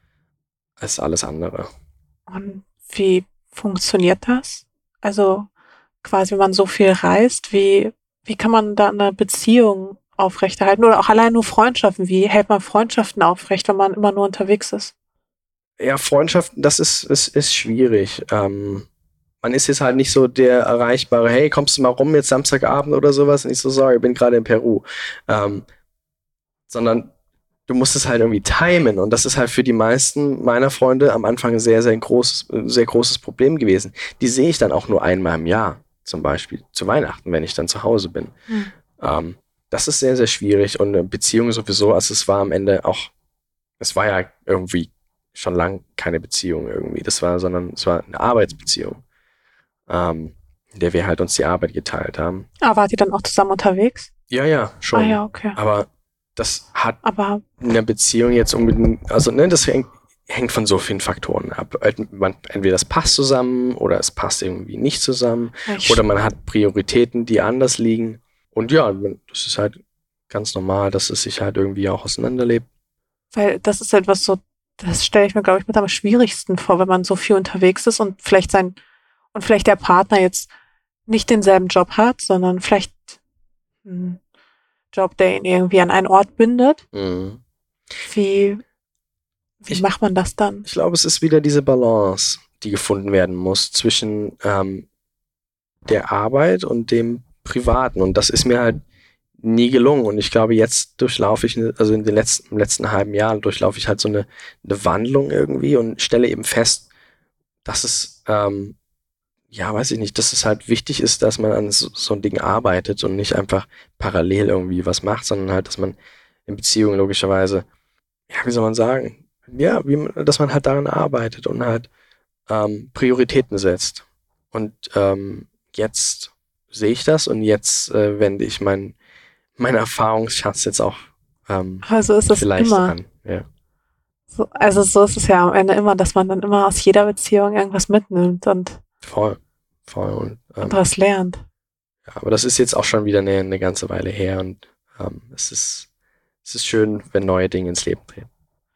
als alles andere. Und wie funktioniert das? Also quasi, wenn man so viel reist, wie... Wie kann man da eine Beziehung aufrechterhalten? Oder auch allein nur Freundschaften? Wie hält man Freundschaften aufrecht, wenn man immer nur unterwegs ist? Ja, Freundschaften, das ist, ist, ist schwierig. Ähm, man ist jetzt halt nicht so der erreichbare, hey, kommst du mal rum jetzt Samstagabend oder sowas? Und ich so, sorry, ich bin gerade in Peru. Ähm, sondern du musst es halt irgendwie timen. Und das ist halt für die meisten meiner Freunde am Anfang ein sehr, sehr ein großes, sehr großes Problem gewesen. Die sehe ich dann auch nur einmal im Jahr. Zum Beispiel zu Weihnachten, wenn ich dann zu Hause bin. Mhm. Ähm, das ist sehr, sehr schwierig und eine Beziehung sowieso, also es war am Ende auch, es war ja irgendwie schon lang keine Beziehung irgendwie, das war, sondern es war eine Arbeitsbeziehung, ähm, in der wir halt uns die Arbeit geteilt haben. Ah, wart ihr dann auch zusammen unterwegs? Ja, ja, schon. Ah ja, okay. Aber das hat Aber eine Beziehung jetzt unbedingt, also ne, das hängt hängt von so vielen Faktoren ab. Entweder es passt zusammen oder es passt irgendwie nicht zusammen ich oder man hat Prioritäten, die anders liegen. Und ja, das ist halt ganz normal, dass es sich halt irgendwie auch auseinanderlebt. Weil das ist etwas so, das stelle ich mir, glaube ich, mit am schwierigsten vor, wenn man so viel unterwegs ist und vielleicht sein, und vielleicht der Partner jetzt nicht denselben Job hat, sondern vielleicht einen Job, der ihn irgendwie an einen Ort bindet. Mhm. Wie Wie ich, macht man das dann? Ich glaube, es ist wieder diese Balance, die gefunden werden muss zwischen ähm, der Arbeit und dem Privaten. Und das ist mir halt nie gelungen. Und ich glaube, jetzt durchlaufe ich, also in den letzten, im letzten halben Jahr durchlaufe ich halt so eine, eine Wandlung irgendwie und stelle eben fest, dass es, ähm, ja, weiß ich nicht, dass es halt wichtig ist, dass man an so, so ein Ding arbeitet und nicht einfach parallel irgendwie was macht, sondern halt, dass man in Beziehungen logischerweise, ja, wie soll man sagen, ja, wie man, dass man halt daran arbeitet und halt ähm, Prioritäten setzt. Und ähm, jetzt sehe ich das und jetzt äh, wende ich mein, meinen Erfahrungsschatz jetzt auch ähm, also ist das vielleicht immer. an. Ja. So, also so ist es ja am Ende immer, dass man dann immer aus jeder Beziehung irgendwas mitnimmt und voll, voll und, ähm, und was lernt. Ja, aber das ist jetzt auch schon wieder eine, eine ganze Weile her und ähm, es ist es ist schön, wenn neue Dinge ins Leben treten.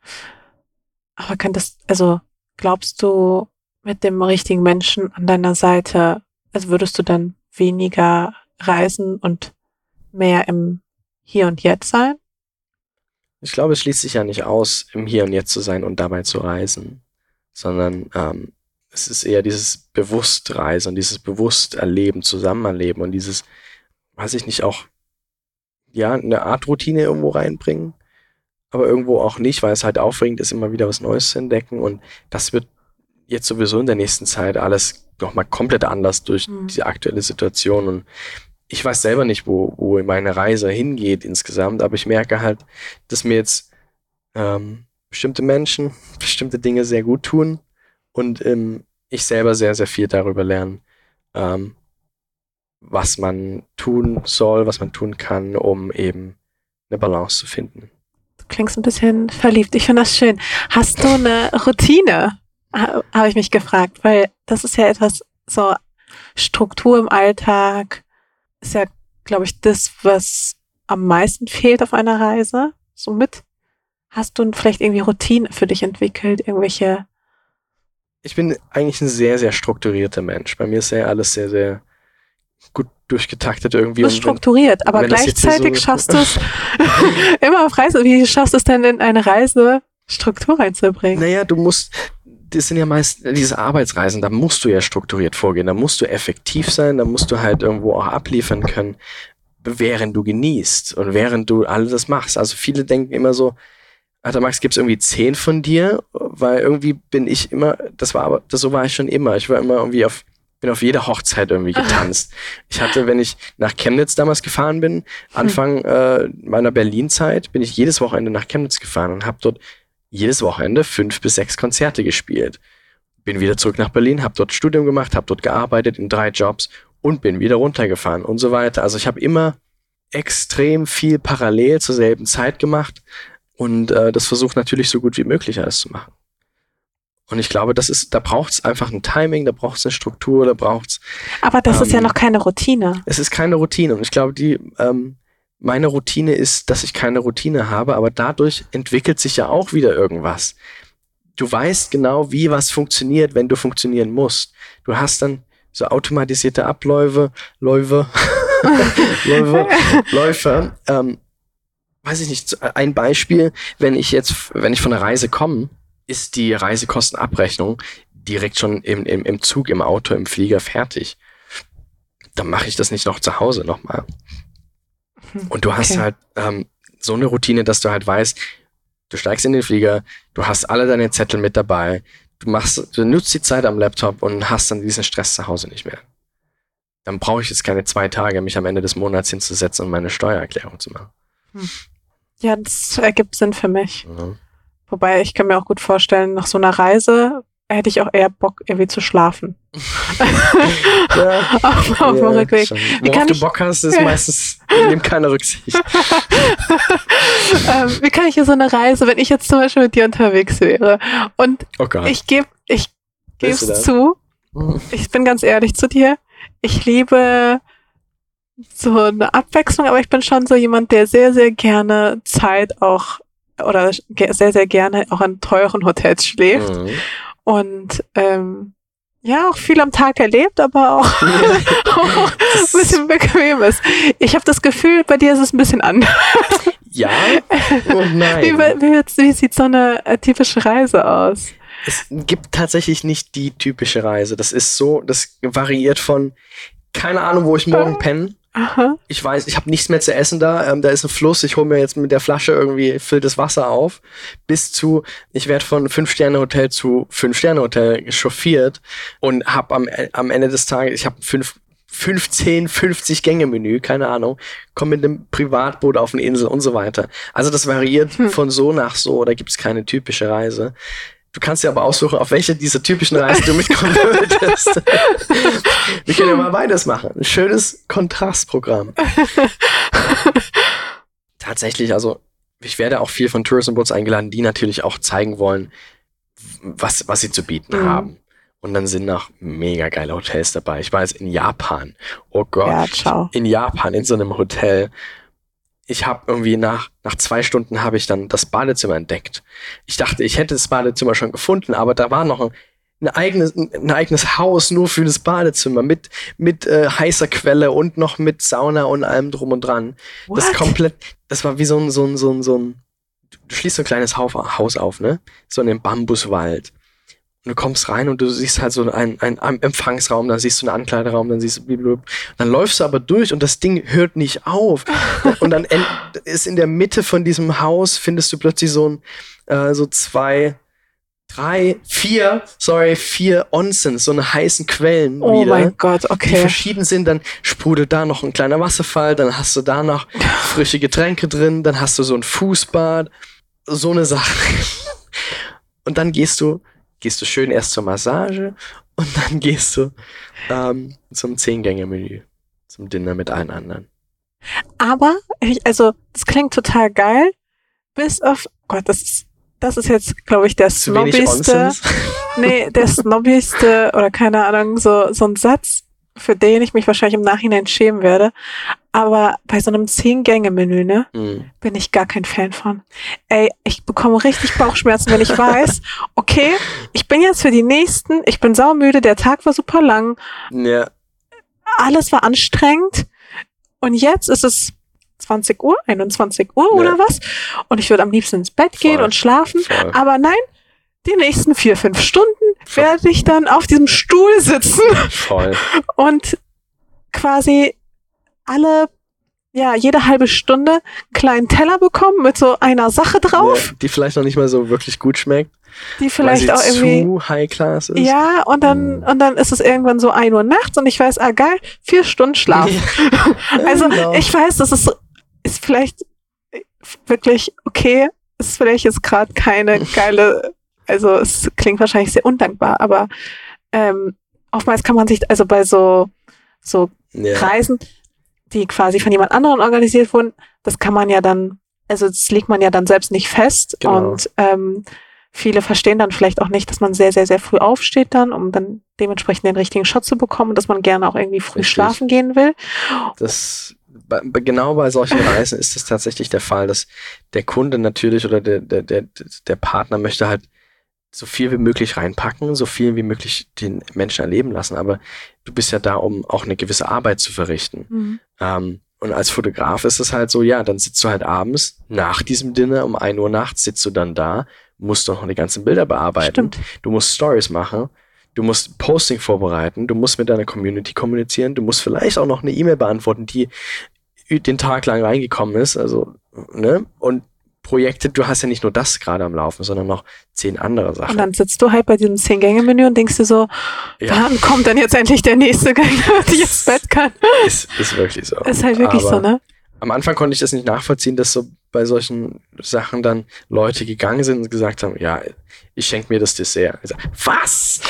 Aber könntest, also glaubst du, mit dem richtigen Menschen an deiner Seite, also würdest du dann weniger reisen und mehr im Hier und Jetzt sein? Ich glaube, es schließt sich ja nicht aus, im Hier und Jetzt zu sein und dabei zu reisen, sondern ähm, es ist eher dieses Bewusstreisen und dieses Bewussterleben, Zusammenerleben und dieses, weiß ich nicht, auch ja eine Art Routine irgendwo reinbringen. Aber irgendwo auch nicht, weil es halt aufregend ist, immer wieder was Neues zu entdecken. Und das wird jetzt sowieso in der nächsten Zeit alles nochmal komplett anders durch mhm. die aktuelle Situation. Und ich weiß selber nicht, wo, wo meine Reise hingeht insgesamt, aber ich merke halt, dass mir jetzt ähm, bestimmte Menschen bestimmte Dinge sehr gut tun und ähm, ich selber sehr, sehr viel darüber lerne, ähm, was man tun soll, was man tun kann, um eben eine Balance zu finden. Klingst ein bisschen verliebt. Ich finde das schön. Hast du eine Routine? Ha, habe ich mich gefragt, weil das ist ja etwas so Struktur im Alltag ist ja, glaube ich, das, was am meisten fehlt auf einer Reise. Somit hast du vielleicht irgendwie Routine für dich entwickelt, irgendwelche? Ich bin eigentlich ein sehr, sehr strukturierter Mensch. Bei mir ist ja alles sehr, sehr gut durchgetaktet irgendwie. Du bist strukturiert, aber gleichzeitig so schaffst du es immer auf Reise. Wie schaffst du es denn in eine Reise Struktur reinzubringen? Naja, du musst, das sind ja meist diese Arbeitsreisen, da musst du ja strukturiert vorgehen, da musst du effektiv sein, da musst du halt irgendwo auch abliefern können, während du genießt und während du alles das machst. Also viele denken immer so, Alter Max, gibt's irgendwie zehn von dir? Weil irgendwie bin ich immer, das war aber, das so war ich schon immer. Ich war immer irgendwie auf, bin auf jeder Hochzeit irgendwie getanzt. Ich hatte, wenn ich nach Chemnitz damals gefahren bin, Anfang äh, meiner Berlin-Zeit, bin ich jedes Wochenende nach Chemnitz gefahren und habe dort jedes Wochenende fünf bis sechs Konzerte gespielt. Bin wieder zurück nach Berlin, habe dort Studium gemacht, habe dort gearbeitet in drei Jobs und bin wieder runtergefahren und so weiter. Also ich habe immer extrem viel parallel zur selben Zeit gemacht und äh, das versucht natürlich so gut wie möglich alles zu machen. Und ich glaube, das ist, da braucht es einfach ein Timing, da braucht es eine Struktur, da braucht es. Aber das ähm, ist ja noch keine Routine. Es ist keine Routine. Und ich glaube, die, ähm, meine Routine ist, dass ich keine Routine habe, aber dadurch entwickelt sich ja auch wieder irgendwas. Du weißt genau, wie was funktioniert, wenn du funktionieren musst. Du hast dann so automatisierte Abläufe, Läufe, Läufe, Läufe. Ähm, weiß ich nicht, ein Beispiel, wenn ich jetzt, wenn ich von einer Reise komme, ist die Reisekostenabrechnung direkt schon im, im, im Zug, im Auto, im Flieger fertig. Dann mache ich das nicht noch zu Hause nochmal. Und du hast okay. halt ähm, so eine Routine, dass du halt weißt, du steigst in den Flieger, du hast alle deine Zettel mit dabei, du machst, du nutzt die Zeit am Laptop und hast dann diesen Stress zu Hause nicht mehr. Dann brauche ich jetzt keine zwei Tage, mich am Ende des Monats hinzusetzen und meine Steuererklärung zu machen. Ja, das ergibt Sinn für mich. Ja. Wobei, ich kann mir auch gut vorstellen, nach so einer Reise hätte ich auch eher Bock, irgendwie zu schlafen. Ja, auf, auf ja, dem Rückweg. Wie Worauf du ich, Bock hast, ist ja. meistens, nimm keine Rücksicht. ähm, wie kann ich hier so eine Reise, wenn ich jetzt zum Beispiel mit dir unterwegs wäre und oh Gott. ich gebe ich gebe es zu, ich bin ganz ehrlich zu dir, ich liebe so eine Abwechslung, aber ich bin schon so jemand, der sehr, sehr gerne Zeit auch oder sehr, sehr gerne auch in teuren Hotels schläft. Mhm. Und ähm, ja, auch viel am Tag erlebt, aber auch, auch ein bisschen bequem ist. Ich habe das Gefühl, bei dir ist es ein bisschen anders. Ja und nein. Wie, wie, wie sieht so eine äh, typische Reise aus? Es gibt tatsächlich nicht die typische Reise. Das ist so, das variiert von keine Ahnung, wo ich morgen uh. penne. Aha. Ich weiß, ich habe nichts mehr zu essen da. Ähm, da ist ein Fluss. Ich hole mir jetzt mit der Flasche irgendwie fülltes Wasser auf. Bis zu, ich werde von Fünf-Sterne-Hotel zu Fünf-Sterne-Hotel chauffiert und habe am, am Ende des Tages, ich habe fünf, fünfzehn, fünfzig Gänge-Menü, keine Ahnung, komme mit einem Privatboot auf eine Insel und so weiter. Also das variiert hm. von so nach so. Da gibt es keine typische Reise. Du kannst dir aber aussuchen, auf welche dieser typischen Reisen du mitkommen würdest. Wir können ja mal beides machen. Ein schönes Kontrastprogramm. Tatsächlich, also ich werde auch viel von Tourism Boards eingeladen, die natürlich auch zeigen wollen, was, was sie zu bieten mhm. haben. Und dann sind noch mega geile Hotels dabei. Ich war jetzt in Japan. Oh Gott. Ja, ciao. In Japan, in so einem Hotel. Ich habe irgendwie nach nach zwei Stunden habe ich dann das Badezimmer entdeckt. Ich dachte, ich hätte das Badezimmer schon gefunden, aber da war noch ein, ein eigenes ein eigenes Haus nur für das Badezimmer mit mit äh, heißer Quelle und noch mit Sauna und allem drum und dran. What? Das komplett, das war wie so ein so ein so ein so ein du schließt so ein kleines Haus auf, ne? So in einem Bambuswald. Und du kommst rein und du siehst halt so einen, einen, einen Empfangsraum, dann siehst du einen Ankleideraum, dann siehst du blablabla. Dann läufst du aber durch und das Ding hört nicht auf. Und dann ist in der Mitte von diesem Haus, findest du plötzlich so ein, äh, so zwei, drei, vier, sorry, vier Onsens, so eine heißen Quellen oh wieder. Oh mein Gott, okay. Die verschieden sind, dann sprudelt da noch ein kleiner Wasserfall, dann hast du da noch frische Getränke drin, dann hast du so ein Fußbad, so eine Sache. Und dann gehst du Gehst du schön erst zur Massage und dann gehst du ähm, zum Zehn-Gänge-Menü, zum Dinner mit allen anderen. Aber, ich, also, das klingt total geil, bis auf, Gott, das ist, das ist jetzt, glaube ich, der snobbigste, nee, der snobbigste oder keine Ahnung, so, so ein Satz, für den ich mich wahrscheinlich im Nachhinein schämen werde. Aber bei so einem Zehn-Gänge-Menü, ne, mm. bin ich gar kein Fan von. Ey, ich bekomme richtig Bauchschmerzen, wenn ich weiß, okay, ich bin jetzt für die nächsten, ich bin saumüde, der Tag war super lang. Ja. alles war anstrengend und jetzt ist es zwanzig Uhr, einundzwanzig Uhr ja. oder was und ich würde am liebsten ins Bett gehen Voll. und schlafen, Voll. aber nein, die nächsten vier, fünf Stunden Voll. werde ich dann auf diesem Stuhl sitzen Voll. und quasi alle ja, jede halbe Stunde einen kleinen Teller bekommen mit so einer Sache drauf. Ja, die vielleicht noch nicht mal so wirklich gut schmeckt. Die vielleicht auch irgendwie zu high class ist. Ja, und dann, mm. und dann ist es irgendwann so ein Uhr nachts und ich weiß, ah geil, vier Stunden Schlaf. also genau. ich weiß, das ist, ist vielleicht wirklich okay, ist vielleicht jetzt gerade keine geile, also es klingt wahrscheinlich sehr undankbar, aber ähm, oftmals kann man sich, also bei so, so ja. Reisen, die quasi von jemand anderem organisiert wurden, das kann man ja dann, also das legt man ja dann selbst nicht fest genau. und ähm, viele verstehen dann vielleicht auch nicht, dass man sehr, sehr, sehr früh aufsteht dann, um dann dementsprechend den richtigen Shot zu bekommen und dass man gerne auch irgendwie früh Richtig. schlafen gehen will. Das, bei, genau bei solchen Reisen ist es tatsächlich der Fall, dass der Kunde natürlich oder der, der, der, der Partner möchte halt so viel wie möglich reinpacken, so viel wie möglich den Menschen erleben lassen, aber du bist ja da, um auch eine gewisse Arbeit zu verrichten. Mhm. Ähm, und als Fotograf ist es halt so, ja, dann sitzt du halt abends nach diesem Dinner um ein Uhr nachts, sitzt du dann da, musst du noch die ganzen Bilder bearbeiten. Stimmt. Du musst Stories machen, du musst Posting vorbereiten, du musst mit deiner Community kommunizieren, du musst vielleicht auch noch eine E-Mail beantworten, die den Tag lang reingekommen ist, also, ne, und Projekte, du hast ja nicht nur das gerade am Laufen, sondern noch zehn andere Sachen. Und dann sitzt du halt bei diesem Zehn-Gänge-Menü und denkst dir so, ja. wann kommt denn jetzt endlich der nächste Gang, damit ich ins Bett kann? Ist, ist wirklich so. Ist halt wirklich Aber so, ne? Am Anfang konnte ich das nicht nachvollziehen, dass so bei solchen Sachen dann Leute gegangen sind und gesagt haben, ja, ich schenke mir das Dessert. Ich sag, was?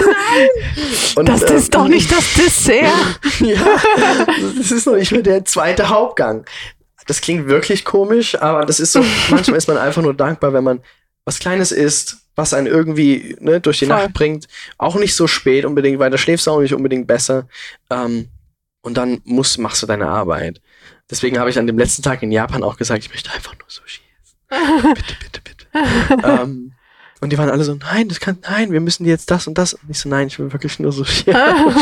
Nein! Und, das äh, ist doch nicht das Dessert! Ja, das ist noch nicht mehr der zweite Hauptgang. Das klingt wirklich komisch, aber das ist so, manchmal ist man einfach nur dankbar, wenn man was Kleines isst, was einen irgendwie ne, durch die Voll. Nacht bringt. Auch nicht so spät unbedingt, weil da schläfst du auch nicht unbedingt besser. Ähm, und dann musst, machst du deine Arbeit. Deswegen habe ich an dem letzten Tag in Japan auch gesagt, ich möchte einfach nur Sushi essen. Bitte, bitte, bitte. ähm, und die waren alle so, nein, das kann, nein, wir müssen jetzt das und das. Und ich so, nein, ich will wirklich nur Sushi.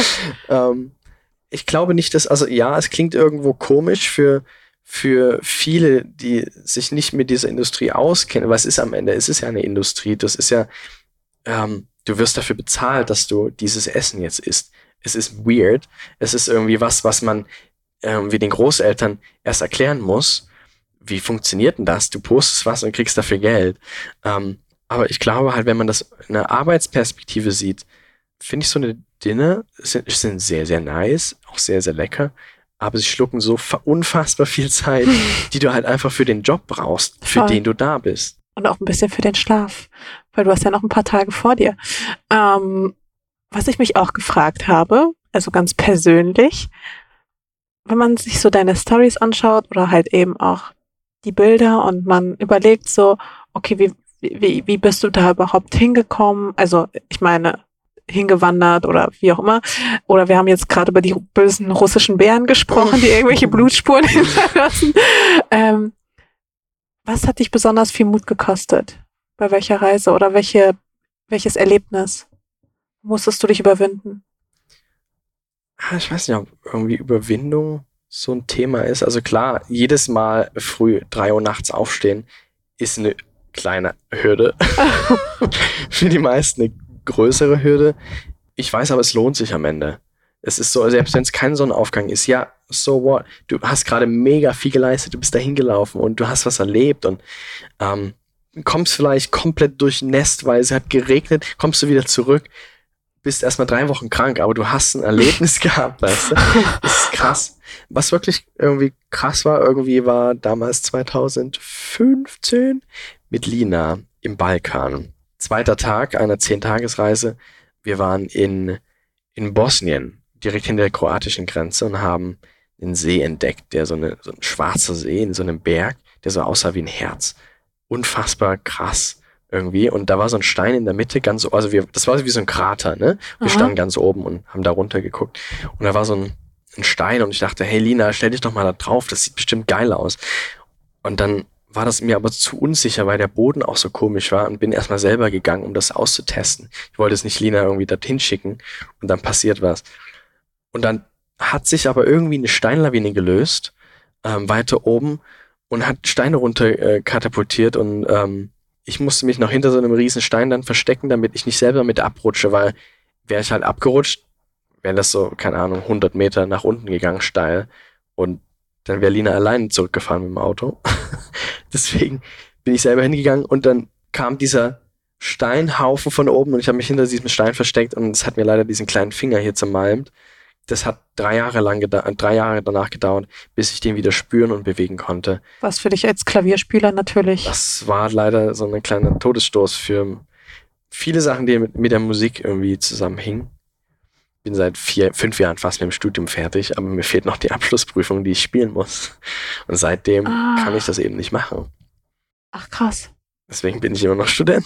ähm, ich glaube nicht, dass, also ja, es klingt irgendwo komisch für für viele, die sich nicht mit dieser Industrie auskennen, weil es ist am Ende, es ist ja eine Industrie, das ist ja, ähm, du wirst dafür bezahlt, dass du dieses Essen jetzt isst. Es ist weird, es ist irgendwie was, was man ähm, wie den Großeltern erst erklären muss. Wie funktioniert denn das? Du postest was und kriegst dafür Geld. Ähm, aber ich glaube halt, wenn man das in einer Arbeitsperspektive sieht, finde ich so eine Dinner sind, sind sehr, sehr nice, auch sehr, sehr lecker. Aber sie schlucken so unfassbar viel Zeit, die du halt einfach für den Job brauchst, für Voll. Den du da bist. Und auch ein bisschen für den Schlaf, weil du hast ja noch ein paar Tage vor dir. Ähm, was ich mich auch gefragt habe, also ganz persönlich, wenn man sich so deine Stories anschaut oder halt eben auch die Bilder und man überlegt so, okay, wie, wie, wie bist du da überhaupt hingekommen? Also ich meine, hingewandert oder wie auch immer. Oder wir haben jetzt gerade über die bösen russischen Bären gesprochen, die irgendwelche Blutspuren hinterlassen. Ähm, was hat dich besonders viel Mut gekostet? Bei welcher Reise oder welche, welches Erlebnis musstest du dich überwinden? Ich weiß nicht, ob irgendwie Überwindung so ein Thema ist. Also klar, jedes Mal früh drei Uhr nachts aufstehen ist eine kleine Hürde. Für die meisten eine größere Hürde. Ich weiß aber, es lohnt sich am Ende. Es ist so, selbst wenn es kein Sonnenaufgang ist, ja, so what? Du hast gerade mega viel geleistet, du bist da hingelaufen und du hast was erlebt und ähm, kommst vielleicht komplett durchnässt, weil es hat geregnet, kommst du wieder zurück, bist erstmal drei Wochen krank, aber du hast ein Erlebnis gehabt, weißt du? Das ist krass. Was wirklich irgendwie krass war, irgendwie war damals zweitausendfünfzehn mit Lina im Balkan. Zweiter Tag einer Zehn-Tages-Reise. Wir waren in, in Bosnien, direkt hinter der kroatischen Grenze und haben einen See entdeckt, der so, eine, so ein schwarzer See in so einem Berg, der so aussah wie ein Herz. Unfassbar krass irgendwie. Und da war so ein Stein in der Mitte, ganz, also wir, das war wie so ein Krater, ne? Wir Aha. standen ganz oben und haben da runter geguckt. Und da war so ein, ein Stein und ich dachte, hey Lina, stell dich doch mal da drauf, das sieht bestimmt geil aus. Und dann war das mir aber zu unsicher, weil der Boden auch so komisch war und bin erstmal selber gegangen, um das auszutesten. Ich wollte es nicht Lina irgendwie dorthin schicken und dann passiert was. Und dann hat sich aber irgendwie eine Steinlawine gelöst, ähm, weiter oben und hat Steine runter äh, katapultiert und ähm, ich musste mich noch hinter so einem riesen Stein dann verstecken, damit ich nicht selber mit abrutsche, weil wäre ich halt abgerutscht, wäre das so, keine Ahnung, hundert Meter nach unten gegangen, steil und dann wäre Lina alleine zurückgefahren mit dem Auto. Deswegen bin ich selber hingegangen und dann kam dieser Steinhaufen von oben und ich habe mich hinter diesem Stein versteckt und es hat mir leider diesen kleinen Finger hier zermalmt. Das hat drei Jahre lang gedauert, drei Jahre danach gedauert, bis ich den wieder spüren und bewegen konnte. Was für dich als Klavierspieler natürlich. Das war leider so ein kleiner Todesstoß für viele Sachen, die mit, mit der Musik irgendwie zusammenhingen. Bin seit vier, fünf Jahren fast mit dem Studium fertig, aber mir fehlt noch die Abschlussprüfung, die ich spielen muss. Und seitdem ah. kann ich das eben nicht machen. Ach krass. Deswegen bin ich immer noch Student.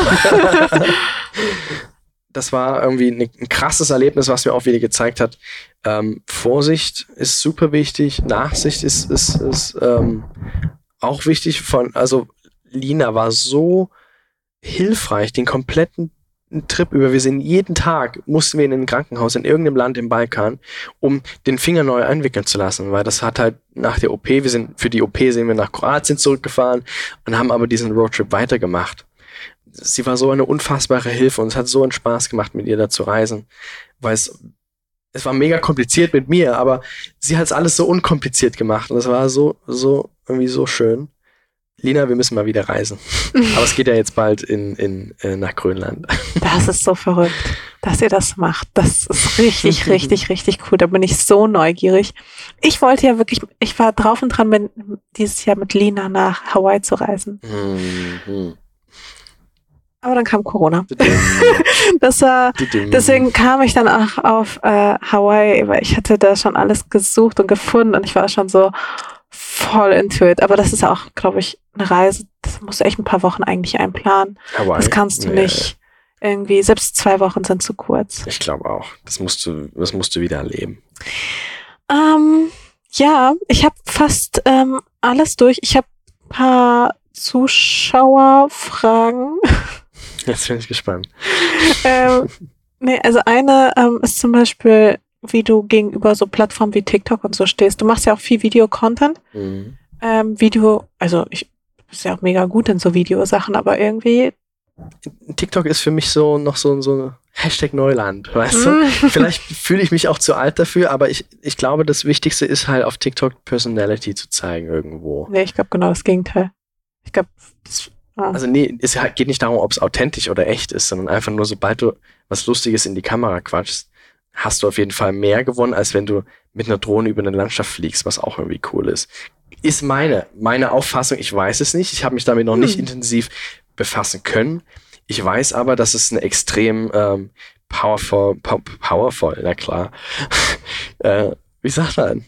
Das war irgendwie ein krasses Erlebnis, was mir auch wieder gezeigt hat, ähm, Vorsicht ist super wichtig, Nachsicht ist, ist, ist ähm, auch wichtig. Von, also Lina war so hilfreich, den kompletten Trip über. Wir sind jeden Tag, mussten wir in ein Krankenhaus in irgendeinem Land im Balkan, um den Finger neu einwickeln zu lassen, weil das hat halt nach der O P, wir sind für die O P sind wir nach Kroatien zurückgefahren und haben aber diesen Roadtrip weitergemacht. Sie war so eine unfassbare Hilfe und es hat so einen Spaß gemacht, mit ihr da zu reisen, weil es, es war mega kompliziert mit mir, aber sie hat es alles so unkompliziert gemacht und es war so, so, irgendwie so schön. Lina, wir müssen mal wieder reisen. Aber es geht ja jetzt bald in, in, äh, nach Grönland. Das ist so verrückt, dass ihr das macht. Das ist richtig, richtig, richtig cool. Da bin ich so neugierig. Ich wollte ja wirklich, ich war drauf und dran, mit, dieses Jahr mit Lina nach Hawaii zu reisen. Mhm. Aber dann kam Corona. Das war, deswegen kam ich dann auch auf äh, Hawaii, weil ich hatte da schon alles gesucht und gefunden und ich war schon so voll into it. Aber das ist auch, glaube ich, eine Reise, das musst du echt ein paar Wochen eigentlich einplanen. Hawaii? Das kannst du ja nicht irgendwie, selbst zwei Wochen sind zu kurz. Ich glaube auch. Das musst du, das musst du wieder erleben. Ähm, ja, ich habe fast ähm, alles durch. Ich habe ein paar Zuschauerfragen. Jetzt bin ich gespannt. ähm, nee, also eine ähm, ist zum Beispiel, wie du gegenüber so Plattformen wie TikTok und so stehst. Du machst ja auch viel Video-Content. Mhm. Ähm, Video, also ich bin ja auch mega gut in so Videosachen, aber irgendwie TikTok ist für mich so noch so, so Hashtag Neuland, weißt du? Vielleicht fühle ich mich auch zu alt dafür, aber ich, ich glaube, das Wichtigste ist halt auf TikTok Personality zu zeigen irgendwo. Nee, ich glaube genau das Gegenteil. Ich glaube, ah. Also nee, es geht nicht darum, ob es authentisch oder echt ist, sondern einfach nur, sobald du was Lustiges in die Kamera quatschst, hast du auf jeden Fall mehr gewonnen, als wenn du mit einer Drohne über eine Landschaft fliegst, was auch irgendwie cool ist. Ist meine, meine Auffassung, ich weiß es nicht. Ich habe mich damit noch hm. nicht intensiv befassen können. Ich weiß aber, dass es eine extrem ähm, powerful, po- powerful, na klar, äh, wie sagt man,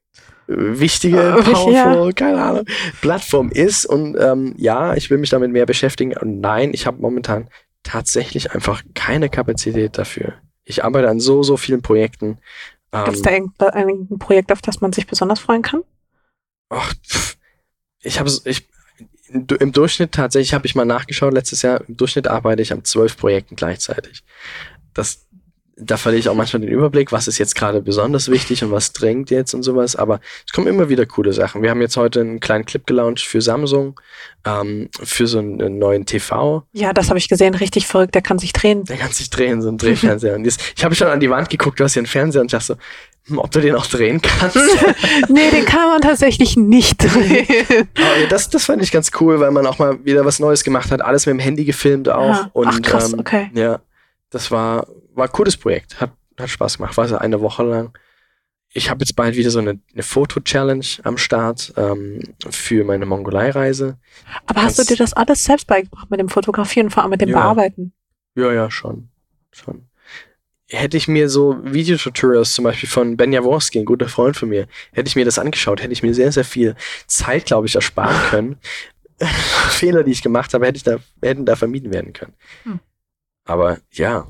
wichtige, oh, powerful, ja. keine Ahnung, Plattform ist und ähm, ja, ich will mich damit mehr beschäftigen und nein, ich habe momentan tatsächlich einfach keine Kapazität dafür. Ich arbeite an so, so vielen Projekten. Gibt es ähm, da ein, ein Projekt, auf das man sich besonders freuen kann? Ach, pff, ich habe ich im Durchschnitt tatsächlich, habe ich mal nachgeschaut letztes Jahr, im Durchschnitt arbeite ich an zwölf Projekten gleichzeitig. Das, da verliere ich auch manchmal den Überblick, was ist jetzt gerade besonders wichtig und was drängt jetzt und sowas, aber es kommen immer wieder coole Sachen. Wir haben jetzt heute einen kleinen Clip gelauncht für Samsung, ähm, für so einen neuen T V. Ja, das habe ich gesehen, richtig verrückt, der kann sich drehen. Der kann sich drehen, so ein Drehfernseher. Und jetzt, ich habe schon an die Wand geguckt, du hast hier einen Fernseher und ich dachte so, hm, ob du den auch drehen kannst. Nee, den kann man tatsächlich nicht drehen. Aber das, das fand ich ganz cool, weil man auch mal wieder was Neues gemacht hat, alles mit dem Handy gefilmt auch. Ja. Und, ach krass, ähm, okay. Ja, das war, war ein cooles Projekt, hat, hat Spaß gemacht, war so eine Woche lang. Ich habe jetzt bald wieder so eine, eine Foto-Challenge am Start ähm, für meine Mongolei-Reise. Aber hast du dir das alles selbst beigebracht mit dem Fotografieren, vor allem mit dem ja. Bearbeiten? Ja, ja, schon. schon. Hätte ich mir so Videotutorials zum Beispiel von Ben Jaworski, ein guter Freund von mir, hätte ich mir das angeschaut, hätte ich mir sehr, sehr viel Zeit, glaube ich, ersparen können. Fehler, die ich gemacht habe, hätte ich da, hätten da vermieden werden können. Hm. Aber ja,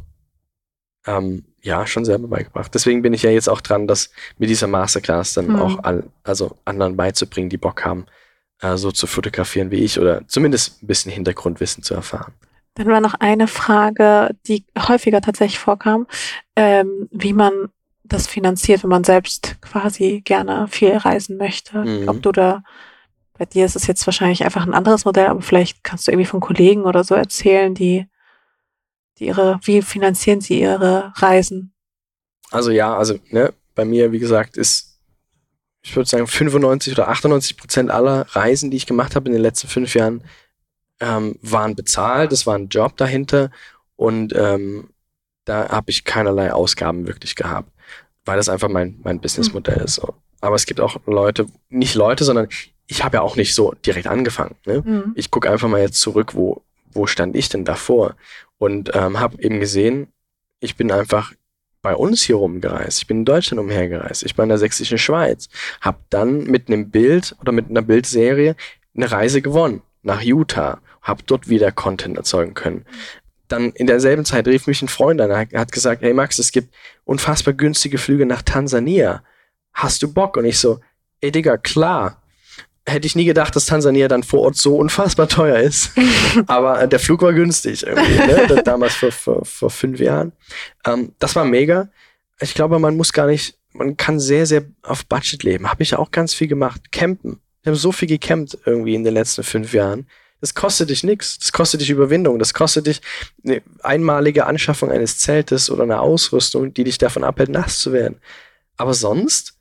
ähm, ja, schon selber beigebracht. Deswegen bin ich ja jetzt auch dran, das mit dieser Masterclass dann hm. auch all, also anderen beizubringen, die Bock haben, äh, so zu fotografieren wie ich oder zumindest ein bisschen Hintergrundwissen zu erfahren. Dann war noch eine Frage, die häufiger tatsächlich vorkam, ähm, wie man das finanziert, wenn man selbst quasi gerne viel reisen möchte. Mhm. Ob du da, bei dir ist es jetzt wahrscheinlich einfach ein anderes Modell, aber vielleicht kannst du irgendwie von Kollegen oder so erzählen, die, die ihre, wie finanzieren sie ihre Reisen? Also ja, also ne, bei mir, wie gesagt, ist, ich würde sagen, fünfundneunzig oder achtundneunzig Prozent aller Reisen, die ich gemacht habe in den letzten fünf Jahren, ähm, waren bezahlt. Es war ein Job dahinter und ähm, da habe ich keinerlei Ausgaben wirklich gehabt, weil das einfach mein, mein Businessmodell mhm. ist. So. Aber es gibt auch Leute, nicht Leute, sondern ich habe ja auch nicht so direkt angefangen. Ne? Mhm. Ich gucke einfach mal jetzt zurück, wo, wo stand ich denn davor? Und ähm, habe eben gesehen, ich bin einfach bei uns hier rumgereist. Ich bin in Deutschland umhergereist. Ich war in der sächsischen Schweiz. Habe dann mit einem Bild oder mit einer Bildserie eine Reise gewonnen nach Utah. Habe dort wieder Content erzeugen können. Dann in derselben Zeit rief mich ein Freund an. Er hat gesagt, hey Max, es gibt unfassbar günstige Flüge nach Tansania. Hast du Bock? Und ich so, ey Digga, klar. Hätte ich nie gedacht, dass Tansania dann vor Ort so unfassbar teuer ist. Aber äh, der Flug war günstig irgendwie, ne? Damals vor, vor, vor fünf Jahren. Ähm, das war mega. Ich glaube, man muss gar nicht, man kann sehr, sehr auf Budget leben. Habe ich auch ganz viel gemacht. Campen. Ich habe so viel gecampt irgendwie in den letzten fünf Jahren. Das kostet dich nichts. Das kostet dich Überwindung. Das kostet dich eine einmalige Anschaffung eines Zeltes oder eine Ausrüstung, die dich davon abhält, nass zu werden. Aber sonst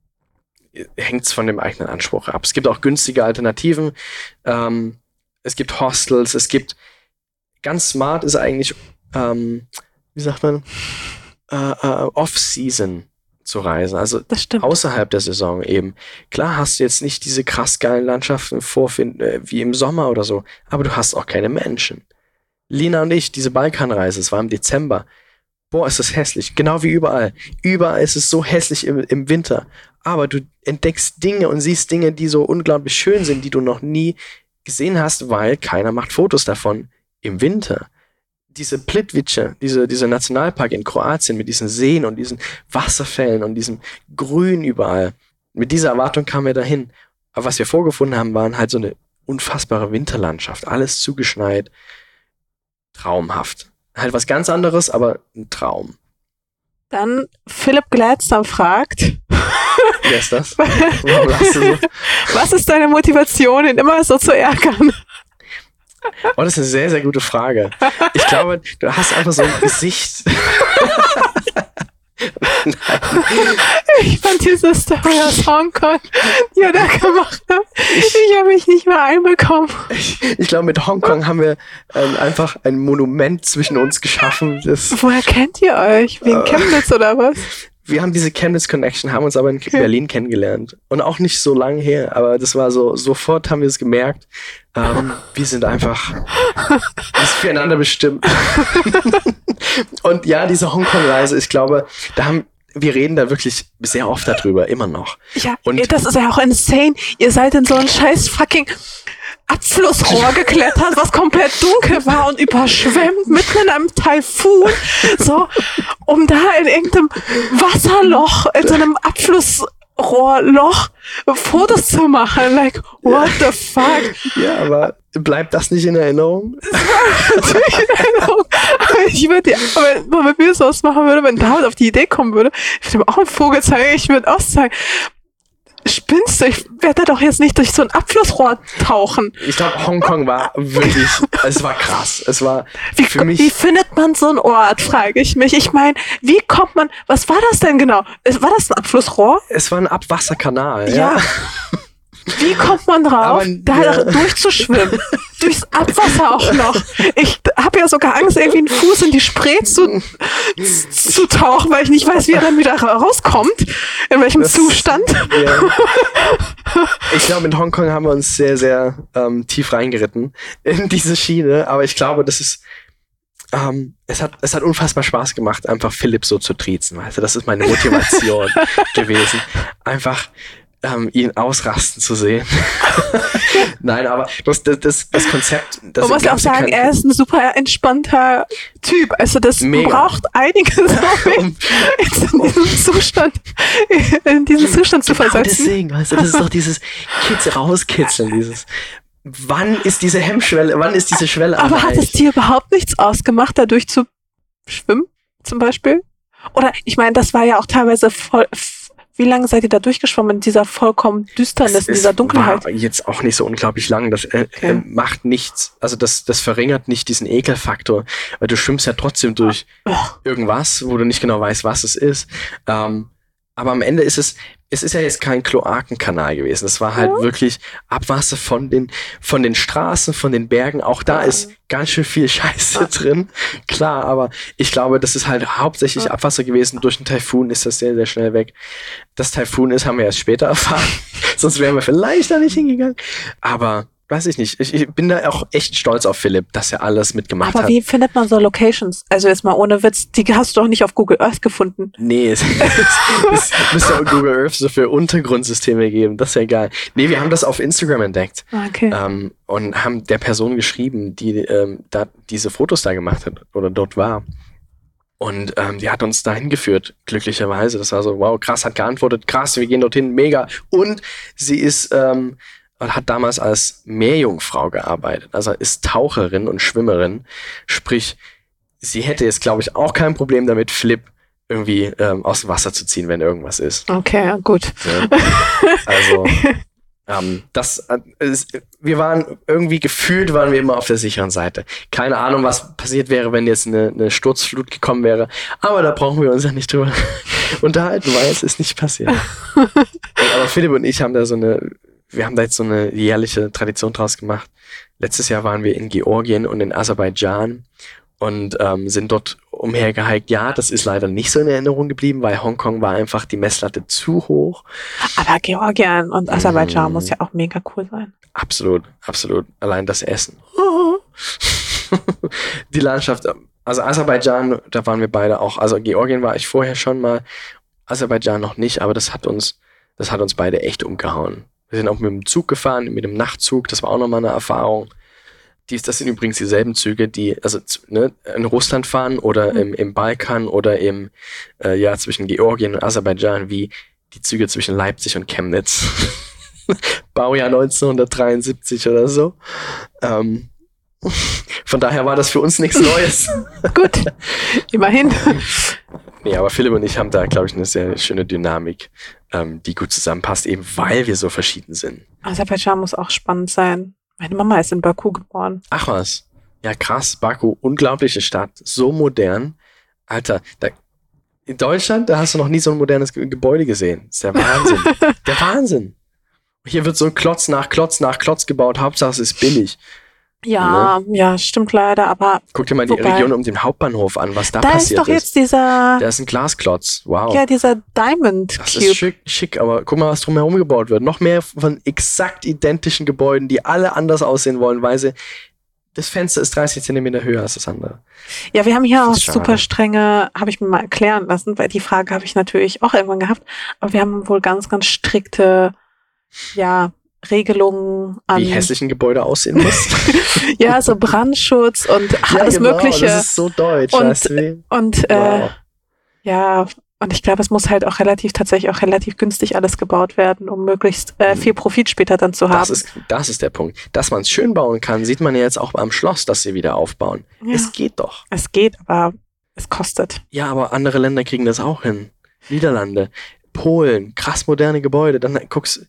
hängt es von dem eigenen Anspruch ab. Es gibt auch günstige Alternativen. Ähm, es gibt Hostels. Es gibt ganz smart ist eigentlich, ähm, wie sagt man, äh, äh, Off-Season zu reisen. Also außerhalb der Saison eben. Klar hast du jetzt nicht diese krass geilen Landschaften vorfinden, äh, wie im Sommer oder so, aber du hast auch keine Menschen. Lina und ich, diese Balkanreise, es war im Dezember. Boah, ist das hässlich. Genau wie überall. Überall ist es so hässlich im, im Winter. Aber du entdeckst Dinge und siehst Dinge, die so unglaublich schön sind, die du noch nie gesehen hast, weil keiner macht Fotos davon im Winter. Diese Plitvice, diese, dieser Nationalpark in Kroatien mit diesen Seen und diesen Wasserfällen und diesem Grün überall. Mit dieser Erwartung kamen wir dahin. Aber was wir vorgefunden haben, waren halt so eine unfassbare Winterlandschaft. Alles zugeschneit. Traumhaft. Halt was ganz anderes, aber ein Traum. Dann Philipp Gladstam fragt. Wer ist das? Warum lachst du so? Was ist deine Motivation, ihn immer so zu ärgern? Oh, das ist eine sehr, sehr gute Frage. Ich glaube, du hast einfach so ein Gesicht. Ich fand diese Story aus Hongkong, die er da gemacht hat. Ich, ich habe mich nicht mehr einbekommen. Ich, ich glaube, mit Hongkong haben wir ähm, einfach ein Monument zwischen uns geschaffen. Das, Woher kennt ihr euch? Wegen äh, Chemnitz oder was? Wir haben diese Chemnitz-Connection, haben uns aber in okay. Berlin kennengelernt. Und auch nicht so lange her, aber das war so, sofort haben wir es gemerkt. Ähm, wir sind einfach ist füreinander bestimmt. Und ja, diese Hongkong-Reise, ich glaube, da haben wir reden da wirklich sehr oft darüber, immer noch. Ja, und das ist ja auch insane. Ihr seid in so ein scheiß fucking Abflussrohr geklettert, was komplett dunkel war und überschwemmt, mitten in einem Taifun, so, um da in irgendeinem Wasserloch, in so einem Abflussrohrloch Fotos zu machen. Like, what the fuck? Ja, aber bleibt das nicht in Erinnerung? Das war natürlich in Erinnerung. Aber ich würde, wenn man mit mir sowas machen würde, wenn David auf die Idee kommen würde, ich würde ihm auch einen Vogel zeigen, ich würde auch sagen, spinnst du? Ich werde da doch jetzt nicht durch so ein Abflussrohr tauchen. Ich glaube, Hongkong war wirklich, es war krass. Es war wie, für mich. Wie findet man so einen Ort, frage ich mich. Ich meine, wie kommt man, was war das denn genau? War das ein Abflussrohr? Es war ein Abwasserkanal, ja. ja. Wie kommt man drauf, Aber, da ja. durchzuschwimmen? Durchs Abwasser auch noch. Ich habe ja sogar Angst, irgendwie einen Fuß in die Spree zu, zu tauchen, weil ich nicht weiß, wie er dann wieder rauskommt. In welchem das, Zustand. Ja. Ich glaube, in Hongkong haben wir uns sehr, sehr ähm, tief reingeritten in diese Schiene. Aber ich glaube, das ist ähm, es hat es hat unfassbar Spaß gemacht, einfach Philipp so zu triezen. Weißt du, das ist meine Motivation gewesen. Einfach Ähm, ihn ausrasten zu sehen. Nein, aber das, das, das, das Konzept... Das Man muss ja auch sagen, er ist ein super entspannter Typ. Also das Mega. braucht einiges, um in diesem Zustand, in diesen Zustand zu genau versetzen. Deswegen, weißt du, das ist doch dieses Kitz rauskitzeln, dieses... Wann ist diese Hemmschwelle, wann ist diese Schwelle Aber erreicht? hat es dir überhaupt nichts ausgemacht, dadurch zu schwimmen, zum Beispiel? Oder ich meine, das war ja auch teilweise voll. Wie lange seid ihr da durchgeschwommen in dieser vollkommen Düsternis, in dieser Dunkelheit? War jetzt auch nicht so unglaublich lang. Das äh, okay. äh, macht nichts. Also das, das verringert nicht diesen Ekelfaktor, weil du schwimmst ja trotzdem durch oh. irgendwas, wo du nicht genau weißt, was es ist. Ähm, aber am Ende ist es, es ist ja jetzt kein Kloakenkanal gewesen. Es war halt ja. wirklich Abwasser von den, von den Straßen, von den Bergen. Auch da ja. ist ganz schön viel Scheiße ja. drin. Klar, aber ich glaube, das ist halt hauptsächlich ja. Abwasser gewesen. Durch den Taifun ist das sehr, sehr schnell weg. Das Taifun ist, haben wir erst später erfahren. Sonst wären wir vielleicht da nicht hingegangen. Aber weiß ich nicht. Ich, ich bin da auch echt stolz auf Philipp, dass er alles mitgemacht Aber hat. Aber wie findet man so Locations? Also jetzt mal ohne Witz, die hast du doch nicht auf Google Earth gefunden. Nee, es, es, es müsste auch Google Earth so für Untergrundsysteme geben. Das ist ja geil. Nee, wir haben das auf Instagram entdeckt. Okay. Ähm, und haben der Person geschrieben, die ähm, da diese Fotos da gemacht hat oder dort war. Und ähm, die hat uns dahin geführt, glücklicherweise. Das war so, wow, krass, hat geantwortet, krass, wir gehen dorthin, mega. Und sie ist... Ähm, und hat damals als Meerjungfrau gearbeitet, also ist Taucherin und Schwimmerin, sprich, sie hätte jetzt, glaube ich, auch kein Problem damit, Flip irgendwie ähm, aus dem Wasser zu ziehen, wenn irgendwas ist. Okay, gut. Ja. Also, ähm, das, äh, ist, wir waren irgendwie gefühlt, waren wir immer auf der sicheren Seite. Keine Ahnung, was passiert wäre, wenn jetzt eine, eine Sturzflut gekommen wäre, aber da brauchen wir uns ja nicht drüber unterhalten, weil es ist nicht passiert. Aber Philipp und ich haben da so eine Wir haben da jetzt so eine jährliche Tradition draus gemacht. Letztes Jahr waren wir in Georgien und in Aserbaidschan und ähm, sind dort umhergehiked. Ja, das ist leider nicht so in Erinnerung geblieben, weil Hongkong war einfach die Messlatte zu hoch. Aber Georgien und Aserbaidschan mm. muss ja auch mega cool sein. Absolut, absolut. Allein das Essen. Die Landschaft, also Aserbaidschan, da waren wir beide auch. Also Georgien war ich vorher schon mal, Aserbaidschan noch nicht, aber das hat uns, das hat uns beide echt umgehauen. Wir sind auch mit dem Zug gefahren, mit dem Nachtzug, das war auch nochmal eine Erfahrung. Die, das sind übrigens dieselben Züge, die also ne, in Russland fahren oder im, im Balkan oder im äh, ja zwischen Georgien und Aserbaidschan, wie die Züge zwischen Leipzig und Chemnitz. Baujahr neunzehnhundertdreiundsiebzig oder so. Ähm, von daher war das für uns nichts Neues. Gut, immerhin. Nee, aber Philipp und ich haben da, glaube ich, eine sehr schöne Dynamik, ähm, die gut zusammenpasst, eben weil wir so verschieden sind. Aserbaidschan muss auch spannend sein. Meine Mama ist in Baku geboren. Ach was. Ja, krass. Baku, unglaubliche Stadt. So modern. Alter, da, in Deutschland, da hast du noch nie so ein modernes Ge- Gebäude gesehen. Das ist der Wahnsinn. Der Wahnsinn. Hier wird so ein Klotz nach Klotz nach Klotz gebaut. Hauptsache es ist billig. Ja, ne? Ja, stimmt leider, aber... Guck dir mal die wobei, Region um den Hauptbahnhof an, was da, da passiert ist. Da ist doch jetzt dieser... Da ist ein Glasklotz, wow. Ja, dieser Diamond das Cube. Das ist schick, schick, aber guck mal, was drumherum gebaut wird. Noch mehr von exakt identischen Gebäuden, die alle anders aussehen wollen, weil sie... Das Fenster ist dreißig Zentimeter höher als das andere. Ja, wir haben hier auch super strenge, habe ich mir mal erklären lassen, weil die Frage habe ich natürlich auch irgendwann gehabt, aber wir haben wohl ganz, ganz strikte, ja... Regelungen an... Wie hässlichen Gebäude aussehen muss. Ja, so Brandschutz und ja, alles genau, Mögliche. Das ist so deutsch, und, weißt du wie? Und wow. äh, ja, und ich glaube, es muss halt auch relativ, tatsächlich auch relativ günstig alles gebaut werden, um möglichst äh, viel Profit später dann zu haben. Das ist, das ist der Punkt. Dass man es schön bauen kann, sieht man ja jetzt auch am Schloss, das sie wieder aufbauen. Ja. Es geht doch. Es geht, aber es kostet. Ja, aber andere Länder kriegen das auch hin. Niederlande, Polen, krass moderne Gebäude. Dann guckst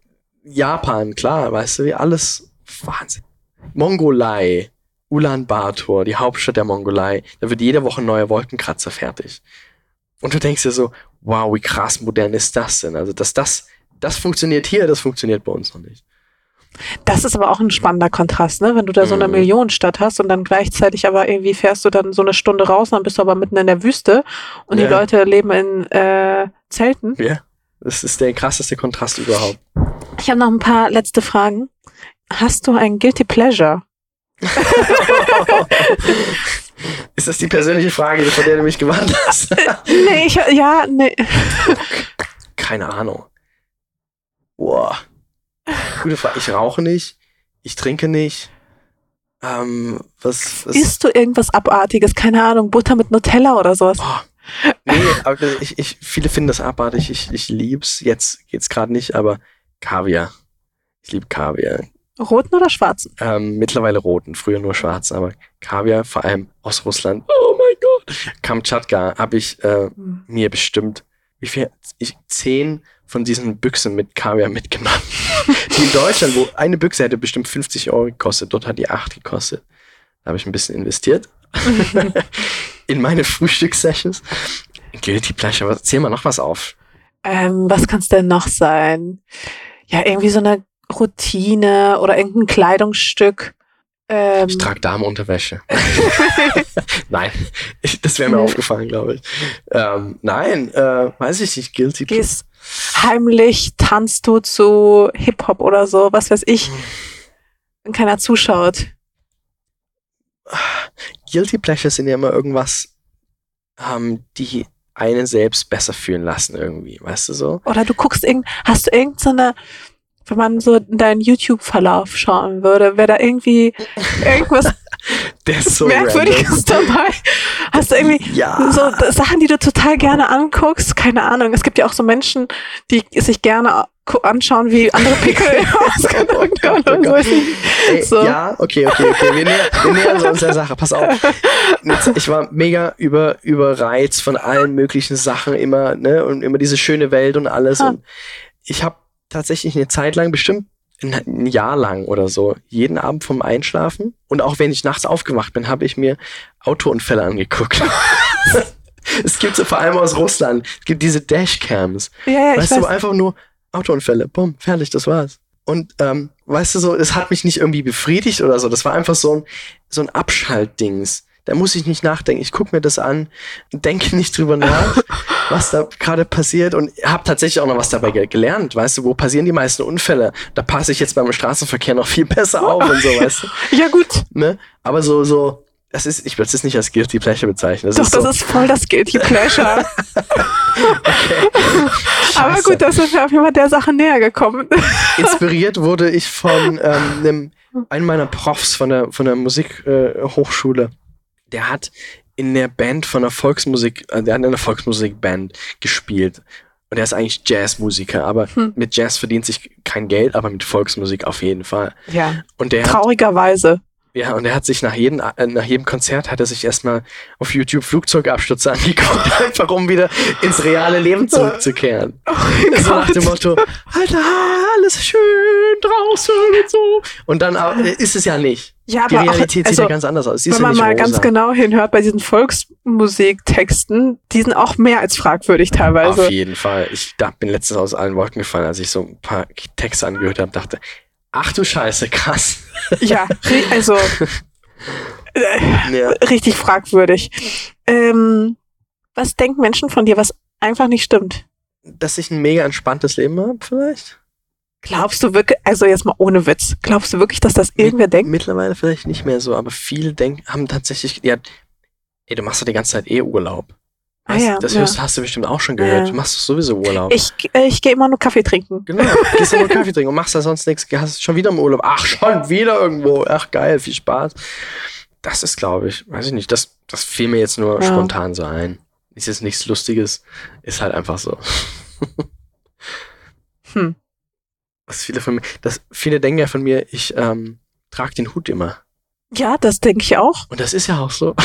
Japan, klar, weißt du, wie alles Wahnsinn. Mongolei, Ulaanbaatar, die Hauptstadt der Mongolei, da wird jede Woche ein neuer Wolkenkratzer fertig. Und du denkst dir so, wow, wie krass modern ist das denn? Also, dass das, das funktioniert hier, das funktioniert bei uns noch nicht. Das ist aber auch ein spannender Kontrast, ne? Wenn du da so eine Mhm. Millionenstadt hast und dann gleichzeitig aber irgendwie fährst du dann so eine Stunde raus und dann bist du aber mitten in der Wüste und Ja. die Leute leben in äh, Zelten. Ja, das ist der krasseste Kontrast überhaupt. Ich habe noch ein paar letzte Fragen. Hast du ein Guilty Pleasure? Ist das die persönliche Frage, von der du mich gewarnt hast? Nee, ich, ja, nee. Keine Ahnung. Boah. Gute Frage. Ich rauche nicht. Ich trinke nicht. Ähm, was, was? Isst du irgendwas Abartiges? Keine Ahnung, Butter mit Nutella oder sowas? Oh, nee, aber ich, ich, viele finden das abartig. Ich, ich lieb's. Jetzt geht's gerade nicht, aber Kaviar. Ich liebe Kaviar. Roten oder schwarzen? Ähm, mittlerweile roten, früher nur schwarzen, aber Kaviar, vor allem aus Russland. Oh mein Gott. Kamtschatka habe ich äh, mhm. mir bestimmt, wie viel, ich, zehn von diesen Büchsen mit Kaviar mitgenommen. Die in Deutschland, wo eine Büchse hätte bestimmt fünfzig Euro gekostet, dort hat die acht gekostet. Da habe ich ein bisschen investiert. In meine Frühstückssessions. Guilty Pleasure, zähl mal noch was auf. Ähm, was kann es denn noch sein? Ja, irgendwie so eine Routine oder irgendein Kleidungsstück. Ähm. Ich trage Damenunterwäsche. Nein, ich, das wäre mir aufgefallen, glaube ich. Ähm, nein, äh, weiß ich nicht, Guilty Pleasure. Gehst heimlich, tanzt du zu Hip-Hop oder so, was weiß ich, wenn keiner zuschaut. Guilty Pleasures sind ja immer irgendwas, ähm, die einen selbst besser fühlen lassen irgendwie, weißt du so? Oder du guckst, irgend, hast du irgendeine, wenn man so in deinen YouTube-Verlauf schauen würde, wäre da irgendwie irgendwas Der ist so Merkwürdiges dabei. Hast du irgendwie ja. so Sachen, die du total gerne anguckst? Keine Ahnung. Es gibt ja auch so Menschen, die sich gerne anschauen, wie andere Pickel ausgedrückt werden. Oh Gott. Ey, so. Ja, okay, okay, okay. Wir, näher, wir nähern uns der Sache. Pass auf. Ich war mega über, überreizt von allen möglichen Sachen immer, ne? Und immer diese schöne Welt und alles. Ha. Und ich habe tatsächlich eine Zeit lang, bestimmt ein Jahr lang oder so, jeden Abend vom Einschlafen und auch wenn ich nachts aufgewacht bin, habe ich mir Autounfälle angeguckt. Es gibt so vor allem aus Russland, es gibt diese Dashcams. Ja, ja, weißt ich du, weiß. einfach nur Autounfälle, bumm, fertig, das war's. Und ähm, weißt du so, es hat mich nicht irgendwie befriedigt oder so, das war einfach so ein, so ein Abschaltdings. Da muss ich nicht nachdenken. Ich gucke mir das an, denke nicht drüber nach, was da gerade passiert und habe tatsächlich auch noch was dabei ge- gelernt. Weißt du, wo passieren die meisten Unfälle? Da passe ich jetzt beim Straßenverkehr noch viel besser auf und so, weißt du? Ja, gut. Ne? Aber so, so, das ist, ich will das nicht als Guilty Pleasure bezeichnen. Das Doch, ist das so. ist voll das Guilty Pleasure. Okay. Aber gut, da sind wir auf jeden Fall der Sache näher gekommen. Inspiriert wurde ich von ähm, einem, einem meiner Profs von der, von der Musikhochschule. Äh, Der hat in der Band von der Volksmusik, äh, der hat in einer Volksmusikband gespielt. Und er ist eigentlich Jazzmusiker, aber hm. mit Jazz verdient sich kein Geld, aber mit Volksmusik auf jeden Fall. Ja, und der traurigerweise. Hat, ja, und er hat sich nach jedem, äh, nach jedem Konzert hat er sich erstmal auf YouTube Flugzeugabstürze angeguckt, einfach um wieder ins reale Leben zurückzukehren. Oh so nach dem Motto, Alter, alles schön draußen und so. Und dann äh, ist es ja nicht. Ja, die aber Realität auch, also, sieht ja ganz anders aus. Sie wenn ist ja man nicht mal rosa. ganz genau hinhört bei diesen Volksmusiktexten, die sind auch mehr als fragwürdig teilweise. Auf jeden Fall. Ich da, bin letztens aus allen Wolken gefallen, als ich so ein paar Texte angehört habe, dachte, ach du Scheiße, krass. Ja, also äh, ja. richtig fragwürdig. Ähm, was denken Menschen von dir, was einfach nicht stimmt? Dass ich ein mega entspanntes Leben habe, vielleicht? Glaubst du wirklich, also jetzt mal ohne Witz, glaubst du wirklich, dass das irgendwer Mit, denkt? Mittlerweile vielleicht nicht mehr so, aber viele denken, haben tatsächlich, ja, ey, du machst ja die ganze Zeit eh Urlaub. Ah, weißt, ja, das ja. hörst, hast du bestimmt auch schon gehört. Ja. Du machst sowieso Urlaub. Ich, äh, ich gehe immer nur Kaffee trinken. Genau, gehst immer nur Kaffee trinken und machst da sonst nichts. Hast schon wieder im Urlaub. Ach, schon wieder irgendwo. Ach, geil, viel Spaß. Das ist, glaube ich, weiß ich nicht, das, das fiel mir jetzt nur ja. spontan so ein. Ist jetzt nichts Lustiges, ist halt einfach so. hm. Was viele von mir, das, viele denken ja von mir, ich ähm, trage den Hut immer. Ja, das denke ich auch. Und das ist ja auch so.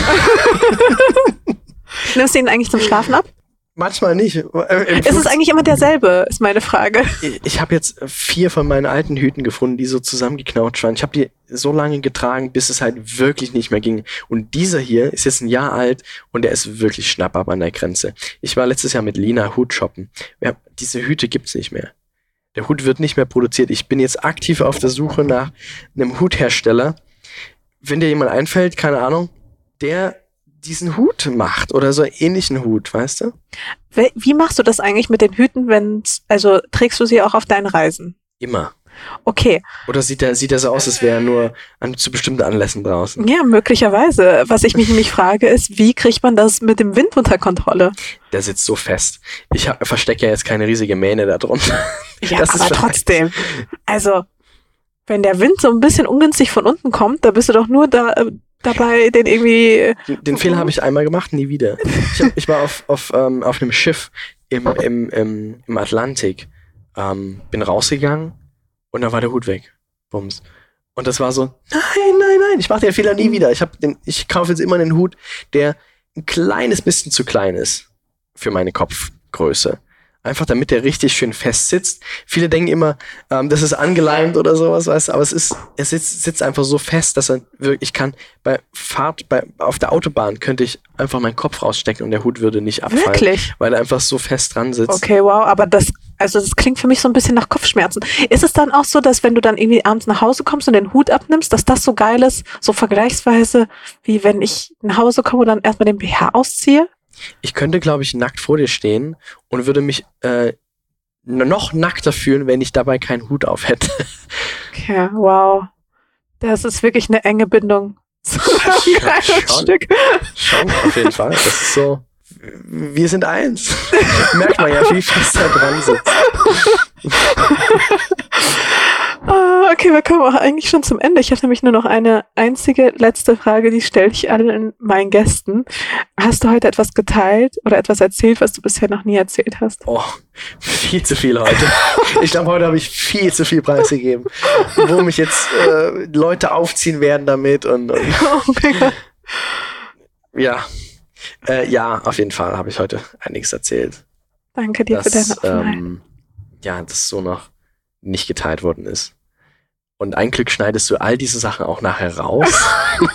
Nimmst du ihn eigentlich zum Schlafen ab? Manchmal nicht. Ist es eigentlich immer derselbe, ist meine Frage. Ich, ich habe jetzt vier von meinen alten Hüten gefunden, die so zusammengeknautscht waren. Ich habe die so lange getragen, bis es halt wirklich nicht mehr ging. Und dieser hier ist jetzt ein Jahr alt und der ist wirklich schnapp ab an der Grenze. Ich war letztes Jahr mit Lina Hut shoppen. Ja, diese Hüte gibt's nicht mehr. Der Hut wird nicht mehr produziert. Ich bin jetzt aktiv auf der Suche nach einem Huthersteller. Wenn dir jemand einfällt, keine Ahnung, der diesen Hut macht oder so einen ähnlichen Hut, weißt du? Wie machst du das eigentlich mit den Hüten, wenn, also trägst du sie auch auf deinen Reisen? Immer. Okay. Oder sieht der, sieht der so aus, als wäre er nur an, zu bestimmten Anlässen draußen? Ja, möglicherweise. Was ich mich nämlich frage, ist, wie kriegt man das mit dem Wind unter Kontrolle? Der sitzt so fest. Ich hab, verstecke ja jetzt keine riesige Mähne da drunter. Ja, das aber trotzdem. Also, wenn der Wind so ein bisschen ungünstig von unten kommt, da bist du doch nur da... Äh, dabei, den irgendwie... Den, den Fehler habe ich einmal gemacht, nie wieder. Ich, hab, ich war auf, auf, ähm, auf einem Schiff im, im, im, im Atlantik, ähm, bin rausgegangen und dann war der Hut weg. Bums. Und das war so, nein, nein, nein, ich mache den Fehler nie wieder. Ich, hab den, ich kaufe jetzt immer einen Hut, der ein kleines bisschen zu klein ist für meine Kopfgröße. Einfach damit der richtig schön fest sitzt. Viele denken immer, ähm, das ist angeleimt oder sowas, weißt du, aber es ist, es sitzt, sitzt einfach so fest, dass er wirklich, ich kann bei Fahrt, bei, auf der Autobahn könnte ich einfach meinen Kopf rausstecken und der Hut würde nicht abfallen. Wirklich? Weil er einfach so fest dran sitzt. Okay, wow, aber das, also das klingt für mich so ein bisschen nach Kopfschmerzen. Ist es dann auch so, dass wenn du dann irgendwie abends nach Hause kommst und den Hut abnimmst, dass das so geil ist, so vergleichsweise, wie wenn ich nach Hause komme und dann erstmal den B H ausziehe? Ich könnte, glaube ich, nackt vor dir stehen und würde mich äh, noch nackter fühlen, wenn ich dabei keinen Hut auf hätte. Okay, wow. Das ist wirklich eine enge Bindung zu einem Kleidungsstück. Schon, auf jeden Fall. Das ist so, wir sind eins. Merkt man ja, wie fest er dran sitzt. Uh, okay, wir kommen auch eigentlich schon zum Ende. Ich habe nämlich nur noch eine einzige letzte Frage, die stelle ich allen meinen Gästen. Hast du heute etwas geteilt oder etwas erzählt, was du bisher noch nie erzählt hast? Oh, viel zu viel heute. Ich glaube, heute habe ich viel zu viel preisgegeben, wo mich jetzt äh, Leute aufziehen werden damit und, und Oh mein Gott. ja, äh, ja, auf jeden Fall habe ich heute einiges erzählt. Danke dir dass, für deine Offenheit. Ähm, ja, das so noch nicht geteilt worden ist. Und ein Glück schneidest du all diese Sachen auch nachher raus.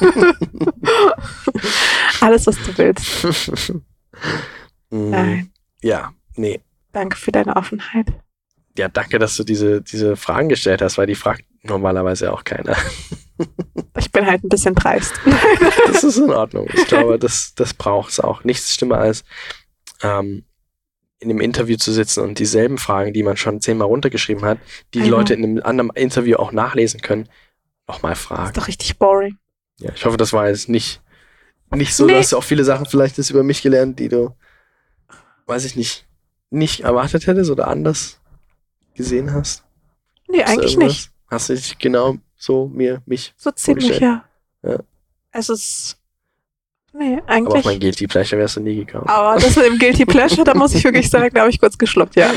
Alles, was du willst. Nein. Ja, nee. Danke für deine Offenheit. Ja, danke, dass du diese, diese Fragen gestellt hast, weil die fragt normalerweise auch keiner. Ich bin halt ein bisschen dreist. Das ist in Ordnung. Ich glaube, das, das braucht es auch. Nichts schlimmer als ähm, in einem Interview zu sitzen und dieselben Fragen, die man schon zehnmal runtergeschrieben hat, die die Genau. Leute in einem anderen Interview auch nachlesen können, nochmal Das fragen. ist doch richtig boring. Ja, ich hoffe, das war jetzt nicht, nicht so, Nee. dass du auch viele Sachen vielleicht jetzt über mich gelernt, die du, weiß ich nicht, nicht erwartet hättest oder anders gesehen hast. Nee, Hast du eigentlich irgendwas? nicht. Hast du dich genau so mir, mich, So ziemlich, ja. Ja. Es ist. Nee, aber auf eigentlich. mein Guilty Pleasure wärst du nie gekommen. Aber das mit dem Guilty Pleasure, da muss ich wirklich sagen, da habe ich kurz geschluckt, ja.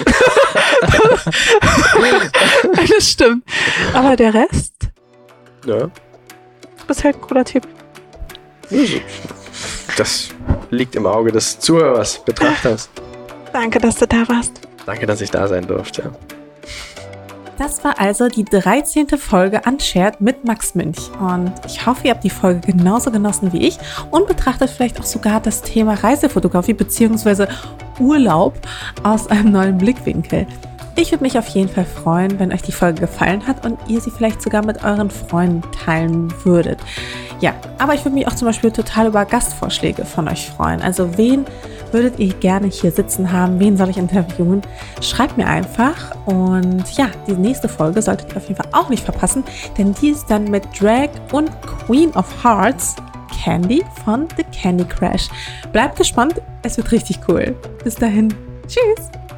Das stimmt. Aber der Rest, Ja. du bist halt ein cooler Typ. Das liegt im Auge des Zuhörers, Betrachters. Danke, dass du da warst. Danke, dass ich da sein durfte. Das war also die dreizehnte Folge Unshared mit Max Münch. Und ich hoffe, ihr habt die Folge genauso genossen wie ich und betrachtet vielleicht auch sogar das Thema Reisefotografie bzw. Urlaub aus einem neuen Blickwinkel. Ich würde mich auf jeden Fall freuen, wenn euch die Folge gefallen hat und ihr sie vielleicht sogar mit euren Freunden teilen würdet. Ja, aber ich würde mich auch zum Beispiel total über Gastvorschläge von euch freuen. Also wen würdet ihr gerne hier sitzen haben? Wen soll ich interviewen? Schreibt mir einfach. Und ja, die nächste Folge solltet ihr auf jeden Fall auch nicht verpassen, denn die ist dann mit Drag und Queen of Hearts, Candy von The Candy Crash. Bleibt gespannt, es wird richtig cool. Bis dahin, tschüss!